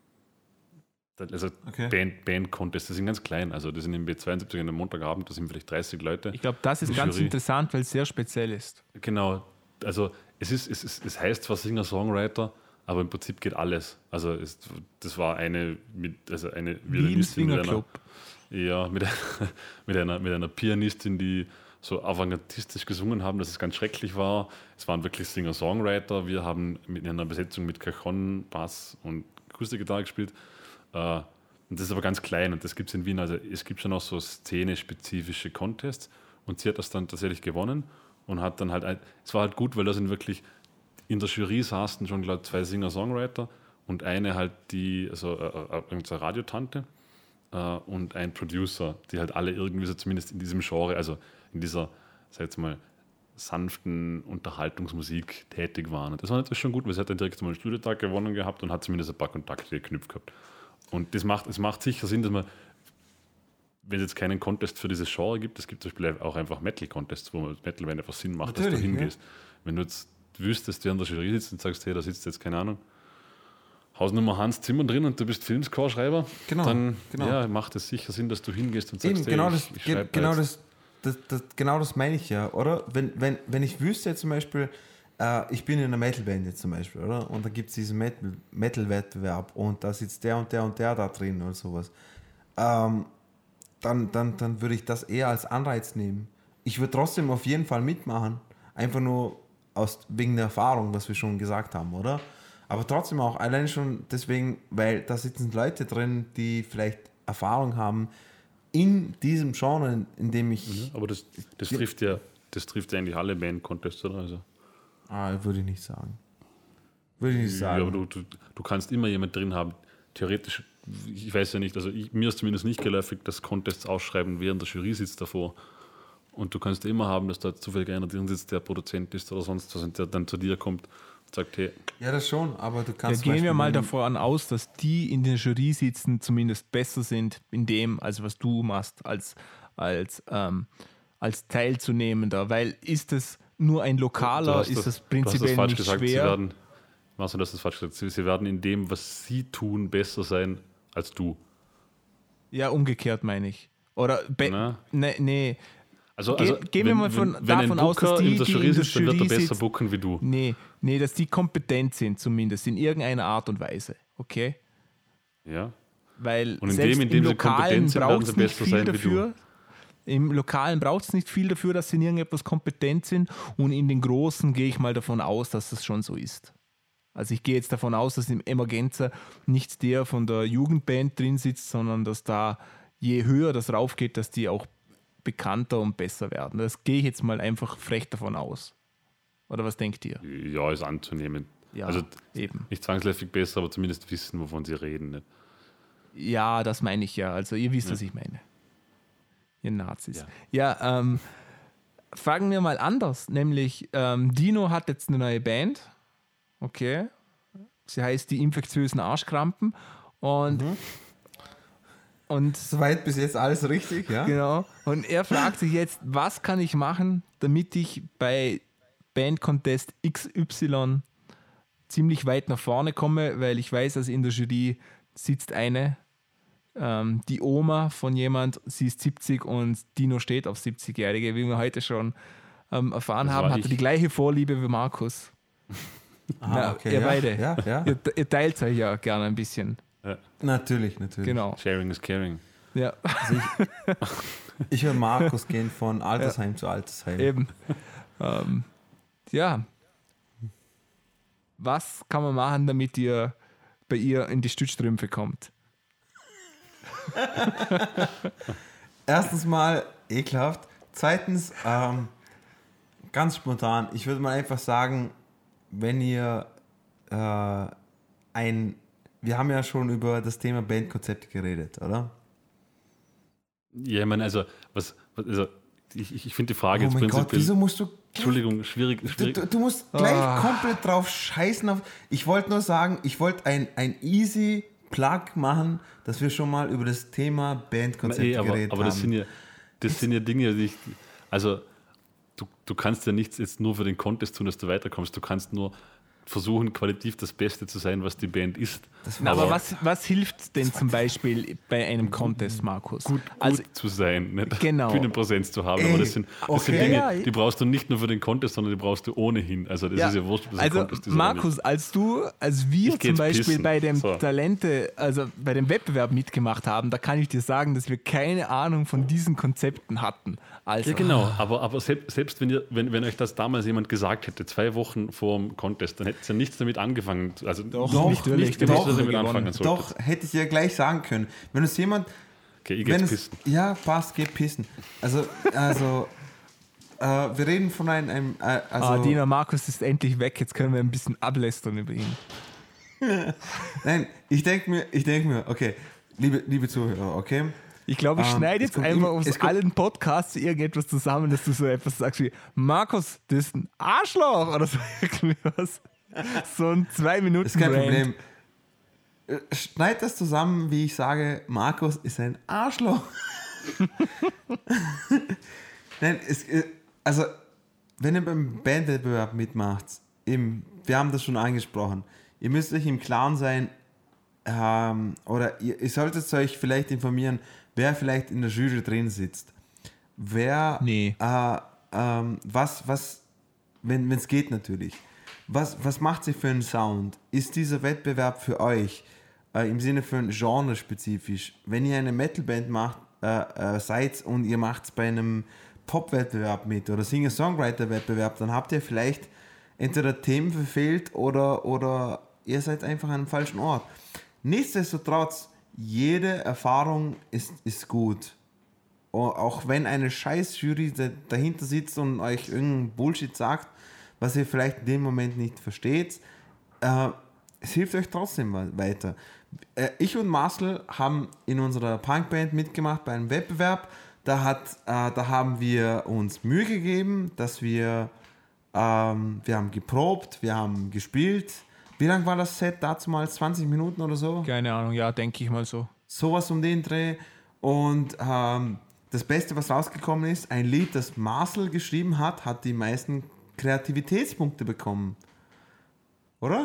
Speaker 2: also
Speaker 1: Okay.
Speaker 2: Band, Band-Contests, die sind ganz klein, also die sind im B zweiundsiebzig an einem Montagabend, da sind vielleicht dreißig Leute.
Speaker 3: Ich glaube, das ist
Speaker 2: Die
Speaker 3: ganz
Speaker 2: Jury.
Speaker 3: interessant, weil es sehr speziell ist.
Speaker 2: Genau, also es, ist, es, ist, es heißt zwar Singer-Songwriter, aber im Prinzip geht alles. Also es, das war eine, mit, also eine
Speaker 3: Wie im
Speaker 2: Violinistin mit einer,
Speaker 3: Swingerclub.
Speaker 2: ja, mit, mit, einer, mit einer Pianistin, die so avantgardistisch gesungen haben, dass es ganz schrecklich war. Es waren wirklich Singer-Songwriter. Wir haben mit einer Besetzung mit Cajon, Bass und Akustikgitarre gespielt. Äh, und das ist aber ganz klein und das gibt es in Wien. Also es gibt schon auch so szenespezifische Contests und sie hat das dann tatsächlich gewonnen und hat dann halt, ein, es war halt gut, weil da sind wirklich in der Jury saßen schon, glaube ich, zwei Singer-Songwriter und eine halt die, also äh, äh, irgendeine Radiotante äh, und ein Producer, die halt alle irgendwie so zumindest in diesem Genre, also in dieser, sag jetzt mal, sanften Unterhaltungsmusik tätig waren. Und das war natürlich schon gut, weil sie hat dann direkt mal einen Studiotag gewonnen gehabt und hat zumindest ein paar Kontakte geknüpft gehabt. Und das macht, es macht sicher Sinn, dass man, wenn es jetzt keinen Contest für dieses Genre gibt, es gibt zum Beispiel auch einfach Metal-Contests, wo man Metal, wenn einfach Sinn macht, dass
Speaker 1: Natürlich,
Speaker 2: du hingehst. Ja. Wenn du jetzt wüsstest, wer an der Jury sitzt und sagst, hey, da sitzt jetzt, keine Ahnung, Hausnummer Hans Zimmer drin und du bist Filmscore-Schreiber,
Speaker 1: Genau,
Speaker 2: dann
Speaker 1: genau.
Speaker 2: Ja, macht es sicher Sinn, dass du hingehst und sagst,
Speaker 1: Eben, genau,
Speaker 2: hey,
Speaker 1: das,
Speaker 2: ich, ich
Speaker 1: ge-
Speaker 2: schreib
Speaker 1: genau,
Speaker 2: jetzt.
Speaker 1: das, das, das, genau das meine ich ja, oder? Wenn, wenn, wenn ich wüsste jetzt zum Beispiel, äh, ich bin in einer Metal-Band jetzt zum Beispiel, oder? Und da gibt es diesen Metal- Metal-Wettbewerb und da sitzt der und der und der da drin oder sowas. Ähm, dann, dann, dann würde ich das eher als Anreiz nehmen. Ich würde trotzdem auf jeden Fall mitmachen, einfach nur aus, wegen der Erfahrung, was wir schon gesagt haben, oder? Aber trotzdem auch, allein schon deswegen, weil da sitzen Leute drin, die vielleicht Erfahrung haben in diesem Genre, in, in dem ich...
Speaker 2: Ja, aber das, das, trifft ja, das trifft ja eigentlich alle Band-Contests, oder? Also,
Speaker 1: Ah, würde ich nicht sagen. Würde ich nicht sagen.
Speaker 2: ja, aber du, du, du kannst immer jemand drin haben, theoretisch, ich weiß ja nicht, also ich, mir ist zumindest nicht geläufig, dass Contests ausschreiben, während der Jury sitzt davor. Und du kannst immer haben, dass da zufällig einer drin sitzt, der Produzent ist oder sonst was und der dann zu dir kommt und sagt, hey,
Speaker 1: Ja, das schon, aber du
Speaker 3: Ja,
Speaker 1: kannst...
Speaker 3: gehen
Speaker 1: zum
Speaker 3: wir mal
Speaker 1: Beispiel-
Speaker 3: davon aus, dass die in der Jury sitzen zumindest besser sind in dem, also was du machst, als, als, ähm, als Teilzunehmender. Weil ist es nur ein
Speaker 2: du
Speaker 3: Lokaler,
Speaker 2: hast
Speaker 3: ist
Speaker 2: das,
Speaker 3: das
Speaker 2: du hast
Speaker 3: prinzipiell
Speaker 2: das falsch
Speaker 3: nicht
Speaker 2: gesagt, sie
Speaker 3: schwer.
Speaker 2: werden, Marcel, du hast das falsch gesagt, sie, sie werden in dem, was sie tun, besser sein als du.
Speaker 3: Ja, umgekehrt meine ich. Oder, be-
Speaker 2: Na?
Speaker 3: nee, nee.
Speaker 2: Also,
Speaker 3: Ge-
Speaker 2: also
Speaker 3: gehen wir
Speaker 2: wenn,
Speaker 3: mal von-
Speaker 2: wenn, wenn
Speaker 3: davon
Speaker 2: ein
Speaker 3: aus, dass
Speaker 2: Booker
Speaker 3: die,
Speaker 2: in der
Speaker 3: die
Speaker 2: Jury
Speaker 3: in der
Speaker 2: sitzt, dann wird er
Speaker 3: Jury
Speaker 2: besser
Speaker 3: sitzt-
Speaker 2: booken wie du.
Speaker 3: Nee, nee, dass die kompetent sind zumindest, in irgendeiner Art und Weise, okay?
Speaker 2: Ja.
Speaker 3: Weil
Speaker 2: Und in
Speaker 3: selbst
Speaker 2: dem, in dem
Speaker 3: im
Speaker 2: sie
Speaker 3: Lokalen
Speaker 2: kompetent sind, werden
Speaker 3: braucht
Speaker 2: sie
Speaker 3: es nicht
Speaker 2: besser
Speaker 3: viel
Speaker 2: sein wie du.
Speaker 3: dafür. Im Lokalen braucht es nicht viel dafür, dass sie in irgendetwas kompetent sind. Und in den Großen gehe ich mal davon aus, dass das schon so ist. Also ich gehe jetzt davon aus, dass im Emergenza nicht der von der Jugendband drin sitzt, sondern dass da je höher das raufgeht, dass die auch bekannter und besser werden. Das gehe ich jetzt mal einfach frech davon aus. Oder was denkt ihr?
Speaker 2: Ja, ist anzunehmen.
Speaker 3: Ja,
Speaker 2: also
Speaker 3: eben.
Speaker 2: nicht zwangsläufig besser, aber zumindest wissen, wovon sie reden. Nicht?
Speaker 3: Ja, das meine ich ja. Also ihr wisst,
Speaker 2: Ja.
Speaker 3: was ich meine. Ihr Nazis.
Speaker 2: Ja.
Speaker 3: Ja, ähm, fragen wir mal anders. Nämlich, ähm, Dino hat jetzt eine neue Band. Okay. Sie heißt die infektiösen Arschkrampen. Und,
Speaker 1: Mhm.
Speaker 3: und
Speaker 1: Soweit bis jetzt alles richtig, ja?
Speaker 3: genau. Und er fragt sich jetzt, was kann ich machen, damit ich bei Band Contest X Y ziemlich weit nach vorne komme, weil ich weiß, dass in der Jury sitzt eine, ähm, die Oma von jemand, sie ist siebzig und Dino steht auf siebzig-Jährige, wie wir heute schon ähm, erfahren
Speaker 2: Das
Speaker 3: haben,
Speaker 2: war
Speaker 3: hat
Speaker 2: ich.
Speaker 3: er die gleiche Vorliebe wie Markus.
Speaker 1: Ah,
Speaker 3: Na,
Speaker 1: okay,
Speaker 3: ihr
Speaker 1: ja,
Speaker 3: beide.
Speaker 1: Ja, ja.
Speaker 3: Ihr, ihr teilt euch ja gerne ein bisschen.
Speaker 2: Ja.
Speaker 1: Natürlich, natürlich.
Speaker 3: Genau.
Speaker 2: Sharing is caring.
Speaker 3: Ja,
Speaker 1: Ich höre Markus gehen von Altersheim zu Altersheim.
Speaker 3: eben. ähm, ja. Was kann man machen, damit ihr bei ihr in die Stützstrümpfe kommt?
Speaker 1: Erstens mal ekelhaft. Zweitens, ähm, ganz spontan, ich würde mal einfach sagen, wenn ihr äh, ein, wir haben ja schon über das Thema Bandkonzepte geredet, oder?
Speaker 2: Ja, ich meine, also, was, was also, ich, ich finde die Frage
Speaker 1: Oh
Speaker 2: jetzt
Speaker 1: mein Gott,
Speaker 2: prinzipiell.
Speaker 1: wieso musst du...
Speaker 2: Entschuldigung, schwierig.
Speaker 1: Du,
Speaker 2: schwierig.
Speaker 1: du, du musst gleich
Speaker 3: Ah.
Speaker 1: komplett drauf scheißen. Auf, ich wollte nur sagen, ich wollte ein, ein easy Plug machen, dass wir schon mal über das Thema Bandkonzepte
Speaker 2: Nee, aber,
Speaker 1: geredet
Speaker 2: aber das
Speaker 1: haben.
Speaker 2: sind ja, das sind ja Dinge, die ich, also du, du kannst ja nichts jetzt nur für den Contest tun, dass du weiterkommst. Du kannst nur versuchen, qualitativ das Beste zu sein, was die Band ist.
Speaker 3: Na, aber was, was hilft denn zum Beispiel bei einem Contest, Markus?
Speaker 2: Gut,
Speaker 3: also,
Speaker 2: gut zu sein, nicht
Speaker 3: Genau.
Speaker 2: Bühnenpräsenz zu haben.
Speaker 1: Ey,
Speaker 2: aber das sind, das
Speaker 1: okay.
Speaker 2: sind Dinge,
Speaker 3: Ja,
Speaker 2: die brauchst du nicht nur für den Contest, sondern die brauchst du ohnehin. Also das
Speaker 3: ja,
Speaker 2: ist ja wurscht, ob das ein
Speaker 3: also
Speaker 2: Contest ist oder
Speaker 3: Markus, als du, als wir
Speaker 2: Ich geh
Speaker 3: zum
Speaker 2: jetzt
Speaker 3: Beispiel
Speaker 2: pissen.
Speaker 3: bei dem
Speaker 2: So.
Speaker 3: Talente, also bei dem Wettbewerb mitgemacht haben, da kann ich dir sagen, dass wir keine Ahnung von diesen Konzepten hatten. Also,
Speaker 2: Ja, genau, aber, aber selbst, selbst wenn, ihr, wenn, wenn euch das damals jemand gesagt hätte, zwei Wochen vor dem Contest, dann hättet ihr nichts damit angefangen. Also
Speaker 3: Doch,
Speaker 1: Doch,
Speaker 3: nicht wirklich.
Speaker 2: nicht,
Speaker 1: doch,
Speaker 2: dass ihr damit
Speaker 3: gewonnen.
Speaker 2: anfangen solltet.
Speaker 1: Doch, hätte ich ja gleich sagen können. Wenn es jemand...
Speaker 2: Okay, ich geh
Speaker 1: wenn
Speaker 2: jetzt
Speaker 1: es,
Speaker 2: pissen.
Speaker 1: ja, passt, geh pissen. Also, also äh, wir reden von einem... einem äh, also,
Speaker 3: ah, Dina, Markus ist endlich weg, jetzt können wir ein bisschen ablästern über ihn.
Speaker 1: Nein, ich denke mir, ich denke mir, okay, liebe, liebe Zuhörer, okay?
Speaker 3: Ich glaube, ich
Speaker 1: Ähm,
Speaker 3: schneide
Speaker 1: es
Speaker 3: jetzt
Speaker 1: kommt
Speaker 3: einfach
Speaker 1: immer-
Speaker 3: aus
Speaker 1: es kommt-
Speaker 3: allen Podcasts irgendetwas zusammen, dass du so etwas sagst wie Markus, das ist ein Arschloch oder so irgendwie was. So ein zwei Minuten
Speaker 1: Ist kein
Speaker 3: Rant.
Speaker 1: Problem. Äh, Schneid das zusammen, wie ich sage, Markus ist ein Arschloch. Nein, es, äh, also, wenn ihr beim Bandwettbewerb mitmacht, eben, wir haben das schon angesprochen, ihr müsst euch im Klaren sein, ähm, oder ihr, ihr solltet euch vielleicht informieren, wer vielleicht in der Jury drin sitzt. Wer,
Speaker 3: Nee.
Speaker 1: äh, ähm, was, was, wenn es geht natürlich. Was, was macht sie für einen Sound? Ist dieser Wettbewerb für euch äh, im Sinne von Genre spezifisch? Wenn ihr eine Metalband macht, äh, äh, seid und ihr macht es bei einem Pop-Wettbewerb mit oder Singer-Songwriter-Wettbewerb, dann habt ihr vielleicht entweder Themen verfehlt oder, oder ihr seid einfach an einem falschen Ort. Nichtsdestotrotz, jede Erfahrung ist, ist gut. O- Auch wenn eine scheiß Jury da- dahinter sitzt und euch irgendeinen Bullshit sagt, was ihr vielleicht in dem Moment nicht versteht, äh, es hilft euch trotzdem we- weiter. Äh, ich und Marcel haben in unserer Punkband mitgemacht bei einem Wettbewerb. Da, hat, äh, da haben wir uns Mühe gegeben, dass wir, ähm, wir haben geprobt, wir haben gespielt. Wie lang war das Set dazu mal? zwanzig Minuten oder so?
Speaker 3: Keine Ahnung, ja, denke ich mal so.
Speaker 1: Sowas um den Dreh. Und ähm, das Beste, was rausgekommen ist, ein Lied, das Marcel geschrieben hat, hat die meisten Kreativitätspunkte bekommen. Oder?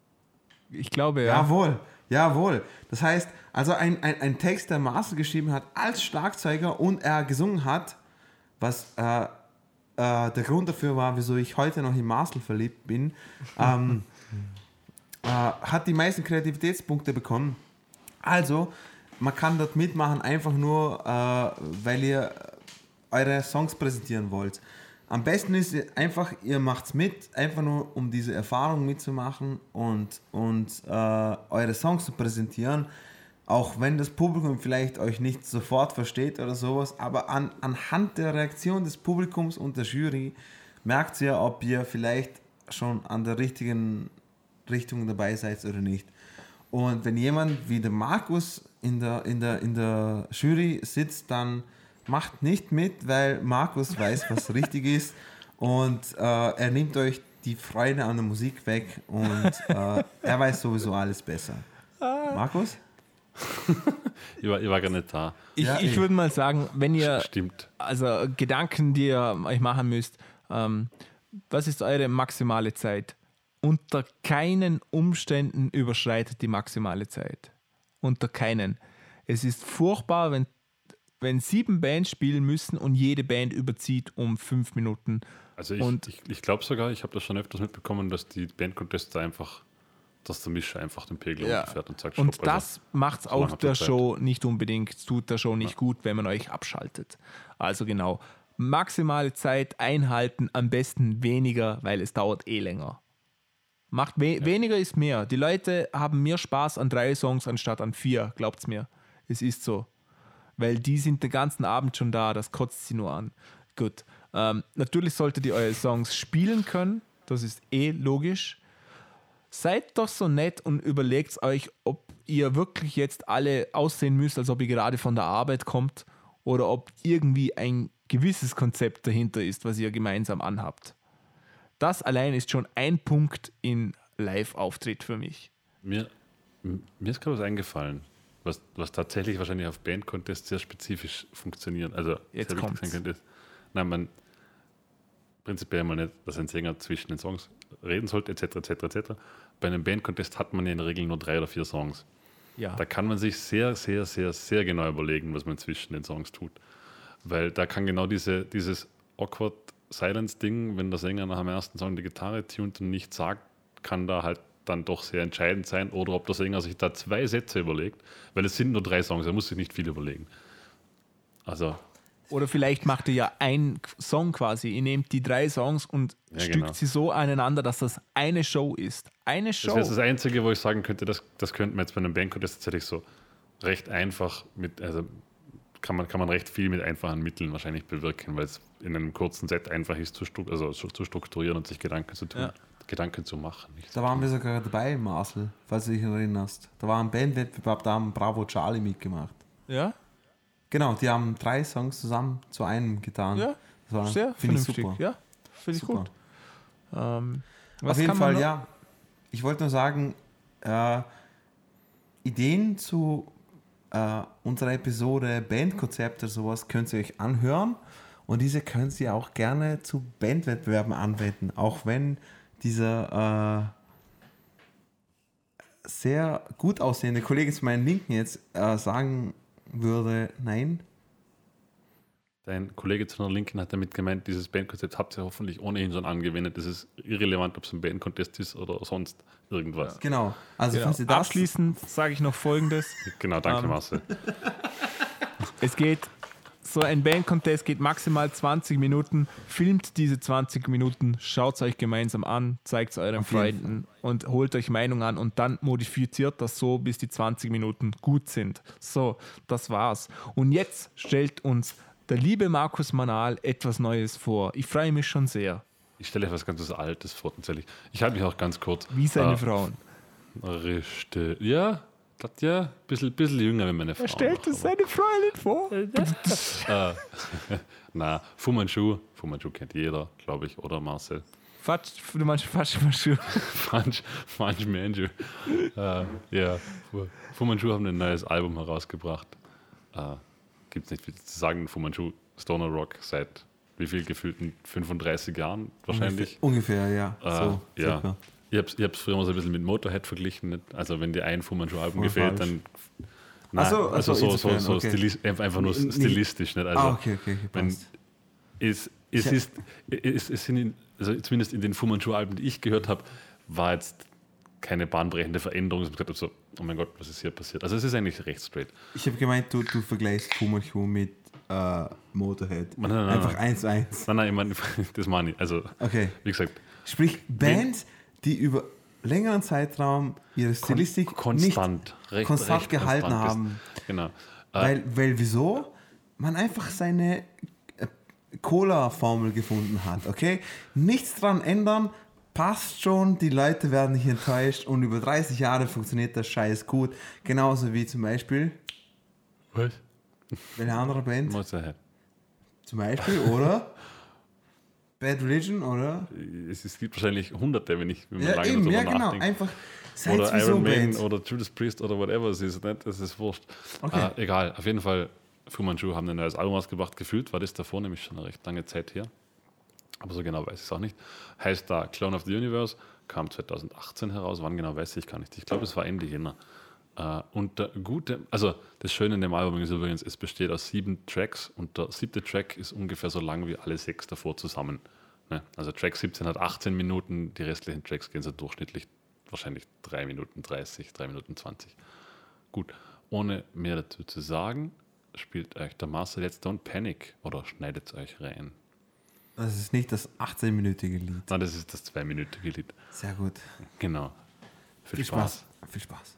Speaker 3: Ich glaube, ja.
Speaker 1: Jawohl, jawohl. Das heißt, also ein, ein, ein Text, der Marcel geschrieben hat als Schlagzeuger und er gesungen hat, was äh, äh, der Grund dafür war, wieso ich heute noch in Marcel verliebt bin, ähm, äh, hat die meisten Kreativitätspunkte bekommen. Also, man kann dort mitmachen, einfach nur, äh, weil ihr eure Songs präsentieren wollt. Am besten ist einfach, ihr macht's mit, einfach nur, um diese Erfahrung mitzumachen und, und äh, eure Songs zu präsentieren. Auch wenn das Publikum vielleicht euch nicht sofort versteht oder sowas, aber an, anhand der Reaktion des Publikums und der Jury merkt ihr, ob ihr vielleicht schon an der richtigen Richtung dabei seid oder nicht. Und wenn jemand wie der Markus in der, in der, in der Jury sitzt, dann macht nicht mit, weil Markus weiß, was richtig ist und äh, er nimmt euch die Freude an der Musik weg und äh, er weiß sowieso alles besser. Markus?
Speaker 2: ich, war, ich war gar nicht da.
Speaker 3: Ich,
Speaker 1: Ja,
Speaker 3: ich
Speaker 1: eh.
Speaker 3: würde mal sagen, wenn ihr,
Speaker 2: Stimmt.
Speaker 3: also Gedanken, die ihr euch machen müsst, ähm, was ist eure maximale Zeit? Unter keinen Umständen überschreitet die maximale Zeit. Unter keinen. Es ist furchtbar, wenn, wenn sieben Bands spielen müssen und jede Band überzieht um fünf Minuten.
Speaker 2: Also ich,
Speaker 3: Und-
Speaker 2: ich, ich glaube sogar, ich habe das schon öfters mitbekommen, dass die Bandcontests einfach, dass der Mischer einfach den Pegel
Speaker 3: Ja.
Speaker 2: runterfährt und sagt,
Speaker 3: Und
Speaker 2: stopp.
Speaker 3: das macht es
Speaker 2: so lange
Speaker 3: auch
Speaker 2: habt ihr
Speaker 3: der
Speaker 2: Zeit.
Speaker 3: Show nicht unbedingt, tut der Show nicht gut, wenn man euch abschaltet. Also genau, maximale Zeit einhalten, am besten weniger, weil es dauert eh länger. Macht we
Speaker 2: Ja.
Speaker 3: Weniger ist mehr. Die Leute haben mehr Spaß an drei Songs anstatt an vier, glaubt's mir. Es ist so. Weil die sind den ganzen Abend schon da, das kotzt sie nur an. Gut. Ähm, natürlich solltet ihr eure Songs spielen können, das ist eh logisch. Seid doch so nett und überlegt euch, ob ihr wirklich jetzt alle aussehen müsst, als ob ihr gerade von der Arbeit kommt oder ob irgendwie ein gewisses Konzept dahinter ist, was ihr gemeinsam anhabt. Das allein ist schon ein Punkt in Live-Auftritt für mich.
Speaker 2: Mir, m- mir ist gerade was eingefallen, was, was tatsächlich wahrscheinlich auf Bandcontests sehr spezifisch funktioniert. Also,
Speaker 3: Jetzt
Speaker 2: sehr wichtig
Speaker 3: kommt's.
Speaker 2: sein könnte, ist, nein, man prinzipiell mal nicht, dass ein Sänger zwischen den Songs reden sollte, et cetera, et cetera, et cetera. Bei einem Bandcontest hat man ja in der Regel nur drei oder vier Songs.
Speaker 3: Ja.
Speaker 2: Da kann man sich sehr, sehr, sehr, sehr genau überlegen, was man zwischen den Songs tut. Weil da kann genau diese, dieses awkward Silence-Ding, wenn der Sänger nach dem ersten Song die Gitarre tunt und nichts sagt, kann da halt dann doch sehr entscheidend sein. Oder ob der Sänger sich da zwei Sätze überlegt, weil es sind nur drei Songs, er muss sich nicht viel überlegen. Also,
Speaker 3: Oder vielleicht macht ihr ja einen Song quasi. Ihr nehmt die drei Songs und
Speaker 2: Ja,
Speaker 3: stückt
Speaker 2: genau.
Speaker 3: sie so aneinander, dass das eine Show ist. Eine
Speaker 2: das
Speaker 3: Show.
Speaker 2: wäre das Einzige, wo ich sagen könnte, das, das könnte man jetzt bei einem Bandcontest tatsächlich so recht einfach mit, also kann man, kann man recht viel mit einfachen Mitteln wahrscheinlich bewirken, weil es in einem kurzen Set einfach ist, zu, stru also zu, zu strukturieren und sich Gedanken zu tun,
Speaker 3: Ja.
Speaker 2: Gedanken zu machen. Nicht
Speaker 1: Da waren wir sogar dabei, Marcel, falls du dich erinnerst. Da war ein Bandwettbewerb, da haben Bravo Charlie mitgemacht.
Speaker 3: Ja,
Speaker 1: Genau, die haben drei Songs zusammen zu einem getan.
Speaker 3: ja,
Speaker 1: Das war,
Speaker 3: sehr
Speaker 1: finde ich
Speaker 3: vernünftig.
Speaker 1: super.
Speaker 3: Ja, finde ich
Speaker 1: Super.
Speaker 3: gut. Ähm, was
Speaker 1: Auf jeden
Speaker 3: kann man
Speaker 1: Fall,
Speaker 3: noch?
Speaker 1: ja. Ich wollte nur sagen, äh, Ideen zu äh, unserer Episode, Bandkonzepte, sowas könnt ihr euch anhören und diese könnt ihr auch gerne zu Bandwettbewerben anwenden, auch wenn dieser äh, sehr gut aussehende Kollege zu meinen Linken jetzt äh, sagen würde, nein.
Speaker 2: Dein Kollege zu einer Linken hat damit gemeint, dieses Bandkonzept habt ihr hoffentlich ohnehin schon angewendet. Es ist irrelevant, ob es ein Bandcontest ist oder sonst irgendwas.
Speaker 1: Genau. Also
Speaker 3: Genau.
Speaker 1: falls ihr das
Speaker 3: Abschließend sage ich noch Folgendes.
Speaker 2: Genau, danke
Speaker 3: Ähm,
Speaker 2: Marcel.
Speaker 3: Es geht, so ein Band-Contest geht maximal zwanzig Minuten. Filmt diese zwanzig Minuten, schaut es euch gemeinsam an, zeigt es euren
Speaker 1: Auf jeden
Speaker 3: Freunden und holt euch Meinung an und dann modifiziert das so, bis die zwanzig Minuten gut sind. So, das war's. Und jetzt stellt uns der liebe Markus Manal etwas Neues vor. Ich freue mich schon sehr.
Speaker 2: Ich stelle euch was ganz was Altes vor, tatsächlich. Ich halte mich auch ganz kurz.
Speaker 3: Wie seine
Speaker 2: Äh,
Speaker 3: Frauen.
Speaker 2: Richtig. Ja, das ja, ein bisschen, bisschen jünger wie meine Frau.
Speaker 3: Er stellt
Speaker 2: noch,
Speaker 3: uns seine Freundin vor.
Speaker 2: aber- äh, Na, Fu Manchu. Fu Manchu kennt jeder, glaube ich, oder Marcel?
Speaker 3: Fatsch, du meinst Fatsch, Fatsch.
Speaker 2: Funch, Funch Manchu. äh, ja, Fu, Fu Manchu haben ein neues Album herausgebracht. Äh, Gibt es nicht viel zu sagen. Fu Manchu, Stoner Rock seit wie viel gefühlten fünfunddreißig Jahren wahrscheinlich.
Speaker 1: ungefähr, ja.
Speaker 2: Äh,
Speaker 1: so,
Speaker 2: ja.
Speaker 1: circa.
Speaker 2: Ich habe es ich hab's früher mal so ein bisschen mit Motorhead verglichen. Nicht? Also wenn dir ein Fu Manchu-Album
Speaker 1: Voll
Speaker 2: gefällt,
Speaker 1: falsch.
Speaker 2: dann... Nein,
Speaker 1: Ach so, ach
Speaker 2: also
Speaker 1: so,
Speaker 2: so, so,
Speaker 1: insofern,
Speaker 2: so
Speaker 1: okay.
Speaker 2: stilis, einfach nur
Speaker 1: N- nicht-
Speaker 2: stilistisch. Nicht? Also
Speaker 1: Ah, okay, okay, okay,
Speaker 2: wenn,
Speaker 1: passt.
Speaker 2: es, es,
Speaker 1: Ja.
Speaker 2: ist, es, es sind in, also zumindest in den Fu Manchu-Alben, die ich gehört habe, war jetzt keine bahnbrechende Veränderung. Ich habe gesagt, so, oh mein Gott, was ist hier passiert? Also es ist eigentlich recht straight.
Speaker 1: Ich habe gemeint, du, du vergleichst Fu Manchu mit äh, Motorhead.
Speaker 2: Nein, nein, nein,
Speaker 1: Einfach
Speaker 2: nein.
Speaker 1: eins zu eins.
Speaker 2: Nein, nein, ich meine, das meine ich. Also,
Speaker 1: Okay.
Speaker 2: wie gesagt,
Speaker 1: Sprich, Bands, die über längeren Zeitraum ihre Stilistik
Speaker 2: konstant,
Speaker 1: nicht
Speaker 2: recht,
Speaker 1: konstant
Speaker 2: recht
Speaker 1: gehalten
Speaker 2: konstant ist.
Speaker 1: haben.
Speaker 2: Genau. Äh,
Speaker 1: Weil, weil wieso? Man einfach seine äh, Cola-Formel gefunden hat, okay? Nichts dran ändern, passt schon, die Leute werden nicht enttäuscht und über dreißig Jahre funktioniert das Scheiß gut. Genauso wie zum Beispiel,
Speaker 2: was?
Speaker 1: welche andere Band?
Speaker 2: Motorhead.
Speaker 1: Zum Beispiel, oder? Bad Religion, oder?
Speaker 2: Es, es gibt wahrscheinlich hunderte, wenn ich wenn man
Speaker 1: Ja,
Speaker 2: lange
Speaker 1: eben,
Speaker 2: darüber
Speaker 1: ja, genau.
Speaker 2: nachdenkt.
Speaker 1: Einfach seid
Speaker 2: Oder
Speaker 1: wie so
Speaker 2: Iron Maiden
Speaker 1: Bands.
Speaker 2: oder Judas Priest oder whatever es ist. Nicht? Das ist wurscht.
Speaker 1: Okay.
Speaker 2: Äh, egal, auf jeden Fall, Fu Manchu haben ein neues Album ausgebracht. Gefühlt war das davor nämlich schon eine recht lange Zeit her. Aber so genau weiß ich es auch nicht. Heißt da Clone of the Universe, kam zwanzig achtzehn heraus. Wann genau weiß ich gar nicht. Ich glaube, es war Ende Jänner. Uh, und der gute, also das Schöne in dem Album ist übrigens, es besteht aus sieben Tracks und der siebte Track ist ungefähr so lang wie alle sechs davor zusammen. Ne? Also Track siebzehn hat achtzehn Minuten, die restlichen Tracks gehen so durchschnittlich wahrscheinlich drei Minuten dreißig, drei Minuten zwanzig. Gut, ohne mehr dazu zu sagen, spielt euch der Marcel jetzt Don't Panic oder schneidet es euch rein.
Speaker 1: Das ist nicht das achtzehn-minütige Lied.
Speaker 2: Nein, das ist das zwei-minütige Lied.
Speaker 1: Sehr gut.
Speaker 2: Genau. Viel,
Speaker 1: Viel
Speaker 2: Spaß.
Speaker 1: Spaß. Viel Spaß.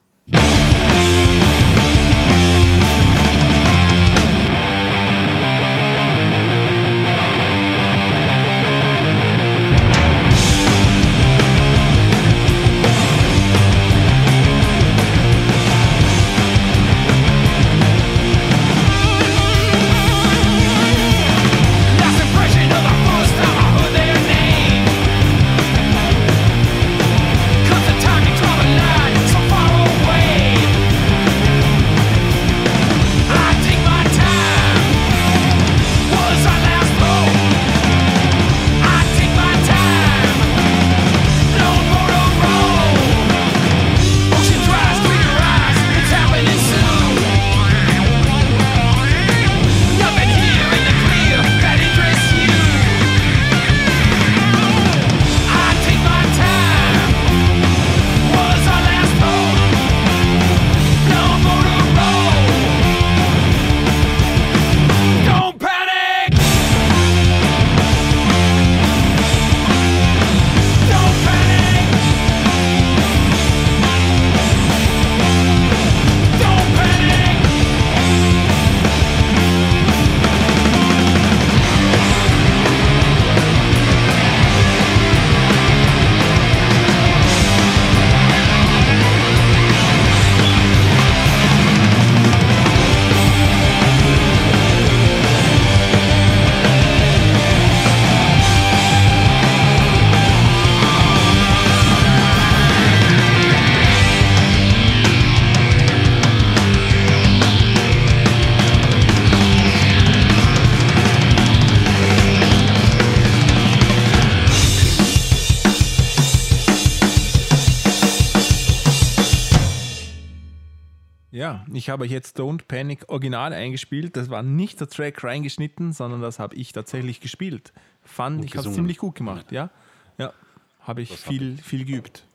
Speaker 3: Ja, ich habe jetzt Don't Panic Original eingespielt. Das war nicht der Track reingeschnitten, sondern das habe ich tatsächlich gespielt. Fand,
Speaker 2: Und
Speaker 3: ich habe es
Speaker 2: gesungen.
Speaker 3: ziemlich gut gemacht, ja. Ja, habe ich
Speaker 2: Das hab
Speaker 3: viel, viel geübt.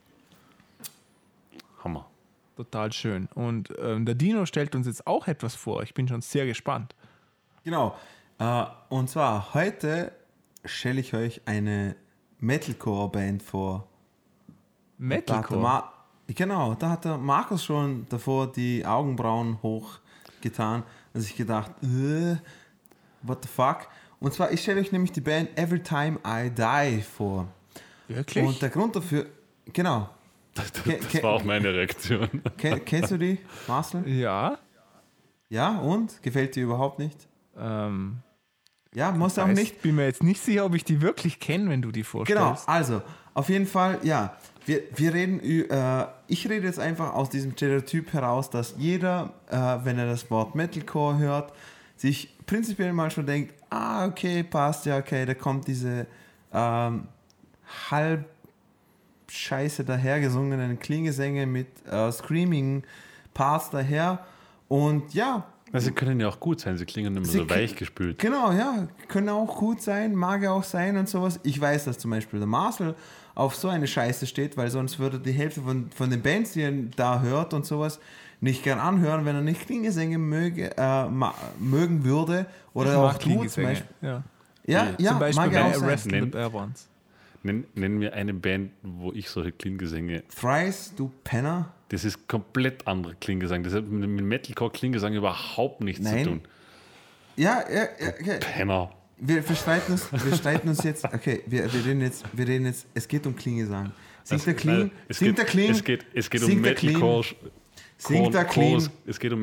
Speaker 2: Hammer.
Speaker 3: Total schön. Und ähm, der Dino stellt uns jetzt auch etwas vor. Ich bin schon sehr gespannt.
Speaker 1: Genau. Äh, und zwar heute stelle ich euch eine Metalcore-Band vor. Da hat der
Speaker 3: Metalcore.
Speaker 1: Ma- genau, da hat der Markus schon davor die Augenbrauen hochgetan. Also ich gedacht, äh, what the fuck? Und zwar, ich stelle euch nämlich die Band Every Time I Die vor.
Speaker 3: Wirklich?
Speaker 1: Und der Grund dafür, genau.
Speaker 2: Das, das,
Speaker 1: Ke-
Speaker 2: das
Speaker 1: ke-
Speaker 2: war auch meine Reaktion.
Speaker 1: Ken, kennst du die, Marcel?
Speaker 3: ja.
Speaker 1: Ja, und? Gefällt dir überhaupt nicht?
Speaker 3: Ähm,
Speaker 1: Ja, muss auch
Speaker 3: weiß,
Speaker 1: nicht.
Speaker 3: bin mir jetzt nicht sicher, ob ich die wirklich kenne, wenn du die vorstellst.
Speaker 1: Genau, also, auf jeden Fall, ja, wir, wir reden, ü- äh, ich rede jetzt einfach aus diesem Stereotyp heraus, dass jeder, äh, wenn er das Wort Metalcore hört, sich prinzipiell mal schon denkt, ah, okay, passt, ja, okay, da kommt diese ähm, halb scheiße dahergesungenen Klingesänge mit äh, Screaming Parts daher und ja,
Speaker 2: Also sie können ja auch gut sein, sie klingen immer
Speaker 1: Sie
Speaker 2: so
Speaker 1: kl-
Speaker 2: weich gespült.
Speaker 1: Genau, ja, können auch gut sein, mag ja auch sein und sowas. Ich weiß, dass zum Beispiel der Marcel auf so eine Scheiße steht, weil sonst würde die Hälfte von, von den Bands, die er da hört und sowas, nicht gern anhören, wenn er nicht Klingesänge möge, äh, ma- mögen würde oder
Speaker 3: Ich
Speaker 1: auch
Speaker 3: mag
Speaker 1: tut zum
Speaker 3: Klingesänge.
Speaker 1: Beispiel.
Speaker 3: Ja.
Speaker 1: Ja,
Speaker 2: Nee.
Speaker 1: ja,
Speaker 3: Zum Beispiel
Speaker 1: mag ja auch
Speaker 3: bei
Speaker 1: sein.
Speaker 3: Arrested
Speaker 2: Nenn-
Speaker 3: Development.
Speaker 2: Nenn, nenn mir eine Band, wo ich solche Klingesänge.
Speaker 1: Thrice, du Penner.
Speaker 2: Das ist komplett andere Klingesang. Das hat mit mit Metalcore-Klingesang überhaupt nichts
Speaker 1: Nein.
Speaker 2: zu tun.
Speaker 1: Ja, ja, ja, okay.
Speaker 2: Penner.
Speaker 1: Wir, wir, streiten uns, wir streiten uns jetzt, okay, wir, wir, reden jetzt, wir reden jetzt, es geht um Klingesang. Singt der clean?
Speaker 2: Nein, es
Speaker 1: Singt
Speaker 2: geht,
Speaker 1: der clean?
Speaker 2: Es geht, es geht um
Speaker 1: Singt der clean?
Speaker 2: Metalcore.
Speaker 1: Singt der
Speaker 2: Chor-
Speaker 1: clean?
Speaker 2: Chors- Es geht um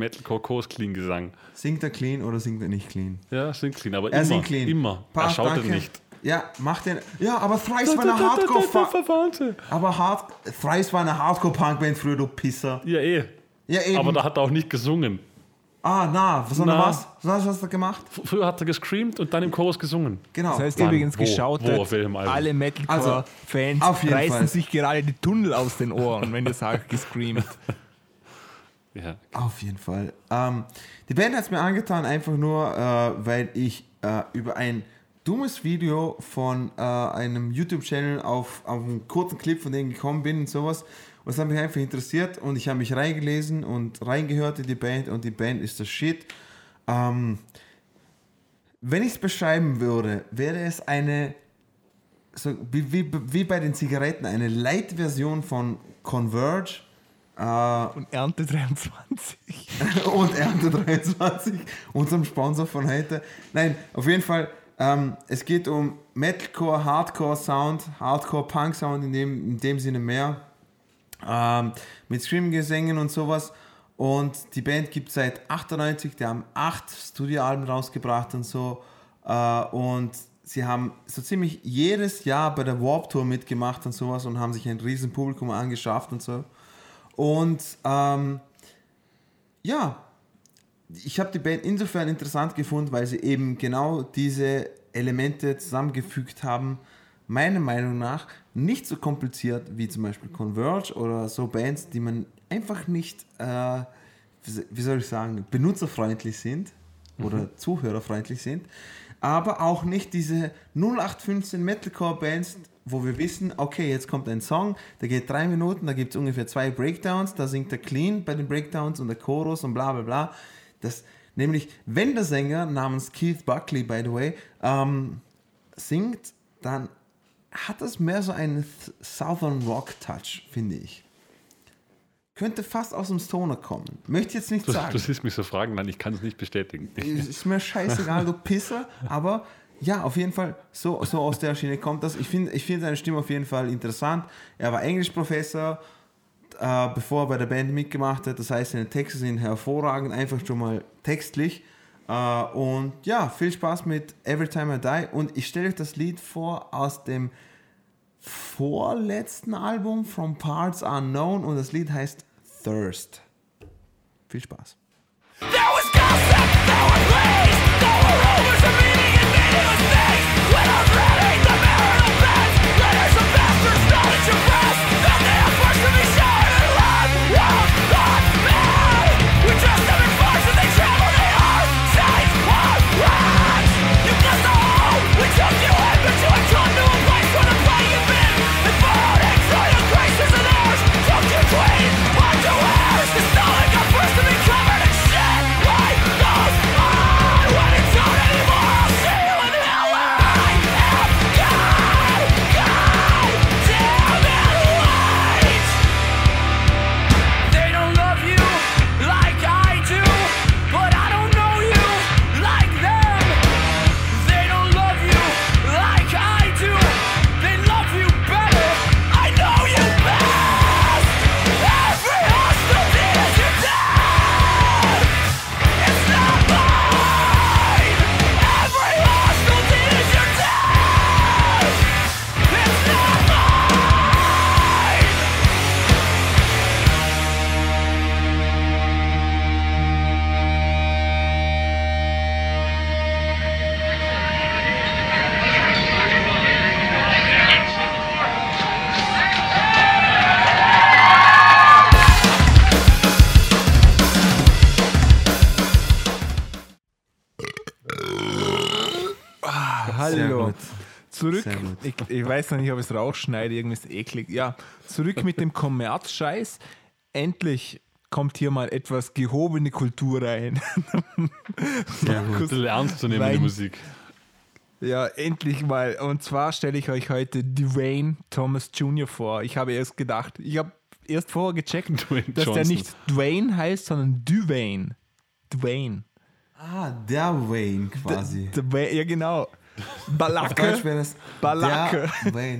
Speaker 2: Metalcore-Chors-Klingesang.
Speaker 1: Singt er clean oder singt er nicht clean?
Speaker 2: Ja, singt clean, aber
Speaker 1: Er
Speaker 2: immer.
Speaker 1: singt clean.
Speaker 2: Immer.
Speaker 1: Passt,
Speaker 2: er schaut
Speaker 1: danke.
Speaker 2: nicht.
Speaker 1: Ja, mach den. Ja, aber Thrice war eine Hardcore. Aber Hard, Thrice war eine Hardcore-Punk-Band früher, du Pisser.
Speaker 2: Ja, eh.
Speaker 1: Ja, eben.
Speaker 2: Aber da hat er auch nicht gesungen.
Speaker 1: Ah, na, was hat er was? Was hast du gemacht?
Speaker 2: Früher hat er gescreamt und dann im Chorus gesungen.
Speaker 1: Genau.
Speaker 3: Das heißt
Speaker 2: Wann?
Speaker 3: übrigens
Speaker 2: Wo?
Speaker 3: geschaut,
Speaker 2: Wo? Auf welchem Album?
Speaker 3: alle Metalcore-Fans
Speaker 1: Also, auf jeden
Speaker 3: reißen
Speaker 1: Fall.
Speaker 3: sich gerade die Tunnel aus den Ohren, wenn ihr sagt, gescreamt.
Speaker 2: Ja.
Speaker 1: Auf jeden Fall. Ähm, die Band hat es mir angetan, einfach nur, äh, weil ich äh, über ein dummes Video von äh, einem YouTube-Channel auf, auf einen kurzen Clip von denen gekommen bin und sowas. Und das hat mich einfach interessiert und ich habe mich reingelesen und reingehört in die Band und die Band ist das Shit. Ähm, wenn ich es beschreiben würde, wäre es eine, so wie, wie, wie bei den Zigaretten, eine Light-Version von Converge. Äh,
Speaker 3: Und Ernte dreiundzwanzig.
Speaker 1: und Ernte dreiundzwanzig, unserem Sponsor von heute. Nein, auf jeden Fall, ähm, es geht um Metalcore, Hardcore Sound, Hardcore Punk Sound in dem, in dem Sinne mehr. Ähm, mit Scream-Gesängen und sowas. Und die Band gibt es seit achtundneunzig, die haben acht Studioalben rausgebracht und so. Äh, und sie haben so ziemlich jedes Jahr bei der Warped Tour mitgemacht und sowas und haben sich ein riesen Publikum angeschafft und so. Und ähm, ja, ich habe die Band insofern interessant gefunden, weil sie eben genau diese Elemente zusammengefügt haben. Meiner Meinung nach nicht so kompliziert wie zum Beispiel Converge oder so Bands, die man einfach nicht, äh, wie soll ich sagen, benutzerfreundlich sind oder mhm. zuhörerfreundlich sind, aber auch nicht diese null acht fünfzehn Metalcore-Bands, wo wir wissen, okay, jetzt kommt ein Song, der geht drei Minuten, da gibt es ungefähr zwei Breakdowns, da singt er clean bei den Breakdowns und der Chorus und bla bla bla. Das, nämlich, wenn der Sänger namens Keith Buckley, by the way, ähm, singt, dann hat das mehr so einen Southern Rock Touch, finde ich. Könnte fast aus dem Stoner kommen. Möchte ich jetzt nicht
Speaker 2: Du,
Speaker 1: sagen.
Speaker 2: du siehst mich so fragen, nein, ich kann es nicht bestätigen.
Speaker 1: Ist mir scheißegal, du Pisser, aber ja, auf jeden Fall, so, so aus der Schiene kommt das. Ich finde ich find seine Stimme auf jeden Fall interessant. Er war Englischprofessor, äh, bevor er bei der Band mitgemacht hat. Das heißt, seine Texte sind hervorragend, einfach schon mal textlich. Äh, und ja, viel Spaß mit Every Time I Die. Und ich stelle euch das Lied vor aus dem vorletzten Album, From Parts Unknown. Und das Lied heißt Thirst. Viel Spaß.
Speaker 4: There was gossip, there were lies, there were rumors of meaning and meaningless things. When I'm ready, the mirror of beds, letters of bastards not at your breast. Felt they are forced to be showered in love. World not mad. We dressed them in farce and they travel the earth. Signs of rats. You blessed the hole, we took you in, but you had come to a place where the play you've been. And borrowed exile your graces and ours. Took you clean, underwears. The stolen got first to be covered in shit. Life goes on when it's not anymore. I'll see you in hell where I am God. God damn it, wait. They don't love you like I do, but I don't know you like them. They don't love you like I do. They love you better. I know you best. Every hostility is your death. It's not mine. Every hostility is your death. It's not mine.
Speaker 1: Sehr
Speaker 3: Hallo.
Speaker 1: gut.
Speaker 3: Zurück,
Speaker 1: Sehr gut.
Speaker 3: ich, ich weiß noch nicht, ob ich es rausschneide, irgendwie ist eklig. Ja, zurück mit dem Kommerzscheiß. Endlich kommt hier mal etwas gehobene Kultur rein.
Speaker 1: Sehr gut.
Speaker 2: Ein bisschen ernst zu nehmen,
Speaker 3: Nein.
Speaker 2: die Musik.
Speaker 3: Ja, endlich mal. Und zwar stelle ich euch heute Dwayne Thomas Junior vor. Ich habe erst gedacht, ich habe erst vorher gecheckt,
Speaker 2: Dwayne
Speaker 3: dass der
Speaker 2: Johnson.
Speaker 3: nicht Dwayne heißt, sondern Dwayne. Dwayne.
Speaker 1: Ah, der Wayne quasi.
Speaker 3: D- Dwayne, ja genau.
Speaker 1: Auf
Speaker 3: Balake.
Speaker 1: Deutsch wäre das
Speaker 3: Balake.
Speaker 1: der Wayne.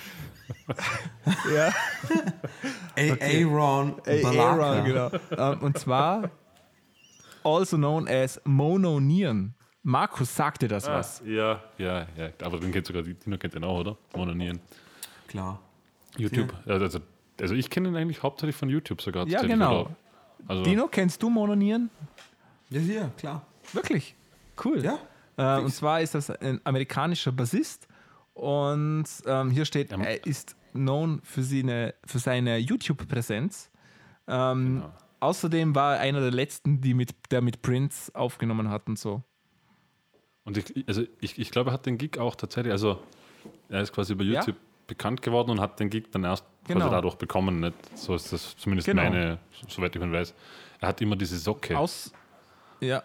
Speaker 3: Ja.
Speaker 1: A- Aaron
Speaker 3: Ey,
Speaker 1: Balaka.
Speaker 3: Aaron, genau. Ähm, und zwar also known as Mono Neon. Markus, sagt dir das was?
Speaker 2: Ja, ja, ja. Aber den kennt sogar, Dino kennt den auch, oder? Mononieren.
Speaker 1: Klar.
Speaker 2: YouTube. Ja. Also, also ich kenne ihn eigentlich hauptsächlich von YouTube sogar.
Speaker 3: Ja,
Speaker 2: tatsächlich,
Speaker 3: genau.
Speaker 2: oder? Also,
Speaker 3: Dino, kennst du Mononieren?
Speaker 1: Ja, hier, klar.
Speaker 3: Wirklich? Cool.
Speaker 1: Ja.
Speaker 3: Äh, und zwar ist das ein amerikanischer Bassist und ähm, hier steht,
Speaker 2: Ja.
Speaker 3: er ist known für seine, für seine YouTube-Präsenz. Ähm,
Speaker 2: Genau.
Speaker 3: Außerdem war er einer der letzten, die mit, der mit Prince aufgenommen hat und so.
Speaker 2: Und ich, also ich, ich glaube, er hat den Gig auch tatsächlich, also er ist quasi über
Speaker 3: Ja.
Speaker 2: YouTube bekannt geworden und hat den Gig dann erst
Speaker 3: Genau.
Speaker 2: quasi dadurch bekommen. Nicht? So ist das zumindest
Speaker 3: Genau.
Speaker 2: meine, soweit ich weiß. Er hat immer diese Socke.
Speaker 3: Aus. Ja,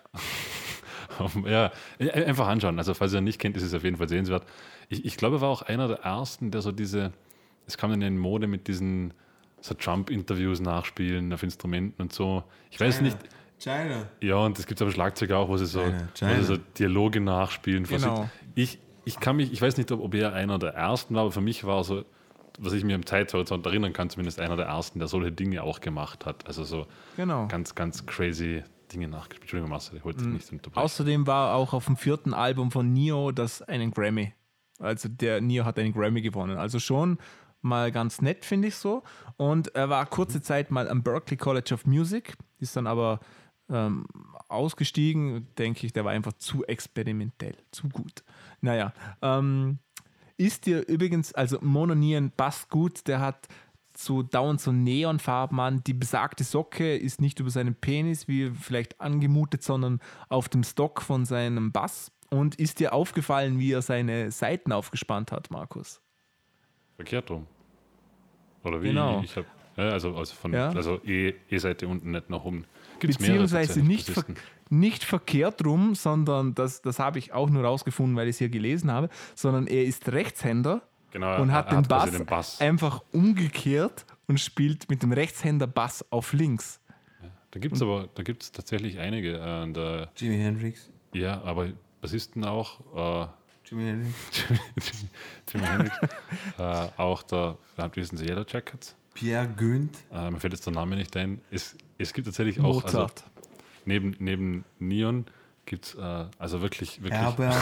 Speaker 2: Ja, einfach anschauen. Also falls ihr ihn nicht kennt, ist es auf jeden Fall sehenswert. Ich, ich glaube, er war auch einer der ersten, der so diese, es kam dann in Mode mit diesen so Trump-Interviews nachspielen auf Instrumenten und so. Ich weiß
Speaker 1: China.
Speaker 2: nicht,
Speaker 1: China.
Speaker 2: ja, und es gibt aber Schlagzeuger auch, wo sie so,
Speaker 1: China,
Speaker 2: wo sie
Speaker 1: China.
Speaker 2: so Dialoge nachspielen.
Speaker 3: Genau.
Speaker 2: Ich, ich kann mich, ich weiß nicht, ob, ob er einer der ersten war, aber für mich war er so, was ich mir im Zeithorizont erinnern kann, zumindest einer der ersten, der solche Dinge auch gemacht hat. Also so
Speaker 3: genau.
Speaker 2: ganz, ganz crazy Dinge nachgespielt. Entschuldigung, Marcel, ich wollte dich nicht unterbrechen.
Speaker 3: Außerdem war er auch auf dem vierten Album von Neo das einen Grammy. Also der Neo hat einen Grammy gewonnen. Also schon mal ganz nett, finde ich so. Und er war kurze Zeit mal am Berklee College of Music, ist dann aber ähm, ausgestiegen, denke ich, der war einfach zu experimentell, zu gut. Naja, ähm, ist dir übrigens, also Mononieren passt gut, der hat so dauernd so Neonfarben an. Die besagte Socke ist nicht über seinen Penis, wie vielleicht angemutet, sondern auf dem Stock von seinem Bass. Und ist dir aufgefallen, wie er seine Saiten aufgespannt hat, Markus?
Speaker 2: Verkehrt rum. Oder wie?
Speaker 3: Genau.
Speaker 2: Ich hab, ja, also, also von
Speaker 3: Ja.
Speaker 2: also E- E-Seite unten nicht nach oben. Gibt's mehrere
Speaker 3: Beziehungsweise
Speaker 2: tatsächlich,
Speaker 3: nicht, ver
Speaker 2: Bassisten.
Speaker 3: nicht verkehrt rum, sondern das, das habe ich auch nur rausgefunden, weil ich es hier gelesen habe, sondern er ist Rechtshänder
Speaker 2: Genau,
Speaker 3: und
Speaker 2: er-
Speaker 3: hat,
Speaker 2: er
Speaker 3: den,
Speaker 2: hat quasi
Speaker 3: Bass
Speaker 2: den Bass.
Speaker 3: einfach umgekehrt und spielt mit dem Rechtshänder Bass auf links.
Speaker 2: Da gibt es aber da gibt's tatsächlich einige. Äh, in der,
Speaker 1: Jimi Hendrix.
Speaker 2: ja, aber Bassisten auch. Äh,
Speaker 1: Jimi Hendrix.
Speaker 2: Jimi Hendrix. äh, auch der, wie wissen Sie, Yellow Jackets.
Speaker 1: Pierre Günd.
Speaker 2: Äh, mir fällt jetzt der Name nicht ein. Es, es gibt tatsächlich auch, also
Speaker 3: Mozart.
Speaker 2: neben, neben Neon gibt es äh, also wirklich, wirklich.
Speaker 1: Herbert.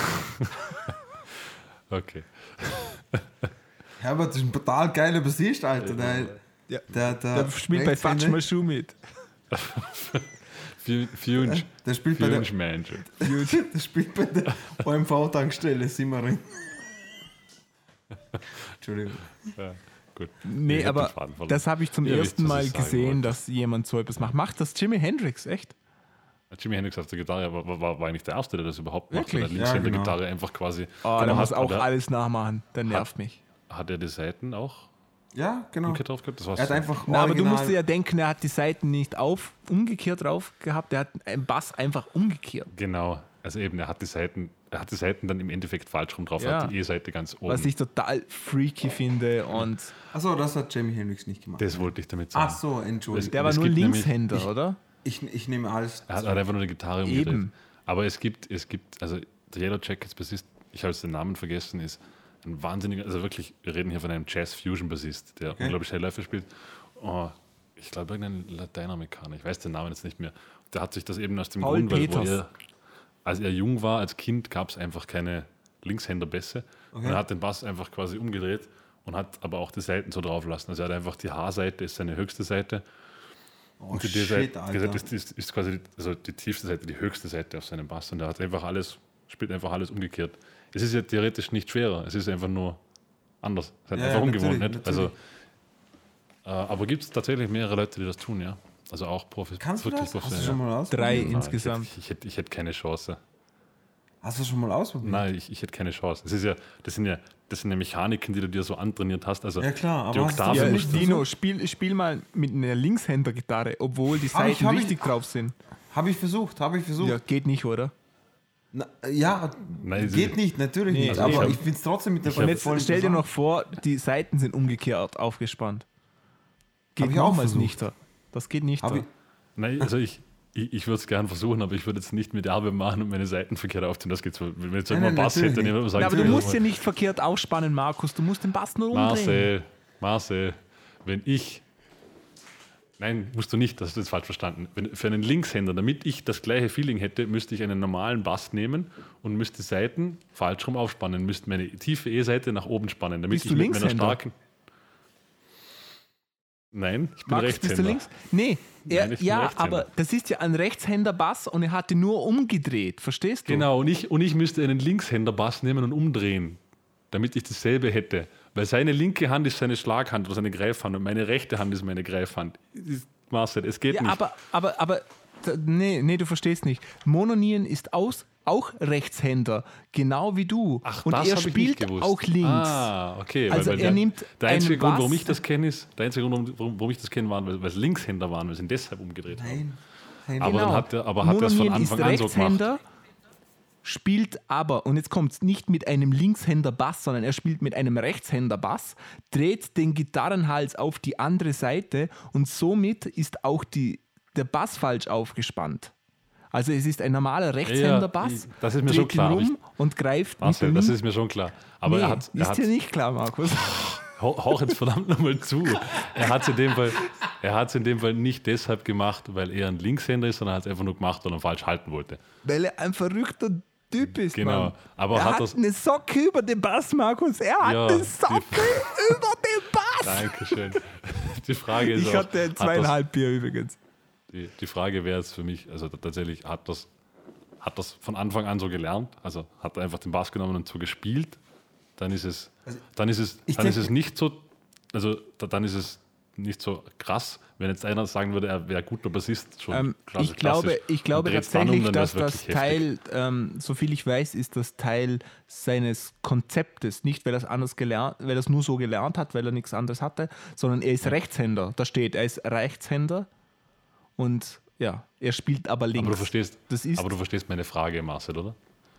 Speaker 2: Okay.
Speaker 1: Herbert ist ein total geiler Bassist, Alter. Der,
Speaker 3: Ja.
Speaker 1: der, der,
Speaker 3: Der spielt bei
Speaker 1: Rechtshänder-
Speaker 3: Fatsch mal Schuh mit.
Speaker 2: Funge
Speaker 1: Der spielt bei der,
Speaker 2: Manager.
Speaker 1: der spielt bei der O M V-Tankstelle Simmering. Entschuldigung.
Speaker 2: Ja, gut.
Speaker 3: Nee,
Speaker 2: Ich hab den
Speaker 3: aber
Speaker 2: Faden verloren.
Speaker 3: das habe ich zum
Speaker 2: Ihr
Speaker 3: ersten
Speaker 2: wisst, was
Speaker 3: Mal
Speaker 2: ich sagen
Speaker 3: gesehen,
Speaker 2: wollte.
Speaker 3: dass jemand so etwas macht. Macht das Jimi Hendrix, echt?
Speaker 2: Jimi Hendrix auf der Gitarre war, war, war eigentlich der Erste, der das überhaupt macht.
Speaker 3: Wirklich?
Speaker 2: Der Linkshänder
Speaker 1: Ja, genau.
Speaker 2: Gitarre einfach quasi.
Speaker 3: Oh,
Speaker 2: Genau,
Speaker 3: der muss
Speaker 2: hat-
Speaker 3: auch
Speaker 2: hat,
Speaker 3: alles nachmachen. Der nervt mich.
Speaker 2: Hat er die Seiten auch
Speaker 1: Ja, genau.
Speaker 2: umgekehrt drauf gehabt? Das war's
Speaker 1: Er hat
Speaker 2: so.
Speaker 1: einfach
Speaker 3: Na, aber du
Speaker 1: original-
Speaker 3: musst dir ja denken, er hat die Seiten nicht auf, umgekehrt drauf gehabt. Er hat einen Bass einfach umgekehrt.
Speaker 2: Genau. Also eben, er hat die Seiten, er hat die Seiten dann im Endeffekt falsch rum drauf,
Speaker 3: Ja.
Speaker 2: hat die E-Seite ganz oben.
Speaker 3: Was ich total freaky finde. Und
Speaker 1: Achso, das hat Jimi Hendrix nicht gemacht.
Speaker 2: das wollte ich damit sagen.
Speaker 1: Ach so, Entschuldigung.
Speaker 3: der war
Speaker 2: es
Speaker 3: nur
Speaker 2: gibt nämlich-
Speaker 3: Linkshänder,
Speaker 1: ich-
Speaker 3: oder?
Speaker 1: Ich, ich nehme alles.
Speaker 2: Er hat, er hat einfach nur die Gitarre umgedreht.
Speaker 3: Eben.
Speaker 2: Aber es gibt, es gibt, also der Yellow Jackets Bassist, ich habe jetzt den Namen vergessen, ist ein wahnsinniger, also wirklich, wir reden hier von einem Jazz-Fusion-Bassist, der
Speaker 1: Okay.
Speaker 2: unglaublich schnell Läufe spielt. Oh, ich glaube, irgendein Lateinamerikaner, ich weiß den Namen jetzt nicht mehr. Der hat sich das eben aus dem
Speaker 3: Paul
Speaker 2: Grund, weil wo
Speaker 3: Peters.
Speaker 2: er, als er jung war, als Kind, gab es einfach keine Linkshänder-Bässe. Und er hat den Bass einfach quasi umgedreht und hat aber auch die Seiten so drauf lassen. Also er hat einfach die H-Seite, ist seine höchste Seite.
Speaker 1: Oh,
Speaker 2: Und die
Speaker 1: shit,
Speaker 2: D-Seite die
Speaker 1: Alter.
Speaker 2: Seite ist, ist, ist quasi die, also die tiefste Seite, die höchste Seite auf seinem Bass. Und er hat einfach alles, spielt einfach alles umgekehrt. Es ist ja theoretisch nicht schwerer, es ist einfach nur anders. Es ist halt
Speaker 1: Ja,
Speaker 2: einfach
Speaker 1: ja,
Speaker 2: ungewohnt.
Speaker 1: natürlich,
Speaker 2: Nicht? Also, äh, aber gibt es tatsächlich mehrere Leute, die das tun, ja. Also auch Profis.
Speaker 1: Kannst du
Speaker 2: wirklich
Speaker 1: das? Hast du
Speaker 2: professionell,
Speaker 1: schon
Speaker 2: ja.
Speaker 1: mal ausprobiert?
Speaker 3: Drei
Speaker 2: Nein,
Speaker 3: insgesamt.
Speaker 2: Ich hätte, ich, hätte, ich hätte keine Chance.
Speaker 1: Hast du schon mal ausprobiert?
Speaker 2: Nein, ich, ich hätte keine Chance. Das, ist ja, das, sind ja, das sind ja Mechaniken, die du dir so antrainiert hast. Also
Speaker 1: Ja, klar,
Speaker 2: die
Speaker 1: aber hast du-
Speaker 2: Oktave
Speaker 3: Ja,
Speaker 1: Aber
Speaker 2: musst
Speaker 1: nicht
Speaker 2: du-
Speaker 3: Dino, spiel, spiel mal mit einer Linkshänder-Gitarre, obwohl die
Speaker 1: Hab ich-
Speaker 3: Seiten
Speaker 1: hab ich-
Speaker 3: richtig drauf sind.
Speaker 1: Habe ich versucht, habe ich versucht.
Speaker 3: Ja, geht nicht, oder?
Speaker 1: Na, ja,
Speaker 2: Nein,
Speaker 1: geht
Speaker 2: sie-
Speaker 1: nicht, natürlich
Speaker 3: Nee,
Speaker 1: nicht.
Speaker 3: also
Speaker 2: ich
Speaker 1: aber
Speaker 2: hab-
Speaker 1: ich finde es trotzdem mit der
Speaker 3: Und jetzt
Speaker 1: vollen
Speaker 3: stell dir
Speaker 1: Sache.
Speaker 3: noch vor, die Seiten sind umgekehrt aufgespannt. Geht
Speaker 1: Hab ich auch
Speaker 3: nochmals
Speaker 1: versucht.
Speaker 3: nicht. Das geht nicht.
Speaker 1: Hab ich,
Speaker 2: Nein, also ich, ich, ich würde es gerne versuchen, aber ich würde jetzt nicht mit der Arbe machen und meine Seiten verkehrt aufziehen. Das geht so. Wenn jetzt
Speaker 1: Nein,
Speaker 2: irgendwann
Speaker 1: nein,
Speaker 2: Bass
Speaker 1: natürlich
Speaker 2: hätte, dann
Speaker 1: nicht.
Speaker 2: würde ich sagen,
Speaker 3: Ja, aber du
Speaker 2: so,
Speaker 3: musst ja nicht verkehrt ausspannen, Markus. Du musst den Bass nur umdrehen.
Speaker 2: Marcel, Marcel, wenn ich Nein, musst du nicht, das hast du jetzt falsch verstanden. Wenn, für einen Linkshänder, damit ich das gleiche Feeling hätte, müsste ich einen normalen Bass nehmen und müsste Seiten falsch rum aufspannen, müsste meine tiefe E-Seite nach oben spannen, damit
Speaker 3: Bist
Speaker 2: ich
Speaker 3: du
Speaker 2: mit meiner
Speaker 3: Linkshänder?
Speaker 2: starken... Nein, ich bin
Speaker 3: Max,
Speaker 2: Rechtshänder.
Speaker 3: bist du links? Nee, er,
Speaker 2: Nein, ich bin
Speaker 3: ja,
Speaker 2: Rechtshänder.
Speaker 3: aber das ist ja ein Rechtshänder-Bass und er hatte nur umgedreht, verstehst du?
Speaker 2: Genau, und ich, und ich müsste einen Linkshänder-Bass nehmen und umdrehen, damit ich dasselbe hätte. Weil seine linke Hand ist seine Schlaghand oder seine Greifhand und meine rechte Hand ist meine Greifhand. Marcel, es geht
Speaker 3: Ja,
Speaker 2: nicht.
Speaker 3: aber, aber, aber, d- nee, nee, du verstehst nicht. Mononien ist aus, auch Rechtshänder, genau wie du.
Speaker 2: Ach,
Speaker 3: und
Speaker 2: das
Speaker 3: er
Speaker 2: hab ich nicht
Speaker 3: spielt
Speaker 2: gewusst.
Speaker 3: auch links.
Speaker 2: Ah, okay.
Speaker 3: Also
Speaker 2: weil, weil
Speaker 3: er
Speaker 2: der,
Speaker 3: nimmt
Speaker 2: der einzige
Speaker 3: einen
Speaker 2: Grund, warum
Speaker 3: Bass-
Speaker 2: ich das kenne, ist, der einzige Grund, warum, warum ich das kenne, waren, weil, weil es Linkshänder waren, weil sie ihn deshalb umgedreht haben.
Speaker 1: Nein. Nein.
Speaker 2: Aber
Speaker 3: Genau.
Speaker 2: dann hat er, aber hat er es von
Speaker 3: Mononien
Speaker 2: Anfang
Speaker 3: ist
Speaker 2: an so gemacht.
Speaker 3: Rechtshänder, spielt aber, und jetzt kommt es nicht mit einem Linkshänder-Bass, sondern er spielt mit einem Rechtshänder-Bass, dreht den Gitarrenhals auf die andere Seite und somit ist auch die, der Bass falsch aufgespannt. Also es ist ein normaler Rechtshänder-Bass,
Speaker 2: Ja, das ist mir
Speaker 3: dreht
Speaker 2: schon
Speaker 3: ihn
Speaker 2: klar, aber
Speaker 3: rum und greift
Speaker 2: Marcel,
Speaker 3: mit
Speaker 2: das
Speaker 3: dem
Speaker 2: ist mir schon klar. Aber
Speaker 3: nee,
Speaker 2: er hat, er
Speaker 3: ist
Speaker 2: hat
Speaker 3: dir nicht klar, Markus.
Speaker 2: hauch jetzt verdammt nochmal zu. Er hat es in dem Fall, er hat's in dem Fall nicht deshalb gemacht, weil er ein Linkshänder ist, sondern er hat es einfach nur gemacht, weil er falsch halten wollte.
Speaker 3: Weil er ein verrückter Typ ist,
Speaker 2: Genau,
Speaker 3: Mann.
Speaker 2: aber
Speaker 3: er
Speaker 2: hat
Speaker 3: hat
Speaker 2: das-
Speaker 3: eine Socke über den Bass, Markus. Er hat
Speaker 2: Ja,
Speaker 3: eine
Speaker 2: die-
Speaker 3: Socke über den Bass.
Speaker 2: Dankeschön. Die Frage ist
Speaker 3: Ich
Speaker 2: auch,
Speaker 3: hatte
Speaker 2: hat
Speaker 3: zweieinhalb Bier übrigens.
Speaker 2: das, die, die Frage wäre jetzt für mich, also tatsächlich, hat das, hat das von Anfang an so gelernt? Also hat er einfach den Bass genommen und so gespielt? Dann ist es, dann ist es,
Speaker 1: ich
Speaker 2: dann ist
Speaker 1: denk-
Speaker 2: es nicht so, also da- dann ist es nicht so krass, wenn jetzt einer sagen würde, er wäre guter Bassist. Schon
Speaker 3: Ähm,
Speaker 2: klassisch-
Speaker 3: ich glaube,
Speaker 2: klassisch.
Speaker 3: ich glaube
Speaker 2: Und dreht's dann um,
Speaker 3: tatsächlich,
Speaker 2: dann
Speaker 3: dass
Speaker 2: wär's
Speaker 3: das
Speaker 2: wirklich heftig.
Speaker 3: Teil, ähm, soviel ich weiß, ist das Teil seines Konzeptes. Nicht, weil er es anders gelernt, weil er es nur so gelernt hat, weil er nichts anderes hatte, sondern er ist Rechtshänder. Da steht, er ist Rechtshänder und ja, er spielt aber links.
Speaker 2: Aber du verstehst,
Speaker 3: Das ist-
Speaker 2: aber du verstehst meine Frage, Marcel, oder?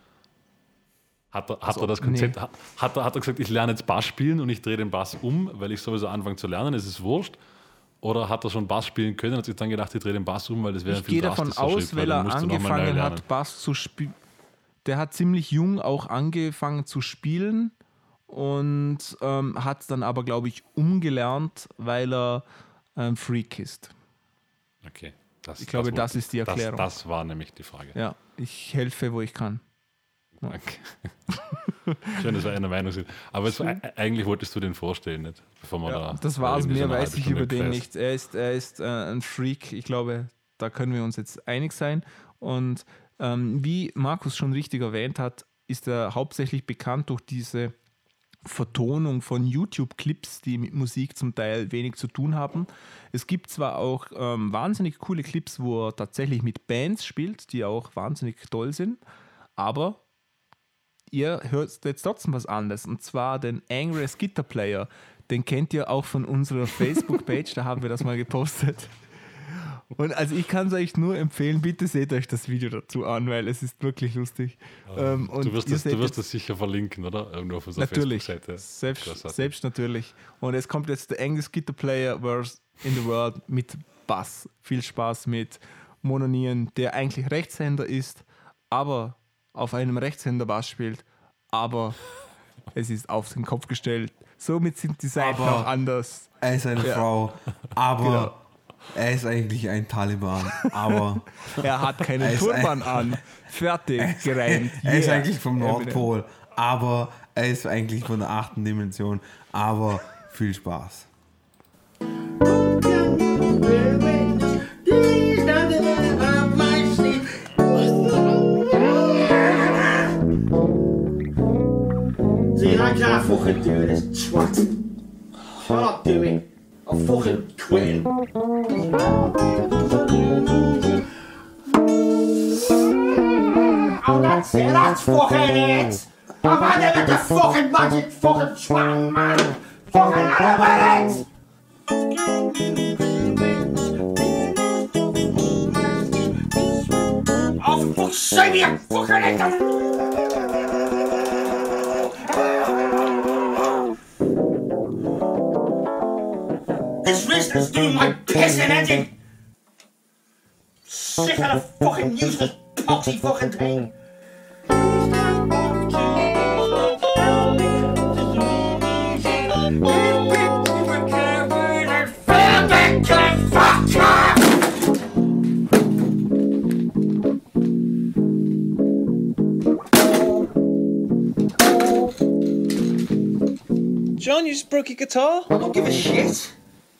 Speaker 2: Hat er, hat
Speaker 3: Also,
Speaker 2: er das Konzept,
Speaker 3: nee.
Speaker 2: hat, hat, er, hat er gesagt, ich lerne jetzt Bass spielen und ich drehe den Bass um, weil ich sowieso anfange zu lernen, es ist wurscht? Oder hat er schon Bass spielen können und hat sich dann gedacht, ich drehe den Bass um, weil das wäre ein
Speaker 3: Ich
Speaker 2: viel
Speaker 3: gehe davon
Speaker 2: drastischer
Speaker 3: aus,
Speaker 2: Schritt,
Speaker 3: weil
Speaker 2: dann
Speaker 3: er
Speaker 2: musst du noch mal neu
Speaker 3: angefangen
Speaker 2: lernen.
Speaker 3: hat, Bass zu spielen. Der hat ziemlich jung auch angefangen zu spielen und ähm, hat dann aber, glaube ich, umgelernt, weil er ein Freak ist.
Speaker 2: Okay. Das,
Speaker 3: Ich glaube, das
Speaker 2: wollte-
Speaker 3: ist die Erklärung.
Speaker 2: Das, das war nämlich die Frage.
Speaker 3: Ja, ich helfe, wo ich kann.
Speaker 2: Danke. Schön, dass wir einer Meinung sind. Aber es war, eigentlich wolltest du den vorstellen, nicht? Bevor wir
Speaker 3: Ja,
Speaker 2: da
Speaker 3: das war's.
Speaker 2: irgendwie so
Speaker 3: Mehr
Speaker 2: eine
Speaker 3: weiß
Speaker 2: halbe
Speaker 3: ich
Speaker 2: Stunde
Speaker 3: über den
Speaker 2: gefräst.
Speaker 3: nicht. Er ist, er ist äh, ein Freak. Ich glaube, da können wir uns jetzt einig sein. Und ähm, wie Markus schon richtig erwähnt hat, ist er hauptsächlich bekannt durch diese Vertonung von YouTube-Clips, die mit Musik zum Teil wenig zu tun haben. Es gibt zwar auch ähm, wahnsinnig coole Clips, wo er tatsächlich mit Bands spielt, die auch wahnsinnig toll sind, aber ihr hört jetzt trotzdem was anderes, und zwar den Angriest Guitar Player. Den kennt ihr auch von unserer Facebook-Page, da haben wir das mal gepostet. Und also ich kann es euch nur empfehlen, bitte seht euch das Video dazu an, weil es ist wirklich lustig. Ähm, und
Speaker 2: Du wirst,
Speaker 3: ihr
Speaker 2: das,
Speaker 3: seht
Speaker 2: du wirst
Speaker 3: jetzt-
Speaker 2: das sicher verlinken, oder? Irgendwo auf unserer
Speaker 3: Natürlich,
Speaker 2: Facebook-Seite.
Speaker 3: selbst,
Speaker 2: Großartig.
Speaker 3: selbst natürlich. Und es kommt jetzt der Angus Guitar Player Verse in the World mit Bass. Viel Spaß mit Mononien, der eigentlich Rechtshänder ist, aber auf einem Rechtshänder Bass spielt, aber es ist auf den Kopf gestellt. Somit sind die Seiten
Speaker 1: Aber-
Speaker 3: auch anders.
Speaker 1: Er ist eine
Speaker 3: Ja.
Speaker 1: Frau, aber
Speaker 3: Genau.
Speaker 1: er ist eigentlich ein Taliban. Aber
Speaker 3: Er hat
Speaker 1: Er
Speaker 3: keinen
Speaker 1: ist
Speaker 3: Turban an. Fertig, gereimt.
Speaker 1: er ist
Speaker 3: Yeah.
Speaker 1: eigentlich vom
Speaker 3: Eminem.
Speaker 1: Nordpol. Aber er ist eigentlich von der achten Dimension. Aber viel Spaß.
Speaker 5: See, I can't fucking do this, twat. Shut up, do it. I'll fucking quit. Oh, that's it, that's fucking it. I'm out there with the fucking magic fucking twat, man. Fucking out of it. Oh, for fuck's sake, you fucking idiot. This listeners doing my pissing engine. Sick of the fucking useless poxy fucking thing. Fuck
Speaker 6: John, you just broke your guitar?
Speaker 5: I don't give a shit.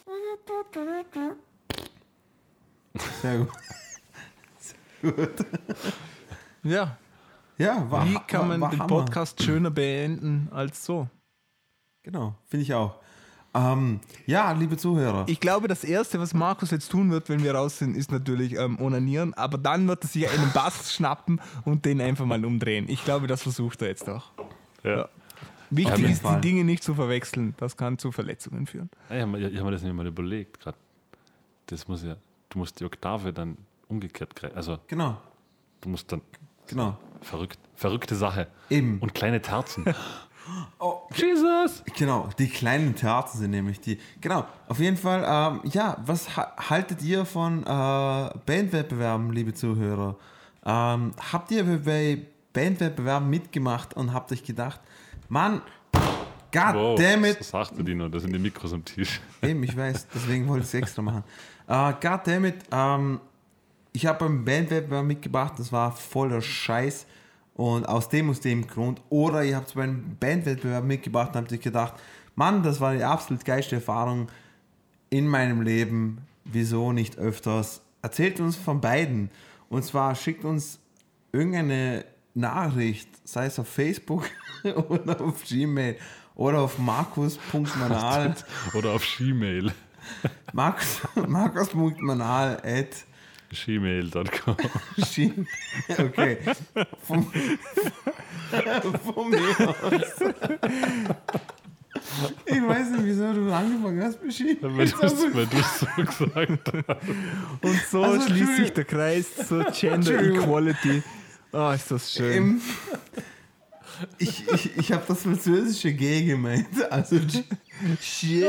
Speaker 1: Sehr gut. Sehr gut.
Speaker 3: Ja,
Speaker 1: Ja, war
Speaker 3: wie kann man
Speaker 1: war, war
Speaker 3: den
Speaker 1: Hammer.
Speaker 3: Podcast schöner beenden als so?
Speaker 1: Genau, finde ich auch. Ähm, ja, liebe Zuhörer.
Speaker 3: Ich glaube, das Erste, was Markus jetzt tun wird, wenn wir raus sind, ist natürlich ähm, onanieren, aber dann wird er sich einen Bass schnappen und den einfach mal umdrehen. Ich glaube, das versucht er jetzt auch.
Speaker 2: Ja.
Speaker 3: Wichtig
Speaker 1: jeden
Speaker 3: ist,
Speaker 1: Fall.
Speaker 3: die Dinge nicht zu verwechseln. Das kann zu Verletzungen führen.
Speaker 2: Ich habe mir, ich hab mir das nämlich mal überlegt gerade. Das muss ja, du musst die Oktave dann umgekehrt kriegen. Also
Speaker 1: Genau,
Speaker 2: du musst dann
Speaker 1: genau.
Speaker 2: verrückt, verrückte Sache.
Speaker 1: Eben.
Speaker 2: Und kleine Terzen.
Speaker 1: Oh,
Speaker 2: Jesus!
Speaker 1: genau, die kleinen Terzen sind nämlich die. Genau, auf jeden Fall, ähm, ja, was ha haltet ihr von äh, Bandwettbewerben, liebe Zuhörer? Ähm, habt ihr bei Bandwettbewerben mitgemacht und habt euch gedacht, Mann, God
Speaker 2: Wow,
Speaker 1: damn it,
Speaker 2: das sagte die nur, da sind die Mikros am Tisch.
Speaker 1: eben, ich weiß, deswegen wollte ich es extra machen. Äh, God damn it, ähm, ich habe beim Bandwettbewerb mitgebracht, das war voller Scheiß und aus dem aus dem Grund. Oder ihr habt es beim Bandwettbewerb mitgebracht und habt euch gedacht, Mann, das war die absolut geilste Erfahrung in meinem Leben. Wieso nicht öfters? Erzählt uns von beiden. Und zwar schickt uns irgendeine Nachricht, sei es auf Facebook oder auf Gmail oder auf markus.manal.
Speaker 2: Oder auf Gmail.
Speaker 1: Markus, markus.manal at
Speaker 2: Gmail Punkt com.
Speaker 1: Schien. Okay. Von, von mir aus. Ich weiß nicht, wieso du angefangen hast mit Schien.
Speaker 2: Weil du es weil du's so gesagt hast.
Speaker 3: Und so
Speaker 1: Also,
Speaker 3: schließt sich der Kreis zur Gender
Speaker 1: Entschuldigung.
Speaker 3: Equality. Oh, ist das schön.
Speaker 1: Im, ich ich, ich habe das französische G gemeint. Also G. G.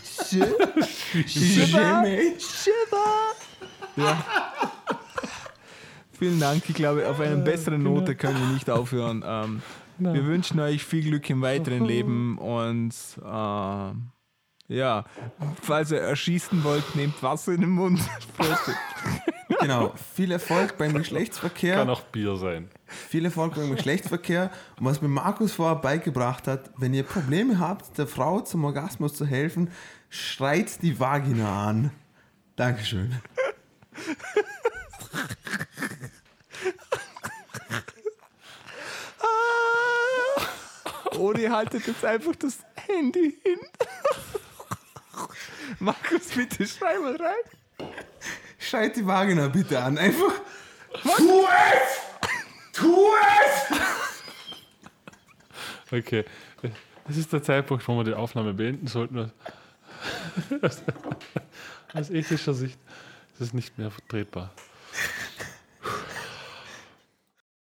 Speaker 1: G. Gmail.
Speaker 3: Ja. Vielen Dank. Ich glaube, auf einer besseren Note können wir nicht aufhören. Ähm, wir wünschen euch viel Glück im weiteren Leben und ähm, ja, falls ihr erschießen wollt, nehmt Wasser in den Mund.
Speaker 1: Genau. Viel Erfolg beim Geschlechtsverkehr.
Speaker 2: Kann auch Bier sein.
Speaker 1: Viel Erfolg beim Geschlechtsverkehr. Und was mir Markus vorher beigebracht hat, wenn ihr Probleme habt, der Frau zum Orgasmus zu helfen, schreit die Vagina an. Dankeschön.
Speaker 3: Oder ihr haltet jetzt einfach das Handy hin. Markus, bitte schreib mal rein.
Speaker 1: Schreit die Vagina bitte an. Einfach.
Speaker 5: Tu es! Tu es!
Speaker 2: Okay. Das ist der Zeitpunkt, wo wir die Aufnahme beenden sollten. Aus ethischer Sicht ist es nicht mehr vertretbar.